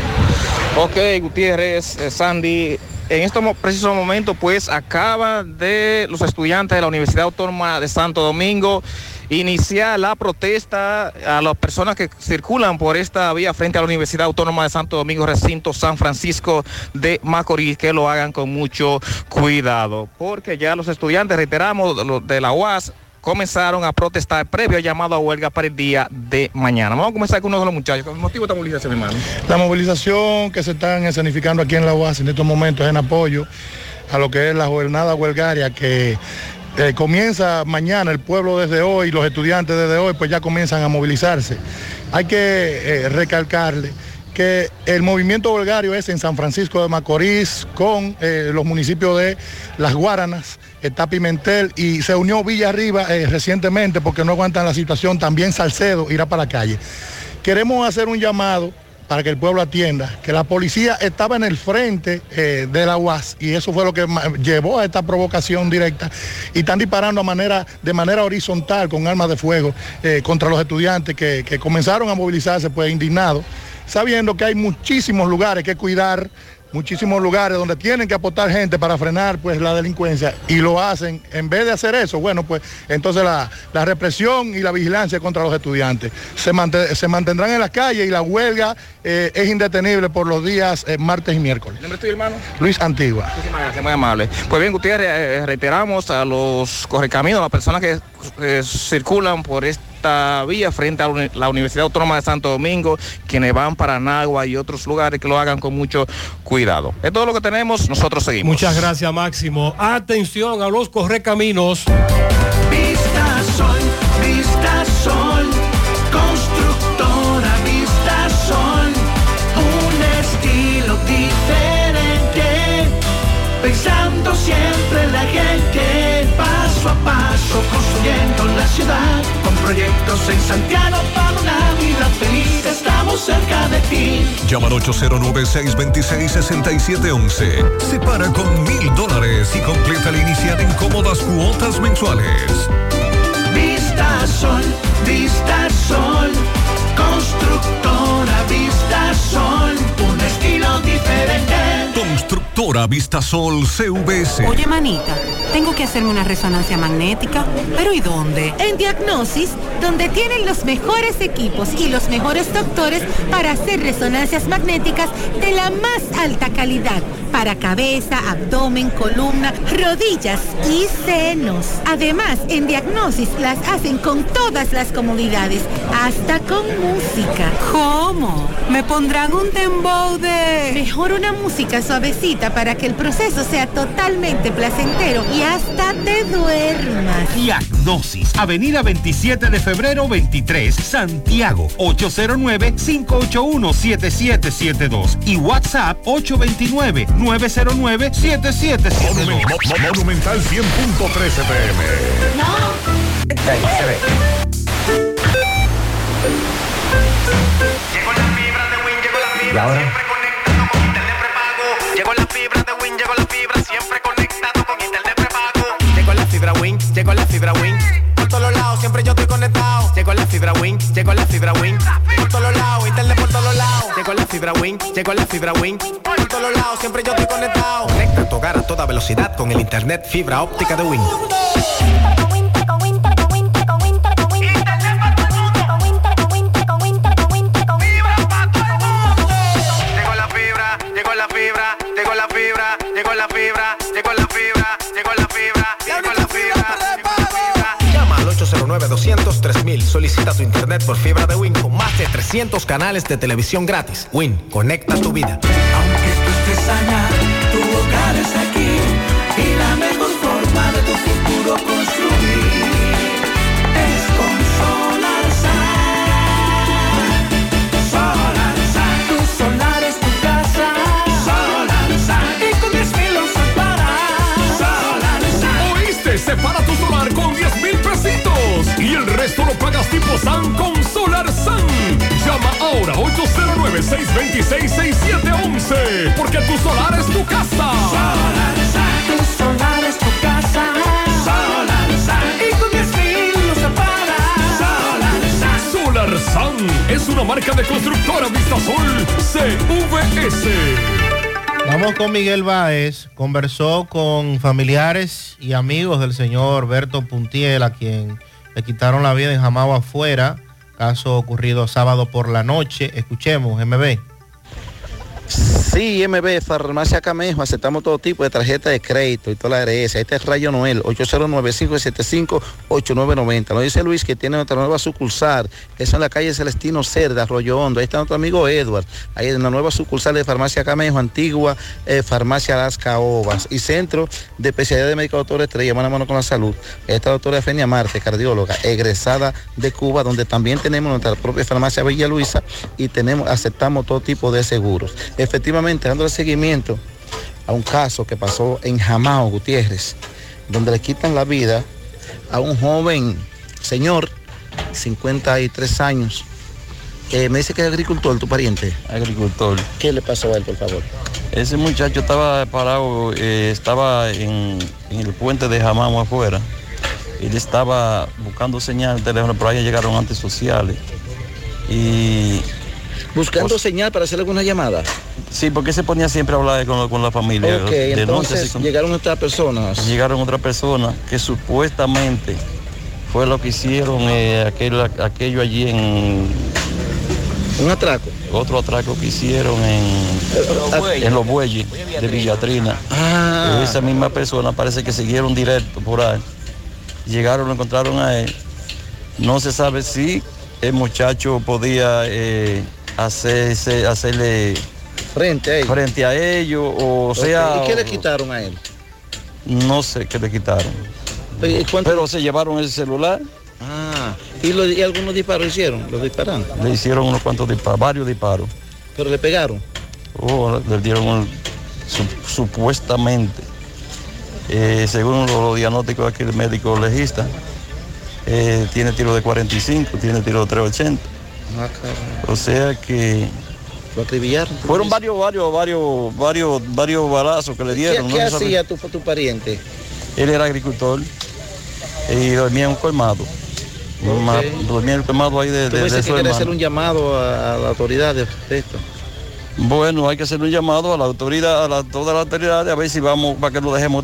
Ok, Gutiérrez, Sandy, en este preciso momento pues acaban de los estudiantes de la Universidad Autónoma de Santo Domingo iniciar la protesta a las personas que circulan por esta vía frente a la Universidad Autónoma de Santo Domingo, recinto San Francisco de Macorís, que lo hagan con mucho cuidado, porque ya los estudiantes, reiteramos, de la UAS, comenzaron a protestar previo al llamado a huelga para el día de mañana. Vamos a comenzar con uno de los muchachos. ¿Con el motivo de esta movilización, hermano? La movilización que se están escenificando aquí en la UAS en estos momentos es en apoyo a lo que es la jornada huelgaria que comienza mañana. El pueblo desde hoy, los estudiantes desde hoy, pues ya comienzan a movilizarse. Hay que recalcarle que el movimiento huelgario es en San Francisco de Macorís con los municipios de Las Guaranas, está Pimentel y se unió Villa Arriba recientemente porque no aguantan la situación, también Salcedo irá para la calle. Queremos hacer un llamado para que el pueblo atienda, que la policía estaba en el frente de la UAS y eso fue lo que llevó a esta provocación directa y están disparando de manera horizontal con armas de fuego contra los estudiantes que comenzaron a movilizarse pues indignados, sabiendo que hay muchísimos lugares que cuidar, muchísimos lugares donde tienen que aportar gente para frenar pues la delincuencia y lo hacen. En vez de hacer eso, bueno, pues entonces la represión y la vigilancia contra los estudiantes se mantendrán en las calles y la huelga es indetenible por los días martes y miércoles. ¿El nombre es tuyo, hermano? Luis Antigua. Muchísimas gracias, muy amable. Pues bien, Gutiérrez, reiteramos a los correcaminos, a las personas que circulan por esta vía frente a la Universidad Autónoma de Santo Domingo, quienes van para Nagua y otros lugares, que lo hagan con mucho cuidado. Es todo lo que tenemos, nosotros seguimos. Muchas gracias, Máximo. Atención a los correcaminos. Vista Sol, constructora Vista Sol, un estilo diferente, pensando siempre en la gente, paso a paso construyendo la ciudad, con proyectos en Santiago para una vida feliz, estamos cerca de ti. Llama al 809-626-6711. Separa con $1,000 y completa la inicial en cómodas cuotas mensuales. Vista Sol, constructora Vista Sol, un estilo diferente. Constructora Vistasol CVS. Oye, manita, tengo que hacerme una resonancia magnética, ¿pero y dónde? En Diagnosis, donde tienen los mejores equipos y los mejores doctores para hacer resonancias magnéticas de la más alta calidad para cabeza, abdomen, columna, rodillas y senos. Además, en Diagnosis las hacen con todas las comodidades, hasta con música. ¿Cómo? ¿Me pondrán un dembow de...? Mejor una música suavecita para que el proceso sea totalmente placentero y hasta te duermas. Diagnosis, Avenida 27 de febrero 23, Santiago, 809-581-7772 y WhatsApp 829-909-7772. Monumental 100.13 PM. No. Llegó la fibra de Win, llegó la fibra, siempre conectado con internet prepago. Llegó la fibra de Win, llegó la fibra, siempre conectado con internet prepago. Llegó la fibra Win, llegó la fibra Win. Por todos lados, siempre yo estoy conectado. Llegó la fibra Win, llegó la fibra Win. Por todos lados, internet por todos lados. Llegó la fibra Win, llegó la fibra Win. Por todos lados, siempre yo estoy conectado. Conecta tu hogar a toda velocidad con el internet fibra óptica de Win. Llegó la fibra, llegó la fibra, llegó la fibra, llegó la fibra, llegó la fibra, llegó la fibra. Llama al 809-200-3000. Solicita tu internet por fibra de Win con más de 300 canales de televisión gratis. Win, conecta tu vida. Aunque tú estés allá, tu hogar es aquí y la mejor forma de tu futuro construir es con SolarSan. SolarSan, tu solar es tu casa. Separa tu solar con $10,000 809-626-6711. Porque tu solar es tu casa. Tu solar es tu casa. Y con 10,000 se para. Solar Sun es una marca de constructora Vistasol CVS. Vamos con Miguel Báez. Conversó con familiares y amigos del señor Berto Puntiel, a quien le quitaron la vida en Jamao Afuera, caso ocurrido sábado por la noche. Escuchemos, MB. Sí, MB, Farmacia Camejo, aceptamos todo tipo de tarjeta de crédito y toda la ARS. Este es Rayo Noel, 809-575-8990. Nos dice Luis que tiene otra nueva sucursal, eso en la calle Celestino Cerda, Arroyo Hondo. Ahí está nuestro amigo Edward, ahí en la nueva sucursal de Farmacia Camejo, antigua Farmacia Las Caobas y Centro de Especialidad de Médico Doctor Estrella, mano a mano con la salud. Ahí está la doctora Efenia Marte, cardióloga, egresada de Cuba, donde también tenemos nuestra propia farmacia Villa Luisa y aceptamos todo tipo de seguros. Efectivamente, dándole seguimiento a un caso que pasó en Jamao, Gutiérrez, donde le quitan la vida a un joven señor, 53 años. Me dice que es agricultor, tu pariente. Agricultor. ¿Qué le pasó a él, por favor? Ese muchacho estaba parado, estaba en el puente de Jamao afuera. Él estaba buscando señal de teléfono, pero ahí llegaron antisociales. Y... ¿Buscando señal para hacer alguna llamada? Sí, porque se ponía siempre a hablar con la familia. Ok, entonces llegaron otras personas. Llegaron otras personas que supuestamente fue lo que hicieron aquello allí en... ¿Un atraco? Otro atraco que hicieron en Los Bueyes de Villatrina. Esa misma persona parece que siguieron directo por ahí. Llegaron, lo encontraron a él. No se sabe si el muchacho podía hacerle frente a ellos, o sea... ¿Y qué le quitaron a él? No sé qué le quitaron. Pero se llevaron el celular. ¿Y algunos disparos hicieron? ¿Los dispararon? Le hicieron unos cuantos disparos, varios disparos. ¿Pero le pegaron? Le dieron supuestamente, según los diagnósticos aquí del médico legista, tiene tiro de 45, tiene tiro de 380. O sea que... ¿Lo acribillaron? Fueron varios balazos que le dieron. ¿Qué hacía tu pariente? Él era agricultor y dormía en un colmado. Dormía en el colmado ahí de su hermano. ¿Tú quieres hacer un llamado a la autoridad de esto? Bueno, hay que hacer un llamado a la autoridad, toda la autoridad, a ver si vamos para que lo dejemos.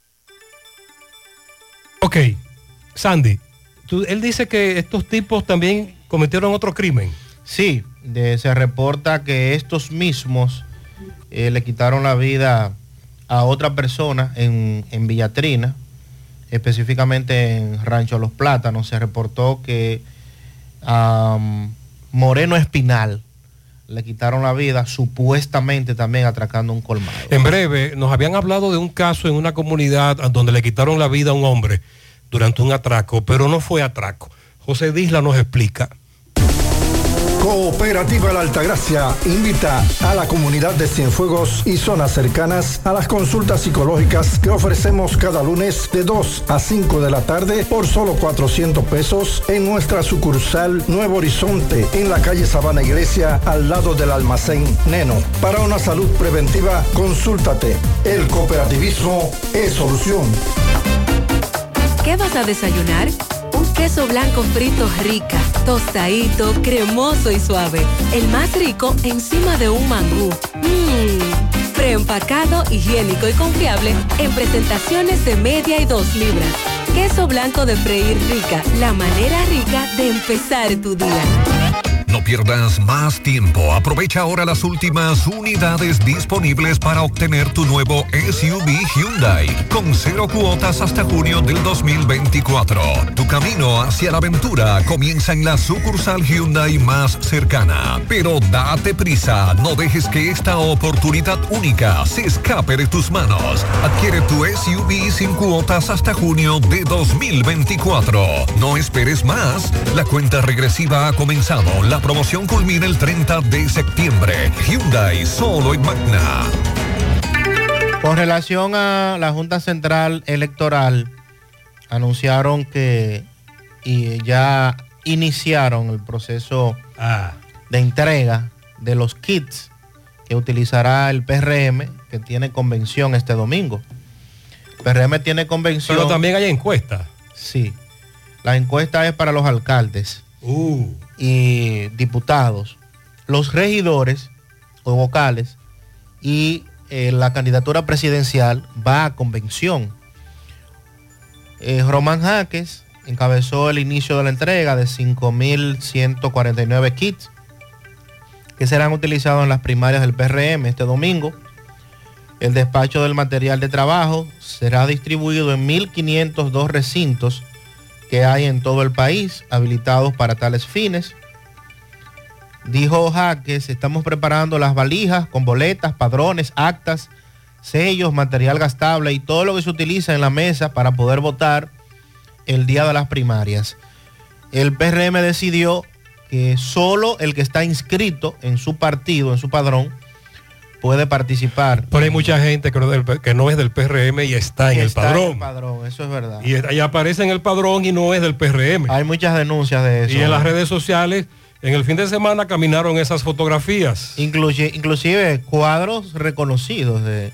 Ok, Sandy, él dice que estos tipos también cometieron otro crimen. Sí, se reporta que estos mismos le quitaron la vida a otra persona en Villatrina, específicamente en Rancho Los Plátanos. Se reportó que a Moreno Espinal le quitaron la vida, supuestamente también atracando un colmado. En breve, nos habían hablado de un caso en una comunidad donde le quitaron la vida a un hombre durante un atraco, pero no fue atraco. José Disla nos explica. Cooperativa La Altagracia invita a la comunidad de Cienfuegos y zonas cercanas a las consultas psicológicas que ofrecemos cada lunes de 2 a 5 de la tarde por solo 400 pesos en nuestra sucursal Nuevo Horizonte, en la calle Sabana Iglesia, al lado del almacén Neno. Para una salud preventiva, consúltate. El cooperativismo es solución. ¿Qué vas a desayunar? Un queso blanco frito rica, tostadito, cremoso y suave. El más rico encima de un mangú. Preempacado, higiénico y confiable en presentaciones de media y 2 libras. Queso blanco de freír rica, la manera rica de empezar tu día. No pierdas más tiempo. Aprovecha ahora las últimas unidades disponibles para obtener tu nuevo SUV Hyundai con 0 cuotas hasta junio del 2024. Tu camino hacia la aventura comienza en la sucursal Hyundai más cercana. Pero date prisa, no dejes que esta oportunidad única se escape de tus manos. Adquiere tu SUV sin cuotas hasta junio de 2024. No esperes más. La cuenta regresiva ha comenzado. La promoción culmina el 30 de septiembre. Hyundai solo en Magna. Con relación a la Junta Central Electoral, anunciaron que ya iniciaron el proceso de entrega de los kits que utilizará el PRM, que tiene convención este domingo. El PRM tiene convención. Pero también hay encuesta. Sí. La encuesta es para los alcaldes y diputados, los regidores o vocales, y la candidatura presidencial va a convención. Román Jaques encabezó el inicio de la entrega de 5.149 kits que serán utilizados en las primarias del PRM este domingo. El despacho del material de trabajo será distribuido en 1.502 recintos que hay en todo el país, habilitados para tales fines. Dijo Jaques, estamos preparando las valijas con boletas, padrones, actas, sellos, material gastable y todo lo que se utiliza en la mesa para poder votar el día de las primarias. El PRM decidió que solo el que está inscrito en su partido, en su padrón, puede participar. Pero hay mucha gente que no es del PRM y está en el padrón. En el padrón, eso es verdad. Y aparece en el padrón y no es del PRM. Hay muchas denuncias de eso. Y en las redes sociales, en el fin de semana caminaron esas fotografías. Inclusive cuadros reconocidos de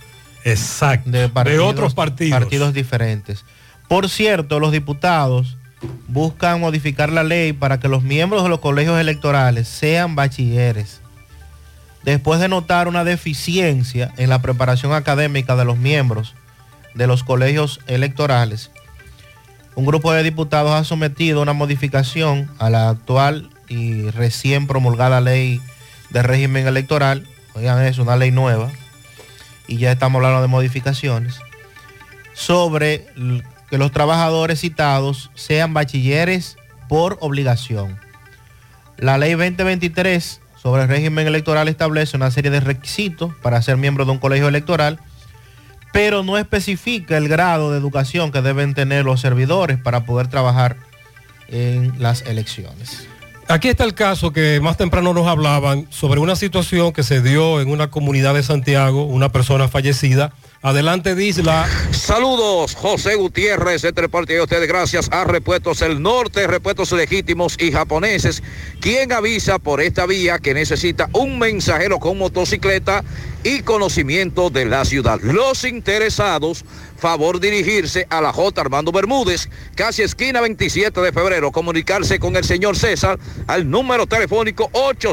otros partidos. Partidos diferentes. Por cierto, los diputados buscan modificar la ley para que los miembros de los colegios electorales sean bachilleres. Después de notar una deficiencia en la preparación académica de los miembros de los colegios electorales, un grupo de diputados ha sometido una modificación a la actual y recién promulgada ley de régimen electoral. Oigan, es una ley nueva y ya estamos hablando de modificaciones sobre que los trabajadores citados sean bachilleres por obligación. La ley 2023 sobre el régimen electoral establece una serie de requisitos para ser miembro de un colegio electoral, pero no especifica el grado de educación que deben tener los servidores para poder trabajar en las elecciones. Aquí está el caso que más temprano nos hablaban sobre una situación que se dio en una comunidad de Santiago, una persona fallecida. Adelante, Disla. Saludos, José Gutiérrez, entre parte de ustedes, gracias a Repuestos El Norte, repuestos legítimos y japoneses, quien avisa por esta vía que necesita un mensajero con motocicleta y conocimiento de la ciudad. Los interesados, favor dirigirse a la J. Armando Bermúdez, casi esquina 27 de febrero, comunicarse con el señor César al número telefónico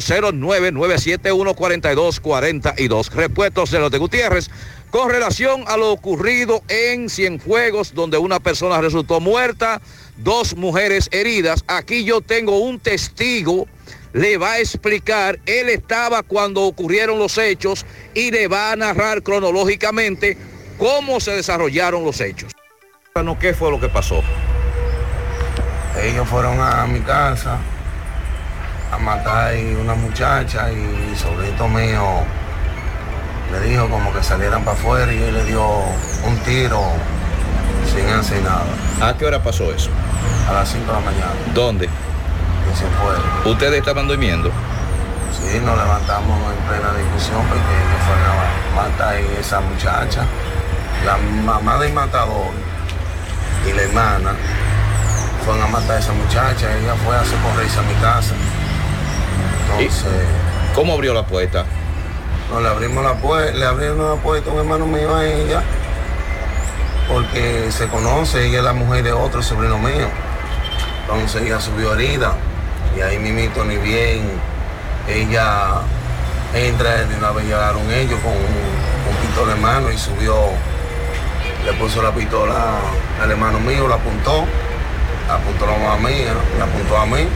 809-971-4242. Repuestos de los de Gutiérrez, con relación a lo ocurrido en Cienfuegos, donde una persona resultó muerta, 2 mujeres heridas. Aquí yo tengo un testigo, le va a explicar, él estaba cuando ocurrieron los hechos y le va a narrar cronológicamente cómo se desarrollaron los hechos. ¿Qué fue lo que pasó? Ellos fueron a mi casa a matar a una muchacha y el sobrinito mío le dijo como que salieran para afuera y él le dio un tiro sin hacer nada. ¿A qué hora pasó eso? A las 5 de la mañana. ¿Dónde? En Cienfuegos. ¿Ustedes estaban durmiendo? Sí, nos levantamos en plena discusión porque ellos fueron a matar a esa muchacha. La mamá del matador y la hermana fueron a matar a esa muchacha. Ella fue a socorrerse a mi casa. Entonces... ¿Cómo abrió la puerta? No, le abrieron la puerta a un hermano mío a ella, porque se conoce, ella es la mujer de otro sobrino mío. Entonces ella subió herida, y ahí mismito ni bien ella entra, de una vez llegaron ellos con un pistola en mano y subió, le puso la pistola al hermano mío, la apuntó a la mamá mía, la apuntó a mí,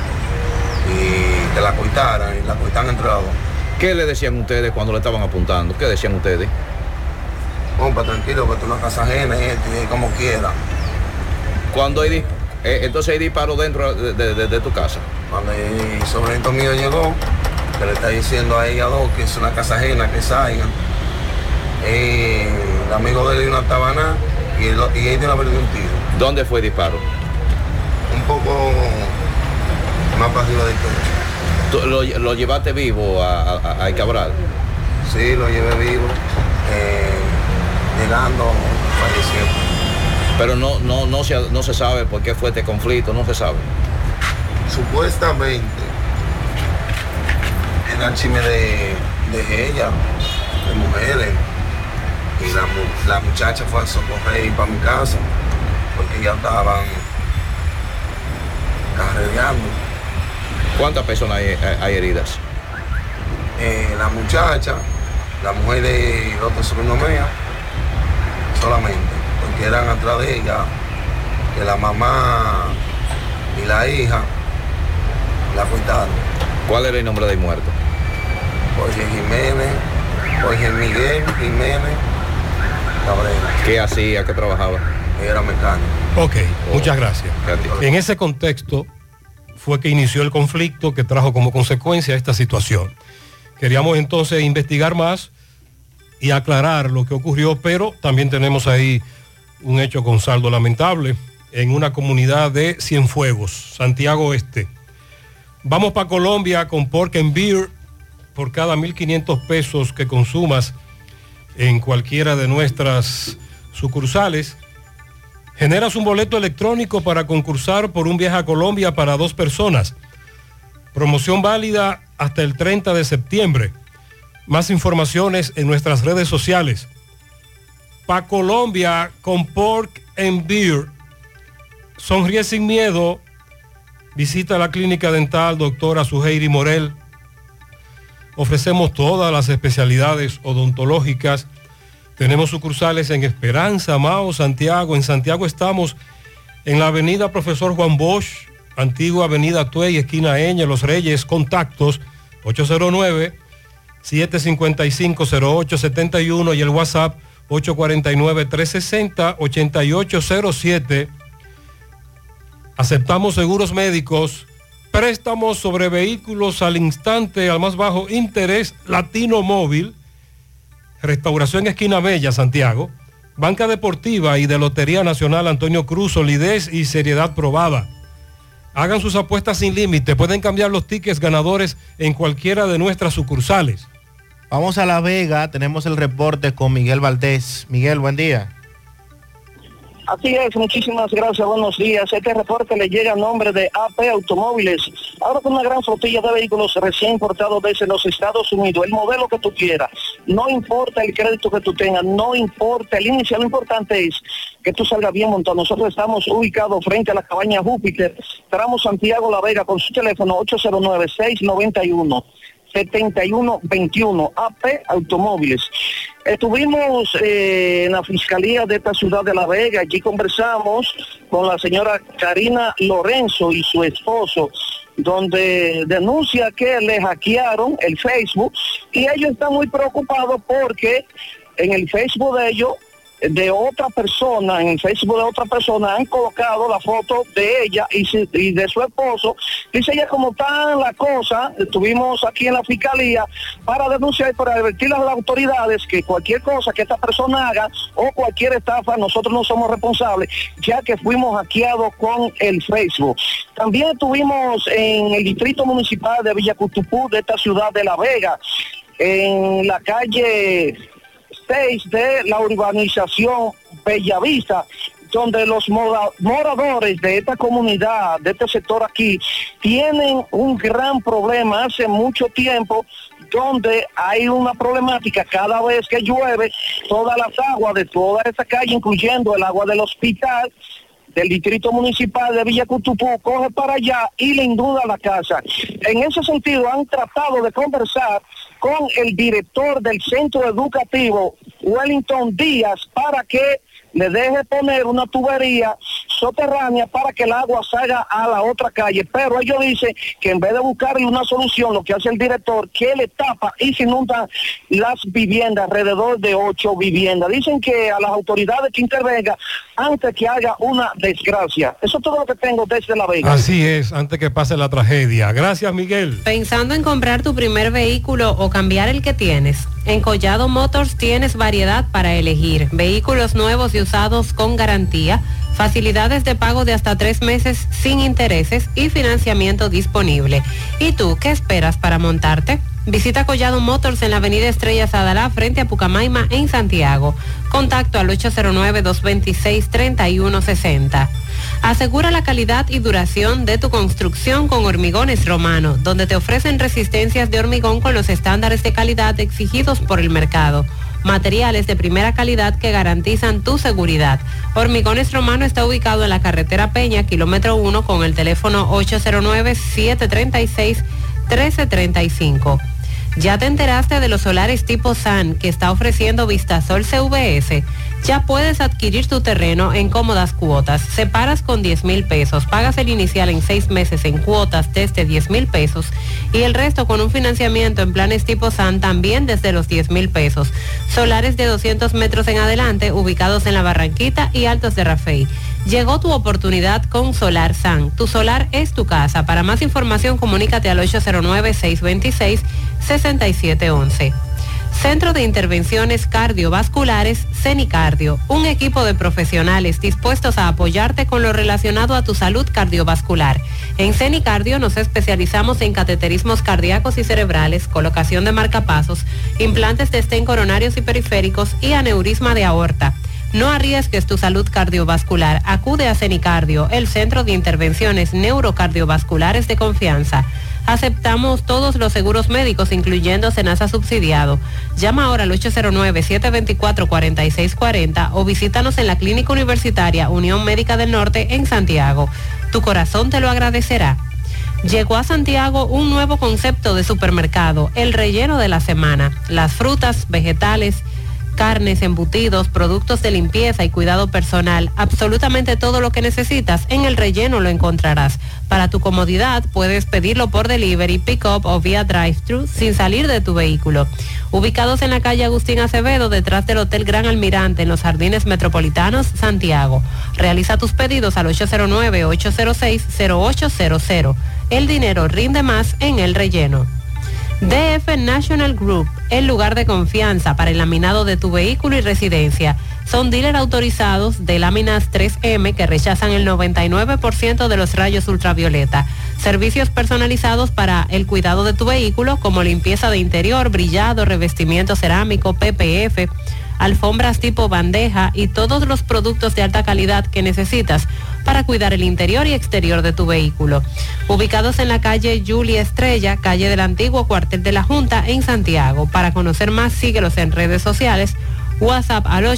y que la coitaran, y la coitan entre los dos. ¿Qué le decían ustedes cuando le estaban apuntando? ¿Qué decían ustedes? Compa, tranquilo, que tú una casa ajena y como quiera. Cuando hay entonces hay disparo dentro de tu casa. Cuando el sobrinito mío llegó, que le está diciendo a ella dos que es una casa ajena, que salgan. El amigo de él dio una tabana y él tiene una perdido un tiro. ¿Dónde fue el disparo? Un poco más para arriba del pecho. ¿Lo llevaste vivo a Cabral? Sí, lo llevé vivo. Llegando, falleció. Pero no se sabe por qué fue este conflicto, no se sabe. Supuestamente, tenía chisme de ella, de mujeres. Y la muchacha fue a socorrer para mi casa porque ya estaban carrereando. ¿Cuántas personas hay heridas? La muchacha, la mujer de otro sobrino mío, solamente, porque eran atrás de ella, que la mamá y la hija la cuidaron. ¿Cuál era el nombre del muerto? Jorge Jiménez, Jorge Miguel Jiménez Cabrera. ¿Qué hacía? ¿Qué trabajaba? Era mecánico. Ok, muchas gracias. En ese contexto fue que inició el conflicto que trajo como consecuencia esta situación. Queríamos entonces investigar más y aclarar lo que ocurrió, pero también tenemos ahí un hecho con saldo lamentable en una comunidad de Cienfuegos, Santiago Este. Vamos para Colombia con Pork and Beer. Por cada 1.500 pesos que consumas en cualquiera de nuestras sucursales, generas un boleto electrónico para concursar por un viaje a Colombia para 2 personas. Promoción válida hasta el 30 de septiembre. Más informaciones en nuestras redes sociales. Pa' Colombia con Pork and Beer. Sonríe sin miedo. Visita la clínica dental doctora Suheiri Morel. Ofrecemos todas las especialidades odontológicas. Tenemos sucursales en Esperanza, Mao, Santiago. En Santiago estamos en la avenida Profesor Juan Bosch, antigua avenida Tuey, esquina Eñe, Los Reyes. Contactos 809-755-0871 y el WhatsApp 849-360-8807. Aceptamos seguros médicos, préstamos sobre vehículos al instante, al más bajo interés, Latino Móvil, Restauración Esquina Bella, Santiago, Banca Deportiva y de Lotería Nacional Antonio Cruz, solidez y seriedad probada. Hagan sus apuestas sin límite, pueden cambiar los tickets ganadores en cualquiera de nuestras sucursales. Vamos a La Vega, tenemos el reporte con Miguel Valdés. Miguel, buen día. Así es, muchísimas gracias, buenos días. Este reporte le llega a nombre de AP Automóviles. Ahora con una gran flotilla de vehículos recién importados desde los Estados Unidos, el modelo que tú quieras. No importa el crédito que tú tengas, no importa el inicio, lo importante es que tú salgas bien montado. Nosotros estamos ubicados frente a la cabaña Júpiter, tramo Santiago La Vega, con su teléfono 809-691-7121, AP Automóviles. Estuvimos en la Fiscalía de esta ciudad de La Vega, allí conversamos con la señora Karina Lorenzo y su esposo, donde denuncia que le hackearon el Facebook y ellos están muy preocupados porque en el Facebook de ellos, de otra persona, en el Facebook de otra persona han colocado la foto de ella y de su esposo. Dice ella, como está la cosa, estuvimos aquí en la Fiscalía para denunciar y para advertir a las autoridades que cualquier cosa que esta persona haga o cualquier estafa, nosotros no somos responsables, ya que fuimos hackeados con el Facebook. También estuvimos en el Distrito Municipal de Villa Cutupú de esta ciudad de La Vega, en la calle 6 de la urbanización Bellavista, donde los moradores de esta comunidad, de este sector aquí, tienen un gran problema hace mucho tiempo, donde hay una problemática cada vez que llueve, todas las aguas de toda esa calle, incluyendo el agua del hospital, del Distrito Municipal de Villa Cutupú, coge para allá y le inunda la casa. En ese sentido han tratado de conversar con el director del centro educativo, Wellington Díaz, para que le deje poner una tubería soterránea para que el agua salga a la otra calle, pero ellos dicen que en vez de buscarle una solución, lo que hace el director, que le tapa y se inundan las viviendas, alrededor de 8 viviendas. Dicen que a las autoridades que intervengan antes que haga una desgracia. Eso es todo lo que tengo desde La Vega. Así es, antes que pase la tragedia. Gracias, Miguel. Pensando en comprar tu primer vehículo o cambiar el que tienes, en Collado Motors tienes variedad para elegir. Vehículos nuevos y usados con garantía, facilidades de pago de hasta 3 meses sin intereses y financiamiento disponible. ¿Y tú qué esperas para montarte? Visita Collado Motors en la avenida Estrellas Adalá frente a Pucamaima en Santiago. Contacto al 809-226-3160. Asegura la calidad y duración de tu construcción con Hormigones Romano, donde te ofrecen resistencias de hormigón con los estándares de calidad exigidos por el mercado. Materiales de primera calidad que garantizan tu seguridad. Hormigones Romano está ubicado en la carretera Peña, kilómetro 1, con el teléfono 809-736-1335. ¿Ya te enteraste de los solares tipo SAN que está ofreciendo Vistasol CVS? Ya puedes adquirir tu terreno en cómodas cuotas. Separas con 10,000 pesos, pagas el inicial en 6 meses en cuotas desde 10,000 pesos y el resto con un financiamiento en planes tipo SAN también desde los 10,000 pesos. Solares de 200 metros en adelante ubicados en La Barranquita y Altos de Rafey. Llegó tu oportunidad con Solar SAN. Tu solar es tu casa. Para más información, comunícate al 809-626-6711. Centro de Intervenciones Cardiovasculares, CENICardio, un equipo de profesionales dispuestos a apoyarte con lo relacionado a tu salud cardiovascular. En CENICardio nos especializamos en cateterismos cardíacos y cerebrales, colocación de marcapasos, implantes de stent coronarios y periféricos y aneurisma de aorta. No arriesgues tu salud cardiovascular. Acude a CENICardio, el centro de intervenciones neurocardiovasculares de confianza. Aceptamos todos los seguros médicos, incluyendo SENASA subsidiado. Llama ahora al 809-724-4640 o visítanos en la Clínica Universitaria Unión Médica del Norte en Santiago. Tu corazón te lo agradecerá. Llegó a Santiago un nuevo concepto de supermercado, el relleno de la semana. Las frutas, vegetales, carnes, embutidos, productos de limpieza y cuidado personal, absolutamente todo lo que necesitas en el relleno lo encontrarás. Para tu comodidad puedes pedirlo por delivery, pick-up o vía drive-thru sin salir de tu vehículo. Ubicados en la calle Agustín Acevedo, detrás del Hotel Gran Almirante, en los Jardines Metropolitanos, Santiago. Realiza tus pedidos al 809-806-0800. El dinero rinde más en el relleno. DF National Group, el lugar de confianza para el laminado de tu vehículo y residencia. Son dealer autorizados de láminas 3M que rechazan el 99% de los rayos ultravioleta. Servicios personalizados para el cuidado de tu vehículo, como limpieza de interior, brillado, revestimiento cerámico, PPF, alfombras tipo bandeja y todos los productos de alta calidad que necesitas para cuidar el interior y exterior de tu vehículo. Ubicados en la calle Julia Estrella, calle del antiguo cuartel de la Junta en Santiago. Para conocer más, síguelos en redes sociales. WhatsApp al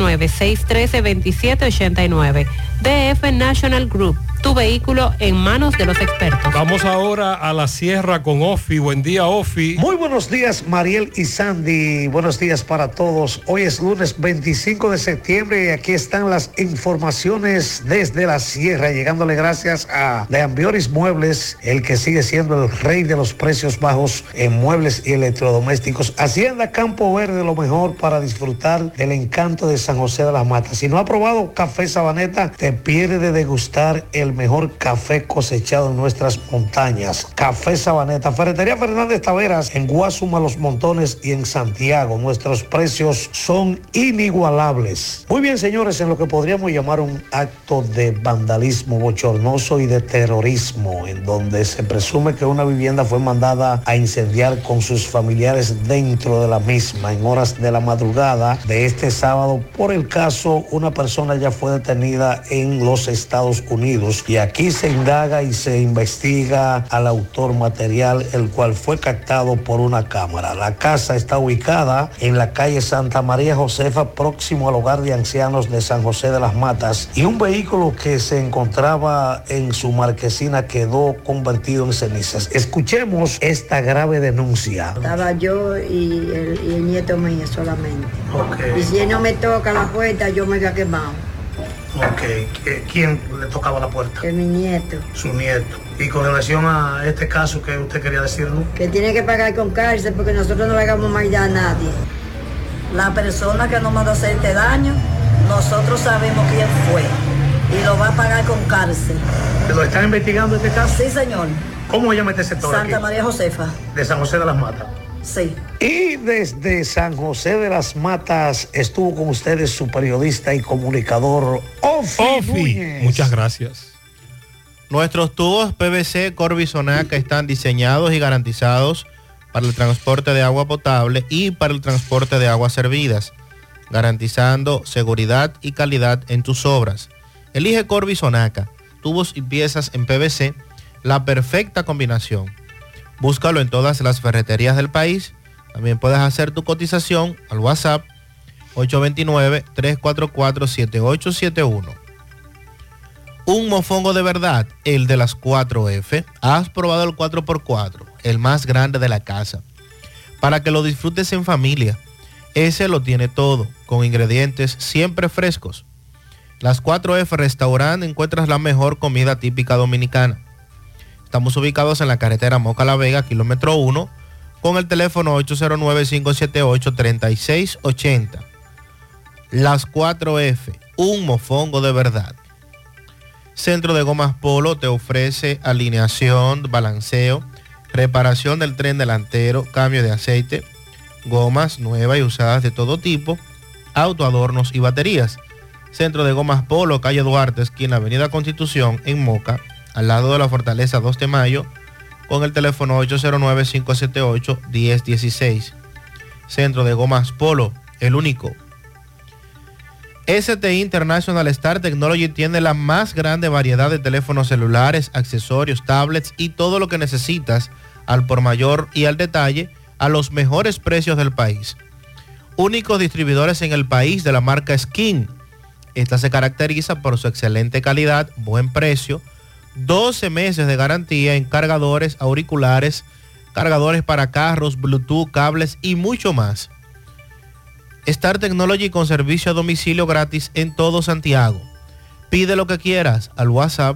809-613-2789. DF National Group, tu vehículo en manos de los expertos. Vamos ahora a la sierra con Ofi. Buen día, Ofi. Muy buenos días, Mariel y Sandy. Buenos días para todos. Hoy es lunes 25 de septiembre y aquí están las informaciones desde la sierra, llegándole gracias a De Ambioris Muebles, el que sigue siendo el rey de los precios bajos en muebles y electrodomésticos. Hacienda Campo Verde, lo mejor para disfrutar del encanto de San José de las Matas. Si no ha probado café Sabaneta, te pierde de degustar el mejor café cosechado en nuestras montañas. Café Sabaneta, Ferretería Fernández Taveras, en Guasuma, Los Montones y en Santiago. Nuestros precios son inigualables. Muy bien, señores, en lo que podríamos llamar un acto de vandalismo bochornoso y de terrorismo, en donde se presume que una vivienda fue mandada a incendiar con sus familiares dentro de la misma en horas de la madrugada de este sábado. Por el caso, una persona ya fue detenida en los Estados Unidos y aquí se indaga y se investiga al autor material, el cual fue captado por una cámara. La casa está ubicada en la calle Santa María Josefa, próximo al hogar de ancianos de San José de las Matas, y un vehículo que se encontraba en su marquesina quedó convertido en cenizas. Escuchemos esta grave denuncia. Estaba yo y el nieto mío solamente. Okay. Y si él no me toca la puerta, yo me había quemado. Ok, ¿quién le tocaba la puerta? Que mi nieto. Su nieto. Y con relación a este caso, ¿qué usted quería decirnos? Que tiene que pagar con cárcel porque nosotros no le hagamos maldad a nadie. La persona que nos mandó a hacer este daño, nosotros sabemos quién fue y lo va a pagar con cárcel. ¿Lo están investigando este caso? Sí, señor. ¿Cómo llama este sector? Santa aquí? María Josefa. De San José de las Matas. Sí. Y desde San José de las Matas estuvo con ustedes su periodista y comunicador Ofi. Muchas gracias. Nuestros tubos PVC Corbisonaca están diseñados y garantizados para el transporte de agua potable y para el transporte de aguas servidas, garantizando seguridad y calidad en tus obras. Elige Corby Sonaca, tubos y piezas en PVC, la perfecta combinación. Búscalo en todas las ferreterías del país. También puedes hacer tu cotización al WhatsApp 829-344-7871. Un mofongo de verdad, el de las 4F. Has probado el 4x4, el más grande de la casa, para que lo disfrutes en familia. Ese lo tiene todo, con ingredientes siempre frescos. Las 4F Restaurant encuentras la mejor comida típica dominicana. Estamos ubicados en la carretera Moca La Vega, kilómetro 1, con el teléfono 809-578-3680. Las 4F, un mofongo de verdad. Centro de Gomas Polo te ofrece alineación, balanceo, reparación del tren delantero, cambio de aceite, gomas nuevas y usadas de todo tipo, autoadornos y baterías. Centro de Gomas Polo, calle Duarte, esquina Avenida Constitución, en Moca, al lado de la Fortaleza 2 de Mayo, con el teléfono 809-578-1016. Centro de Gomas Polo, el único. STI International Star Technology tiene la más grande variedad de teléfonos celulares, accesorios, tablets y todo lo que necesitas al por mayor y al detalle a los mejores precios del país. Únicos distribuidores en el país de la marca Skin. Esta se caracteriza por su excelente calidad, buen precio, 12 meses de garantía en cargadores, auriculares, cargadores para carros, Bluetooth, cables y mucho más. Star Technology con servicio a domicilio gratis en todo Santiago. Pide lo que quieras al WhatsApp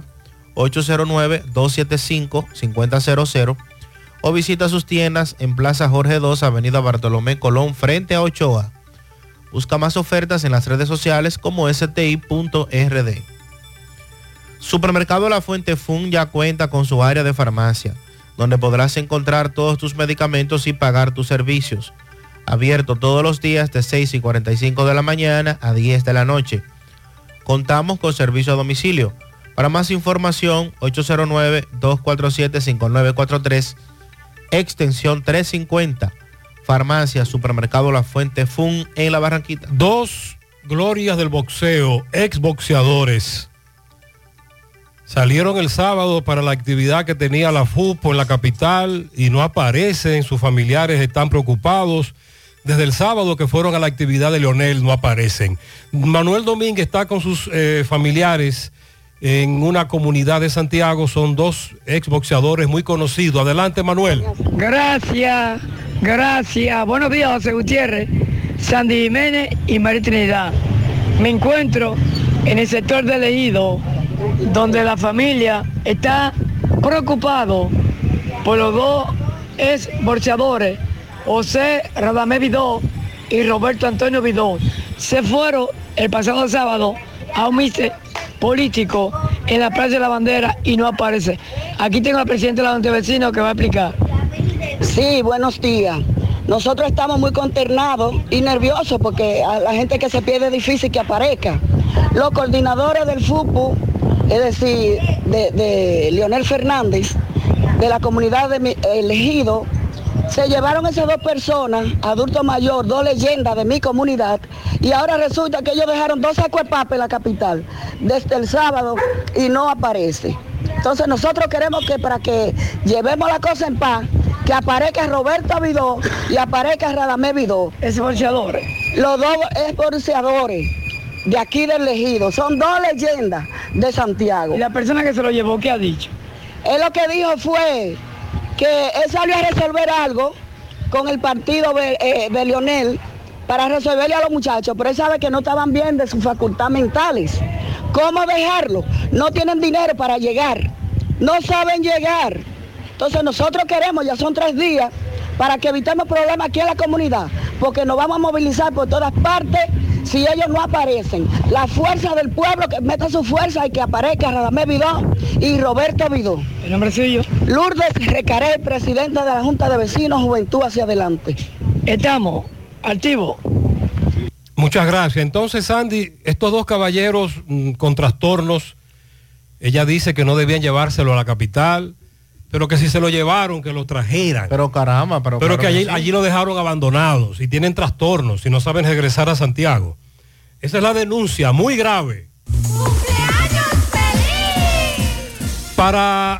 809-275-5000 o visita sus tiendas en Plaza Jorge II, Avenida Bartolomé Colón, frente a Ochoa. Busca más ofertas en las redes sociales como sti.rd. Supermercado La Fuente Fun ya cuenta con su área de farmacia, donde podrás encontrar todos tus medicamentos y pagar tus servicios. Abierto todos los días de 6:45 de la mañana a 10 de la noche. Contamos con servicio a domicilio. Para más información, 809-247-5943, extensión 350. Farmacia Supermercado La Fuente Fun en La Barranquita. Dos glorias del boxeo, exboxeadores, salieron el sábado para la actividad que tenía la FUPO en la capital y no aparecen, sus familiares están preocupados. Desde el sábado que fueron a la actividad de Leonel no aparecen. Manuel Domínguez está con sus familiares en una comunidad de Santiago, son dos exboxeadores muy conocidos. Adelante, Manuel. Gracias. Buenos días, José Gutiérrez, Sandy Jiménez y María Trinidad. Me encuentro en el sector de Ejido, donde la familia está preocupado por los dos exboxeadores, José Radamés Vidó y Roberto Antonio Vidó. Se fueron el pasado sábado a un mitin político en la Plaza de la Bandera y no aparece. Aquí tengo al presidente de la Junta de Vecinos que va a explicar. Sí, buenos días. Nosotros estamos muy consternados y nerviosos porque a la gente que se pierde es difícil que aparezca. Los coordinadores del FUPU, es decir, de Leonel Fernández, de la comunidad de Ejido, se llevaron esas dos personas, adultos mayores, dos leyendas de mi comunidad, y ahora resulta que ellos dejaron 2 sacos de papa en la capital desde el sábado y no aparece. Entonces nosotros queremos que para que llevemos la cosa en paz, que aparezca Roberto Vidó y aparezca Radamés Vidó. Exboxeadores. Los dos exboxeadores de aquí del Ejido, son dos leyendas de Santiago. ¿Y la persona que se lo llevó qué ha dicho? Él lo que dijo fue que él salió a resolver algo con el partido de Leonel para resolverle a los muchachos, pero él sabe que no estaban bien de sus facultades mentales. ¿Cómo dejarlo? No tienen dinero para llegar, no saben llegar. Entonces nosotros queremos, ya son 3 días, para que evitemos problemas aquí en la comunidad, porque nos vamos a movilizar por todas partes si ellos no aparecen. La fuerza del pueblo que meta su fuerza y que aparezca Radamés Vidó y Roberto Vidó. ¿El nombre suyo? Lourdes Recaré, presidenta de la Junta de Vecinos Juventud Hacia Adelante. Estamos activos. Muchas gracias. Entonces, Sandy, estos dos caballeros con trastornos, ella dice que no debían llevárselo a la capital, pero que si se lo llevaron, que lo trajeran. Pero caramba, pero claro que sí. allí lo dejaron abandonados y tienen trastornos y no saben regresar a Santiago. Esa es la denuncia, muy grave. ¡Cumpleaños Para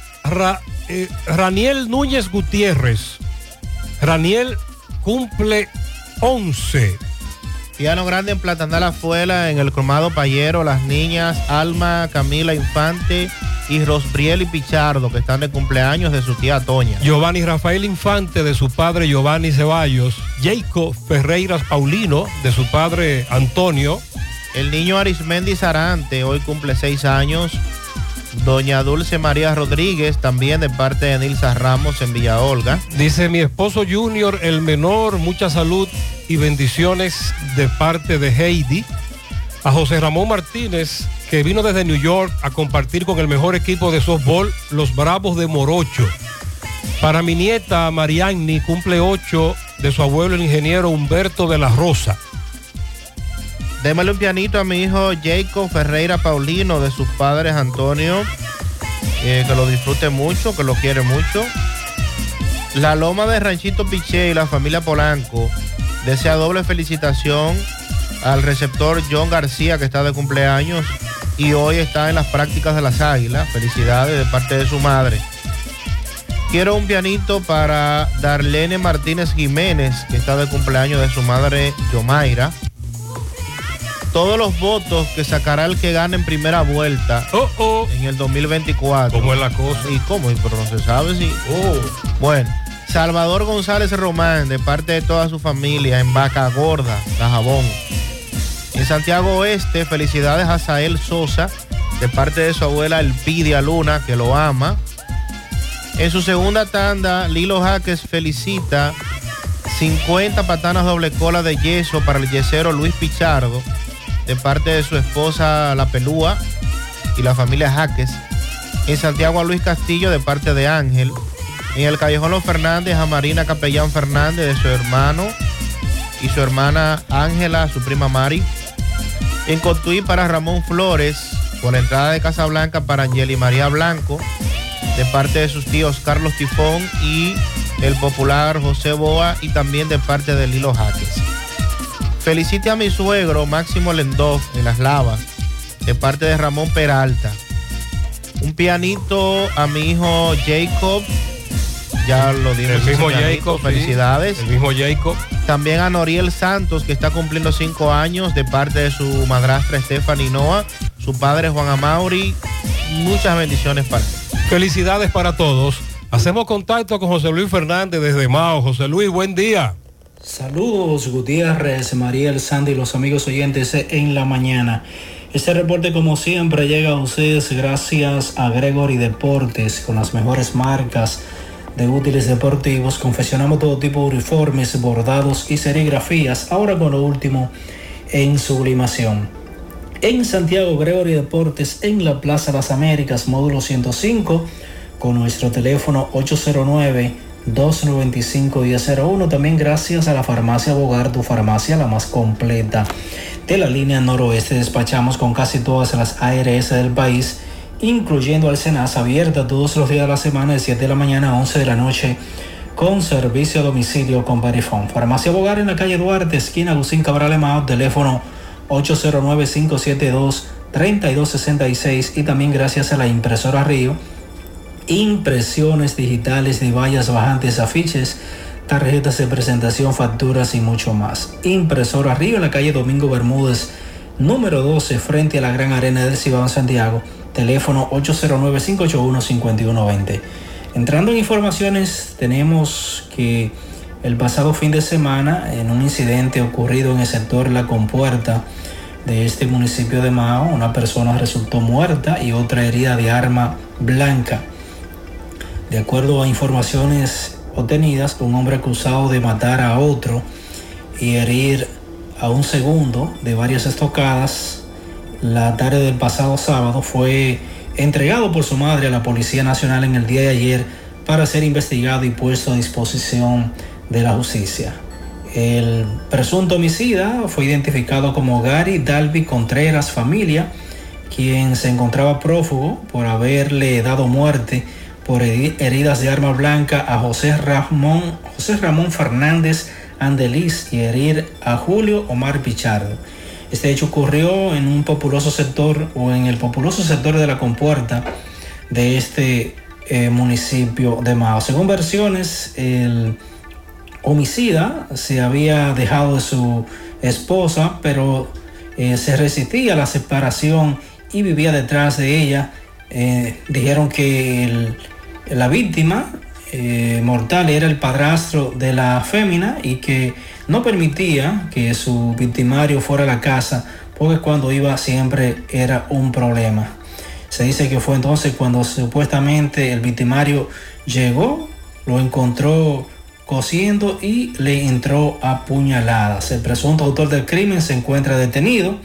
Raniel Núñez Gutiérrez. Raniel cumple 11. Piano grande en Platanal Afuela, en el Cromado Payero, las niñas Alma, Camila Infante y Rosbriel y Pichardo, que están de cumpleaños de su tía Toña. Giovanni Rafael Infante, de su padre Giovanni Ceballos. Jacob Ferreiras Paulino, de su padre Antonio. El niño Arismendi Sarante, hoy cumple 6 años. Doña Dulce María Rodríguez, también de parte de Nilsa Ramos en Villa Olga. Dice mi esposo Junior, el menor, mucha salud y bendiciones de parte de Heidi. A José Ramón Martínez, que vino desde New York a compartir con el mejor equipo de softball, los Bravos de Morocho. Para mi nieta Marianni, cumple 8, de su abuelo el ingeniero Humberto de la Rosa. Démosle un pianito a mi hijo Jacob Ferreira Paulino, de sus padres Antonio, que lo disfrute mucho, que lo quiere mucho. La Loma de Ranchito Piché y la familia Polanco desea doble felicitación al receptor John García, que está de cumpleaños y hoy está en las prácticas de las Águilas. Felicidades de parte de su madre. Quiero un pianito para Darlene Martínez Jiménez, que está de cumpleaños de su madre Yomaira. Todos los votos que sacará el que gane en primera vuelta en el 2024. ¿Cómo es la cosa? ¿Y cómo? Pero no se sabe si... Bueno, Salvador González Román, de parte de toda su familia, en Vaca Gorda, Dajabón. En Santiago Oeste, felicidades a Sael Sosa, de parte de su abuela Elpidia Luna, que lo ama. En su segunda tanda, Lilo Jaques felicita 50 patanas doble cola de yeso para el yesero Luis Pichardo, de parte de su esposa La Pelúa y la familia Jaques. En Santiago a Luis Castillo, de parte de Ángel. En el Callejón Los Fernández a Marina Capellán Fernández, de su hermano y su hermana Ángela, su prima Mari. En Cotuí para Ramón Flores, por la entrada de Casablanca para Angeli María Blanco, de parte de sus tíos Carlos Tifón y el popular José Boa, y también de parte de Lilo Jaques. Felicite a mi suegro Máximo Lendoff en Las Lavas, de parte de Ramón Peralta. Un pianito a mi hijo Jacob, ya lo dimos. El mismo Jacob, felicidades. Sí, el mismo Jacob. También a Noriel Santos, que está cumpliendo 5 años, de parte de su madrastra Stephanie Noa, su padre Juan Amauri. Muchas bendiciones para él. Felicidades para todos. Hacemos contacto con José Luis Fernández desde Mao. José Luis, buen día. Saludos, Gutiérrez, Mariel, Sandy y los amigos oyentes en la mañana. Este reporte, como siempre, llega a ustedes gracias a Gregory Deportes, con las mejores marcas de útiles deportivos. Confeccionamos todo tipo de uniformes, bordados y serigrafías, ahora con lo último en sublimación. En Santiago, Gregory Deportes, en la Plaza Las Américas, módulo 105, con nuestro teléfono 809-295-1001. También gracias a la farmacia Bogar, tu farmacia la más completa de la línea noroeste. Despachamos con casi todas las ARS del país, incluyendo al Senasa, abierta todos los días de la semana de 7 de la mañana a 11 de la noche, con servicio a domicilio con Verifone. Farmacia Bogar en la calle Duarte, esquina Agustín Cabral Emao, teléfono 809-572-3266. Y también gracias a la impresora Río, impresiones digitales de vallas bajantes, afiches, tarjetas de presentación, facturas y mucho más. Impresora Río en la calle Domingo Bermúdez, número 12, frente a la Gran Arena del Cibao en Santiago, teléfono 809-581-5120. Entrando en informaciones, tenemos que el pasado fin de semana, en un incidente ocurrido en el sector La Compuerta de este municipio de Mao, una persona resultó muerta y otra herida de arma blanca. De acuerdo a informaciones obtenidas, un hombre acusado de matar a otro y herir a un segundo de varias estocadas la tarde del pasado sábado fue entregado por su madre a la Policía Nacional en el día de ayer para ser investigado y puesto a disposición de la justicia. El presunto homicida fue identificado como Gary Dalby Contreras Familia, quien se encontraba prófugo por haberle dado muerte por heridas de arma blanca a José Ramón Fernández Andeliz y herir a Julio Omar Pichardo. Este hecho ocurrió en el populoso sector de La Compuerta, de este municipio de Mao. Según versiones, el homicida se había dejado de su esposa, pero se resistía a la separación y vivía detrás de ella. Dijeron que la víctima mortal era el padrastro de la fémina y que no permitía que su victimario fuera a la casa, porque cuando iba siempre era un problema. Se dice que fue entonces cuando supuestamente el victimario llegó, lo encontró cosiendo y le entró a puñaladas. El presunto autor del crimen se encuentra detenido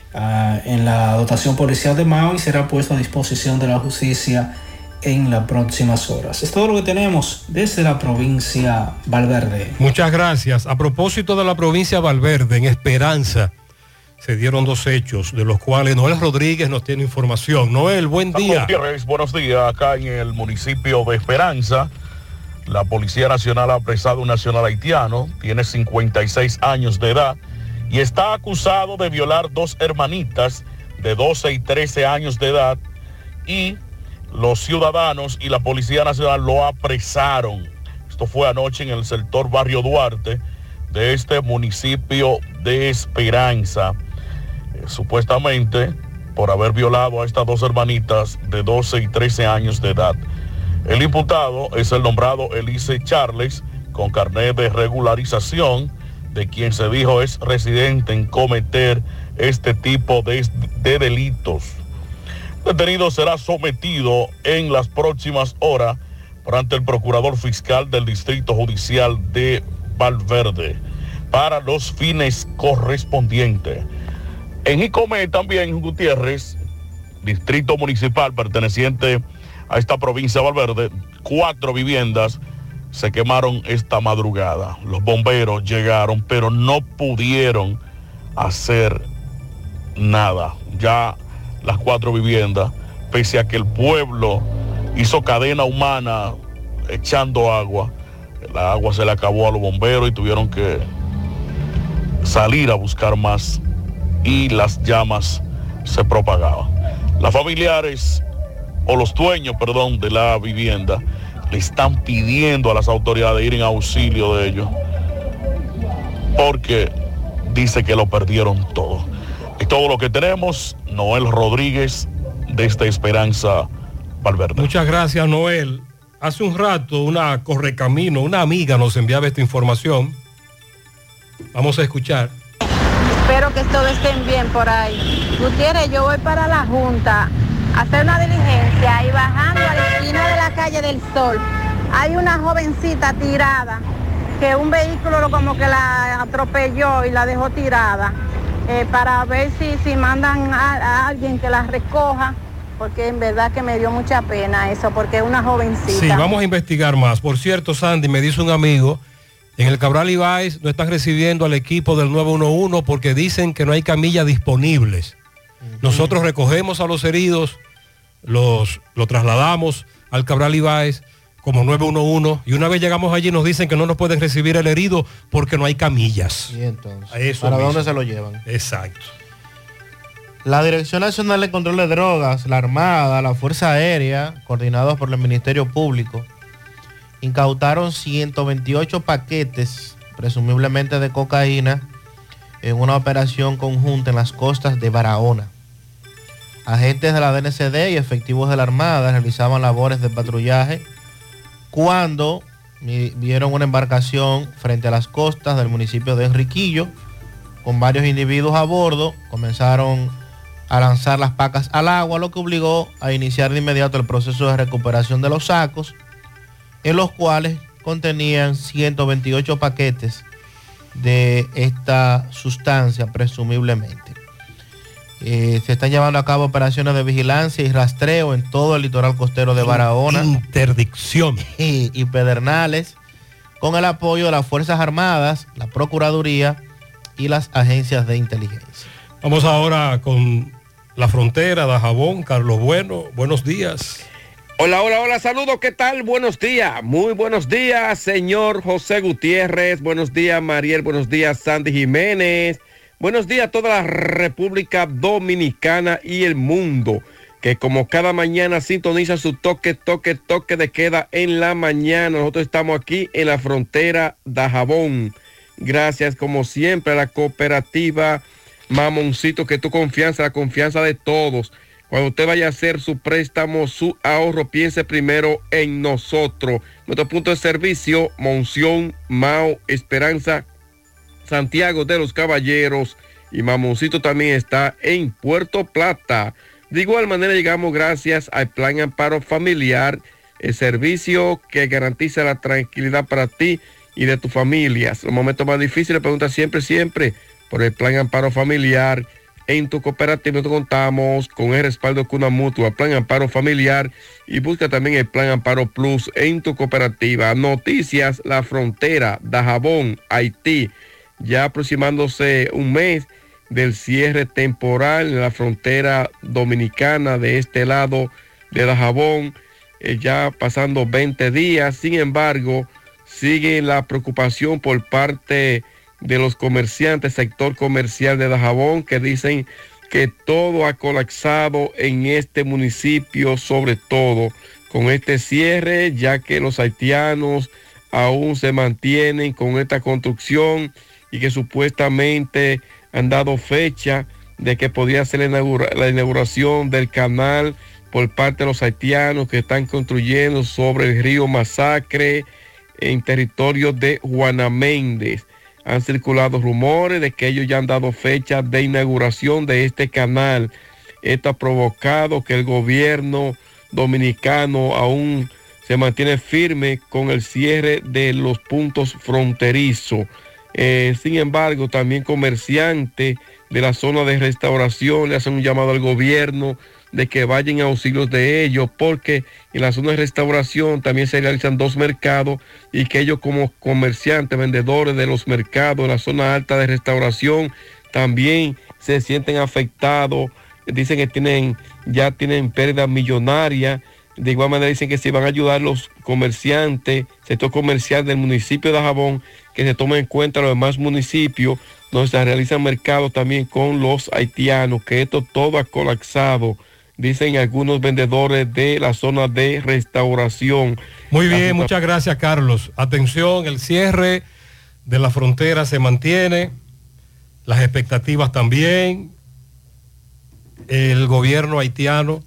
en la dotación policial de Mao y será puesto a disposición de la justicia en las próximas horas. Es todo lo que tenemos desde la provincia Valverde. Muchas gracias. A propósito de la provincia Valverde, en Esperanza se dieron 2 hechos, de los cuales Noel Rodríguez nos tiene información. Noel, buen día. Buenos días. Acá en el municipio de Esperanza, la Policía Nacional ha apresado a un nacional haitiano, tiene 56 años de edad y está acusado de violar 2 hermanitas de 12 y 13 años de edad, y los ciudadanos y la Policía Nacional lo apresaron. Esto fue anoche en el sector Barrio Duarte de este municipio de Esperanza, supuestamente por haber violado a estas 2 hermanitas de 12 y 13 años de edad. El imputado es el nombrado Elise Charles, con carnet de regularización, de quien se dijo es residente en cometer este tipo de delitos. El detenido será sometido en las próximas horas ante el procurador fiscal del Distrito Judicial de Valverde para los fines correspondientes. En Jicomé también, Gutiérrez, distrito municipal perteneciente a esta provincia de Valverde, 4 viviendas se quemaron esta madrugada. Los bomberos llegaron, pero no pudieron hacer nada. Ya las 4 viviendas, pese a que el pueblo hizo cadena humana echando agua, la agua se le acabó a los bomberos y tuvieron que salir a buscar más y las llamas se propagaban. Los familiares, o los dueños, perdón, de la vivienda, le están pidiendo a las autoridades ir en auxilio de ellos, porque dice que lo perdieron todo. Es todo lo que tenemos. Noel Rodríguez, desde Esperanza, Valverde. Muchas gracias, Noel. Hace un rato una correcamino, una amiga nos enviaba esta información. Vamos a escuchar. Espero que todos estén bien por ahí. Gutiérrez, yo voy para la Junta a hacer una diligencia y bajando a la esquina de la calle del Sol hay una jovencita tirada que un vehículo como que la atropelló y la dejó tirada, para ver si mandan a alguien que la recoja, porque en verdad que me dio mucha pena eso, porque es una jovencita. Sí, vamos a investigar más. Por cierto, Sandy, me dice un amigo, en el Cabral Ibáez no están recibiendo al equipo del 911 porque dicen que no hay camillas disponibles. Nosotros recogemos a los heridos, lo trasladamos al Cabral Ibáez como 911 y una vez llegamos allí nos dicen que no nos pueden recibir el herido porque no hay camillas. Y entonces, eso ¿para mismo. dónde se lo llevan? Exacto. La Dirección Nacional de Control de Drogas, la Armada, la Fuerza Aérea, coordinados por el Ministerio Público, incautaron 128 paquetes, presumiblemente de cocaína, en una operación conjunta en las costas de Barahona. Agentes de la DNCD y efectivos de la Armada realizaban labores de patrullaje cuando vieron una embarcación frente a las costas del municipio de Enriquillo con varios individuos a bordo. Comenzaron a lanzar las pacas al agua, lo que obligó a iniciar de inmediato el proceso de recuperación de los sacos, en los cuales contenían 128 paquetes de esta sustancia, presumiblemente. Se están llevando a cabo operaciones de vigilancia y rastreo en todo el litoral costero de Barahona, interdicción y Pedernales, con el apoyo de las Fuerzas Armadas, la Procuraduría y las agencias de inteligencia. Vamos ahora con la frontera de Dajabón. Carlos Bueno, buenos días. Hola, hola, hola, saludos, ¿qué tal? Buenos días, muy buenos días, señor José Gutiérrez, buenos días, Mariel, buenos días, Sandy Jiménez, buenos días a toda la República Dominicana y el mundo que que como cada mañana sintoniza su toque de queda en la mañana. Nosotros estamos aquí en la frontera Dajabón. Gracias como siempre a la cooperativa Mamoncito, que tu confianza, la confianza de todos. Cuando usted vaya a hacer su préstamo, su ahorro, piense primero en nosotros. Nuestro punto de servicio, Monción, Mao, Esperanza, Santiago de los Caballeros, y Mamoncito también está en Puerto Plata. De igual manera llegamos gracias al Plan Amparo Familiar, el servicio que garantiza la tranquilidad para ti y de tus familias. Los momentos más difíciles, pregunta siempre por el Plan Amparo Familiar. En tu cooperativa nosotros contamos con el respaldo de Cuna Mutua, Plan Amparo Familiar, y busca también el Plan Amparo Plus en tu cooperativa. Noticias, La Frontera, Dajabón, Haití, ya aproximándose un mes del cierre temporal en la frontera dominicana de este lado de Dajabón, ya pasando 20 días. Sin embargo, sigue la preocupación por parte de los comerciantes, sector comercial de Dajabón, que dicen que todo ha colapsado en este municipio, sobre todo con este cierre, ya que los haitianos aún se mantienen con esta construcción y que supuestamente han dado fecha de que podría ser la inauguración del canal por parte de los haitianos que están construyendo sobre el río Masacre en territorio de Juana Méndez. Han circulado rumores de que ellos ya han dado fecha de inauguración de este canal. Esto ha provocado que el gobierno dominicano aún se mantiene firme con el cierre de los puntos fronterizos. Sin embargo, también comerciantes de la zona de restauración le hacen un llamado al gobierno de que vayan a auxilios de ellos, porque en la zona de restauración también se realizan 2 mercados y que ellos como comerciantes, vendedores de los mercados en la zona alta de restauración también se sienten afectados. Dicen que ya tienen pérdida millonaria. De igual manera dicen que si van a ayudar los comerciantes, sector comercial del municipio de Dajabón, que se tomen en cuenta los demás municipios donde se realizan mercados también con los haitianos, que esto todo ha colapsado, dicen algunos vendedores de la zona de restauración. Muy bien, muchas gracias, Carlos. Atención, el cierre de la frontera se mantiene, las expectativas también. El gobierno haitiano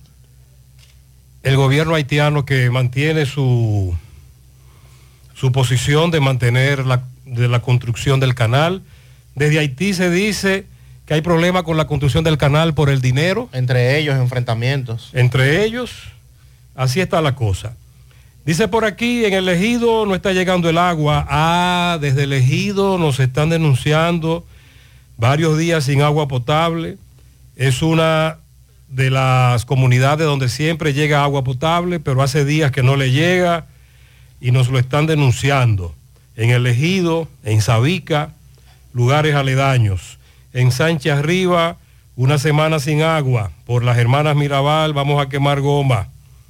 que mantiene su posición de mantener la construcción del canal. Desde Haití se dice que hay problemas con la construcción del canal por el dinero. Entre ellos, enfrentamientos. Entre ellos, así está la cosa. Dice por aquí, en el Ejido no está llegando el agua. Desde el Ejido nos están denunciando varios días sin agua potable. Es una de las comunidades donde siempre llega agua potable, pero hace días que no le llega y nos lo están denunciando. En el Ejido, en Sabica, lugares aledaños. En Sánchez Arriba, una semana sin agua. Por las hermanas Mirabal, vamos a quemar goma.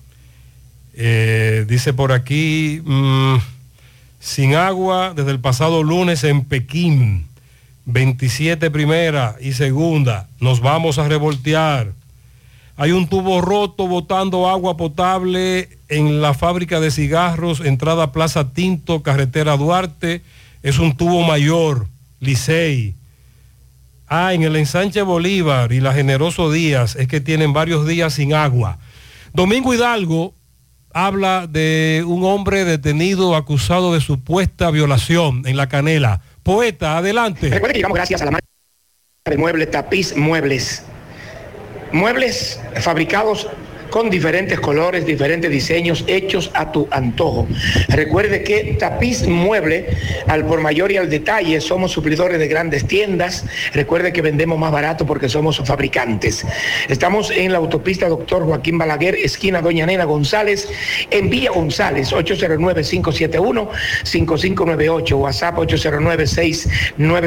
Dice por aquí, sin agua desde el pasado lunes en Pekín. 27 primera y segunda. Nos vamos a revoltear. Hay un tubo roto botando agua potable en la fábrica de cigarros, entrada Plaza Tinto, carretera Duarte. Es un tubo mayor, Licey. En el ensanche Bolívar y la Generoso Díaz es que tienen varios días sin agua. Domingo Hidalgo habla de un hombre detenido acusado de supuesta violación en La Canela. Poeta, adelante. Recuerde que llegamos gracias a la marca de muebles Tapiz Muebles. Muebles fabricados con diferentes colores, diferentes diseños, hechos a tu antojo. Recuerde que Tapiz Mueble, al por mayor y al detalle, somos suplidores de grandes tiendas. Recuerde que vendemos más barato porque somos fabricantes. Estamos en la autopista Doctor Joaquín Balaguer, esquina Doña Nena González, en Villa González, 809-571-5598, WhatsApp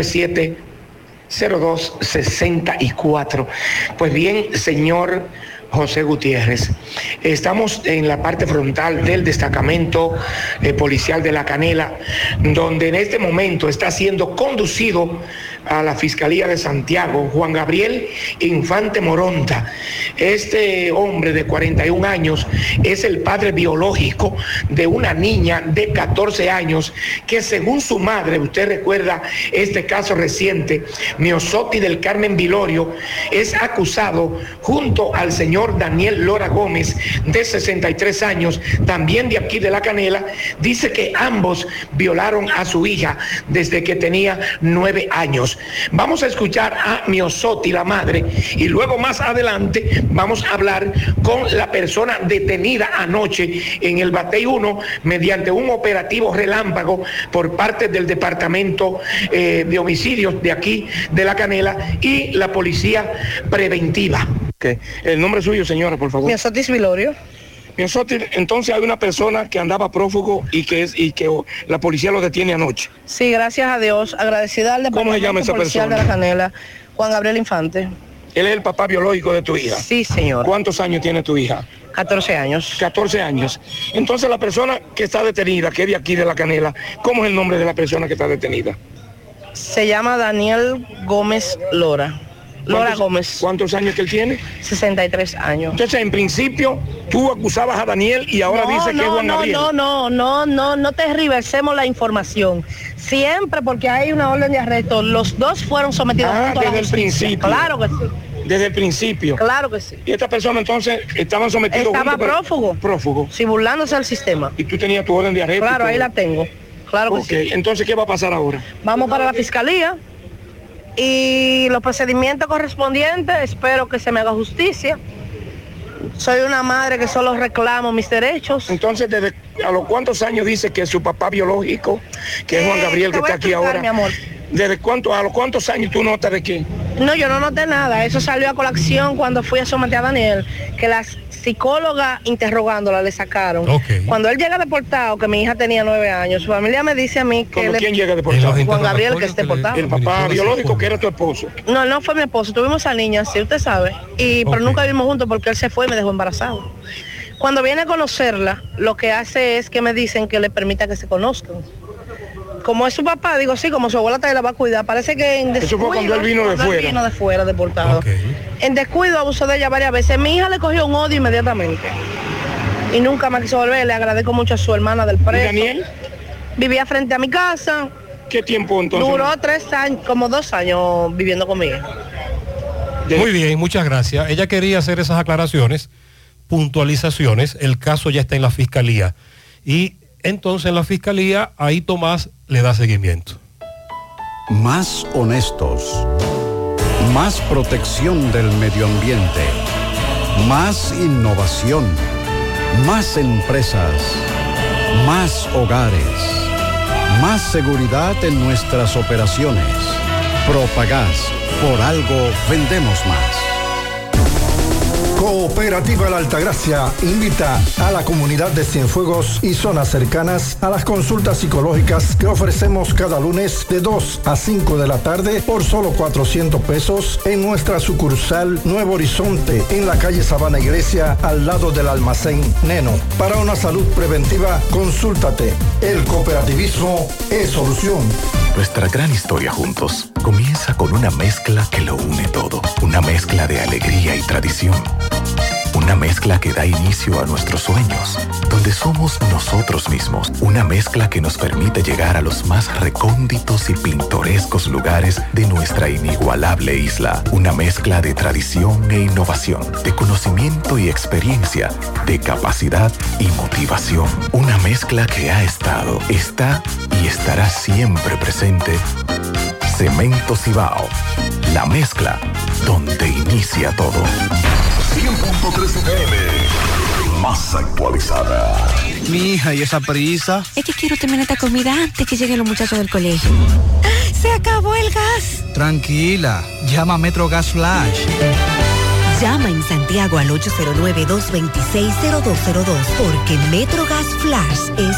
809-697-0264. Pues bien, señor José Gutiérrez. Estamos en la parte frontal del destacamento policial de La Canela, donde en este momento está siendo conducido a la Fiscalía de Santiago Juan Gabriel Infante Moronta. Este hombre de 41 años es el padre biológico de una niña de 14 años que, según su madre, usted recuerda este caso reciente, Miosotti del Carmen Vilorio, es acusado junto al señor Daniel Lora Gómez, de 63 años, también de aquí de La Canela. Dice que ambos violaron a su hija desde que tenía 9 años. Vamos a escuchar a Miosotti, la madre, y luego más adelante vamos a hablar con la persona detenida anoche en el Batey 1 mediante un operativo relámpago por parte del Departamento de Homicidios de aquí de La Canela y la Policía Preventiva. Okay. El nombre suyo, señora, por favor. Miosotti Vilorio. Miosotti, entonces hay una persona que andaba prófugo y que la policía lo detiene anoche. Sí, gracias a Dios, agradecida al ¿Cómo se llama esa policial persona? de La Canela, Juan Gabriel Infante. ¿Él es el papá biológico de tu hija? Sí, señor. ¿Cuántos años tiene tu hija? 14 años. 14 años. Entonces la persona que está detenida, que es de aquí de La Canela, ¿cómo es el nombre de la persona que está detenida? Se llama Daniel Gómez Lora. Lora Gómez. ¿Cuántos años que él tiene? 63 años. Entonces, en principio, tú acusabas a Daniel y ahora dice que es Juan Gabriel. No tergiversemos la información. Siempre, porque hay una orden de arresto, los dos fueron sometidos junto a la desde el principio. Claro que sí. Desde el principio. Claro que sí. Y esta persona entonces estaban sometidos Estaba juntos, prófugo. Prófugo. Sí, burlándose del sistema. Y tú tenías tu orden de arresto. Claro, ahí la tengo. Claro que sí. Entonces, ¿qué va a pasar ahora? Vamos para la fiscalía y los procedimientos correspondientes, espero que se me haga justicia. Soy una madre que solo reclamo mis derechos. Entonces, ¿desde a los cuántos años dice que su papá biológico, que es Juan Gabriel, que está aquí ahora? Mi amor. ¿A los cuántos años tú notas de qué? No, yo no noté nada. Eso salió a colación cuando fui a someter a Daniel, que la psicóloga interrogándola le sacaron. Okay. Cuando él llega deportado, que mi hija tenía 9 años, su familia me dice a mí que... ¿Quién llega deportado? Juan Gabriel, que es deportado. El papá biológico, que era tu esposo. No, no fue mi esposo. Tuvimos a niña, sí, usted sabe. Pero nunca vivimos juntos porque él se fue y me dejó embarazado. Cuando viene a conocerla, lo que hace es que me dicen que le permita que se conozcan. Como es su papá, digo, sí, como su abuela te la va a cuidar. Parece que en descuido... Eso fue cuando él vino de fuera. Él vino de fuera, deportado. Okay. En descuido abusó de ella varias veces. Mi hija le cogió un odio inmediatamente. Y nunca más quiso volver. Le agradezco mucho a su hermana del preso. ¿Y Daniel? Vivía frente a mi casa. ¿Qué tiempo entonces? Duró 3 años, como 2 años viviendo conmigo. Muy bien, muchas gracias. Ella quería hacer esas aclaraciones, puntualizaciones. El caso ya está en la fiscalía. Y entonces en la fiscalía, ahí Tomás le da seguimiento. Más honestos, más protección del medio ambiente, más innovación, más empresas, más hogares, más seguridad en nuestras operaciones. Propagás, por algo vendemos más. Cooperativa La Altagracia invita a la comunidad de Cienfuegos y zonas cercanas a las consultas psicológicas que ofrecemos cada lunes de 2 a 5 de la tarde por solo 400 pesos en nuestra sucursal Nuevo Horizonte en la calle Sabana Iglesia al lado del almacén Neno. Para una salud preventiva, consúltate. El cooperativismo es solución. Nuestra gran historia juntos comienza con una mezcla que lo une todo. Una mezcla de alegría y tradición. Una mezcla que da inicio a nuestros sueños, donde somos nosotros mismos. Una mezcla que nos permite llegar a los más recónditos y pintorescos lugares de nuestra inigualable isla. Una mezcla de tradición e innovación, de conocimiento y experiencia, de capacidad y motivación. Una mezcla que ha estado, está y estará siempre presente. Cemento Cibao, la mezcla donde inicia todo. 100.3 FM, más actualizada. Mi hija, ¿y esa prisa? Es que quiero terminar esta comida antes que lleguen los muchachos del colegio. ¡Se acabó el gas! Tranquila, llama a Metro Gas Flash. Llama en Santiago al 809-226-0202, porque Metro Gas Flash es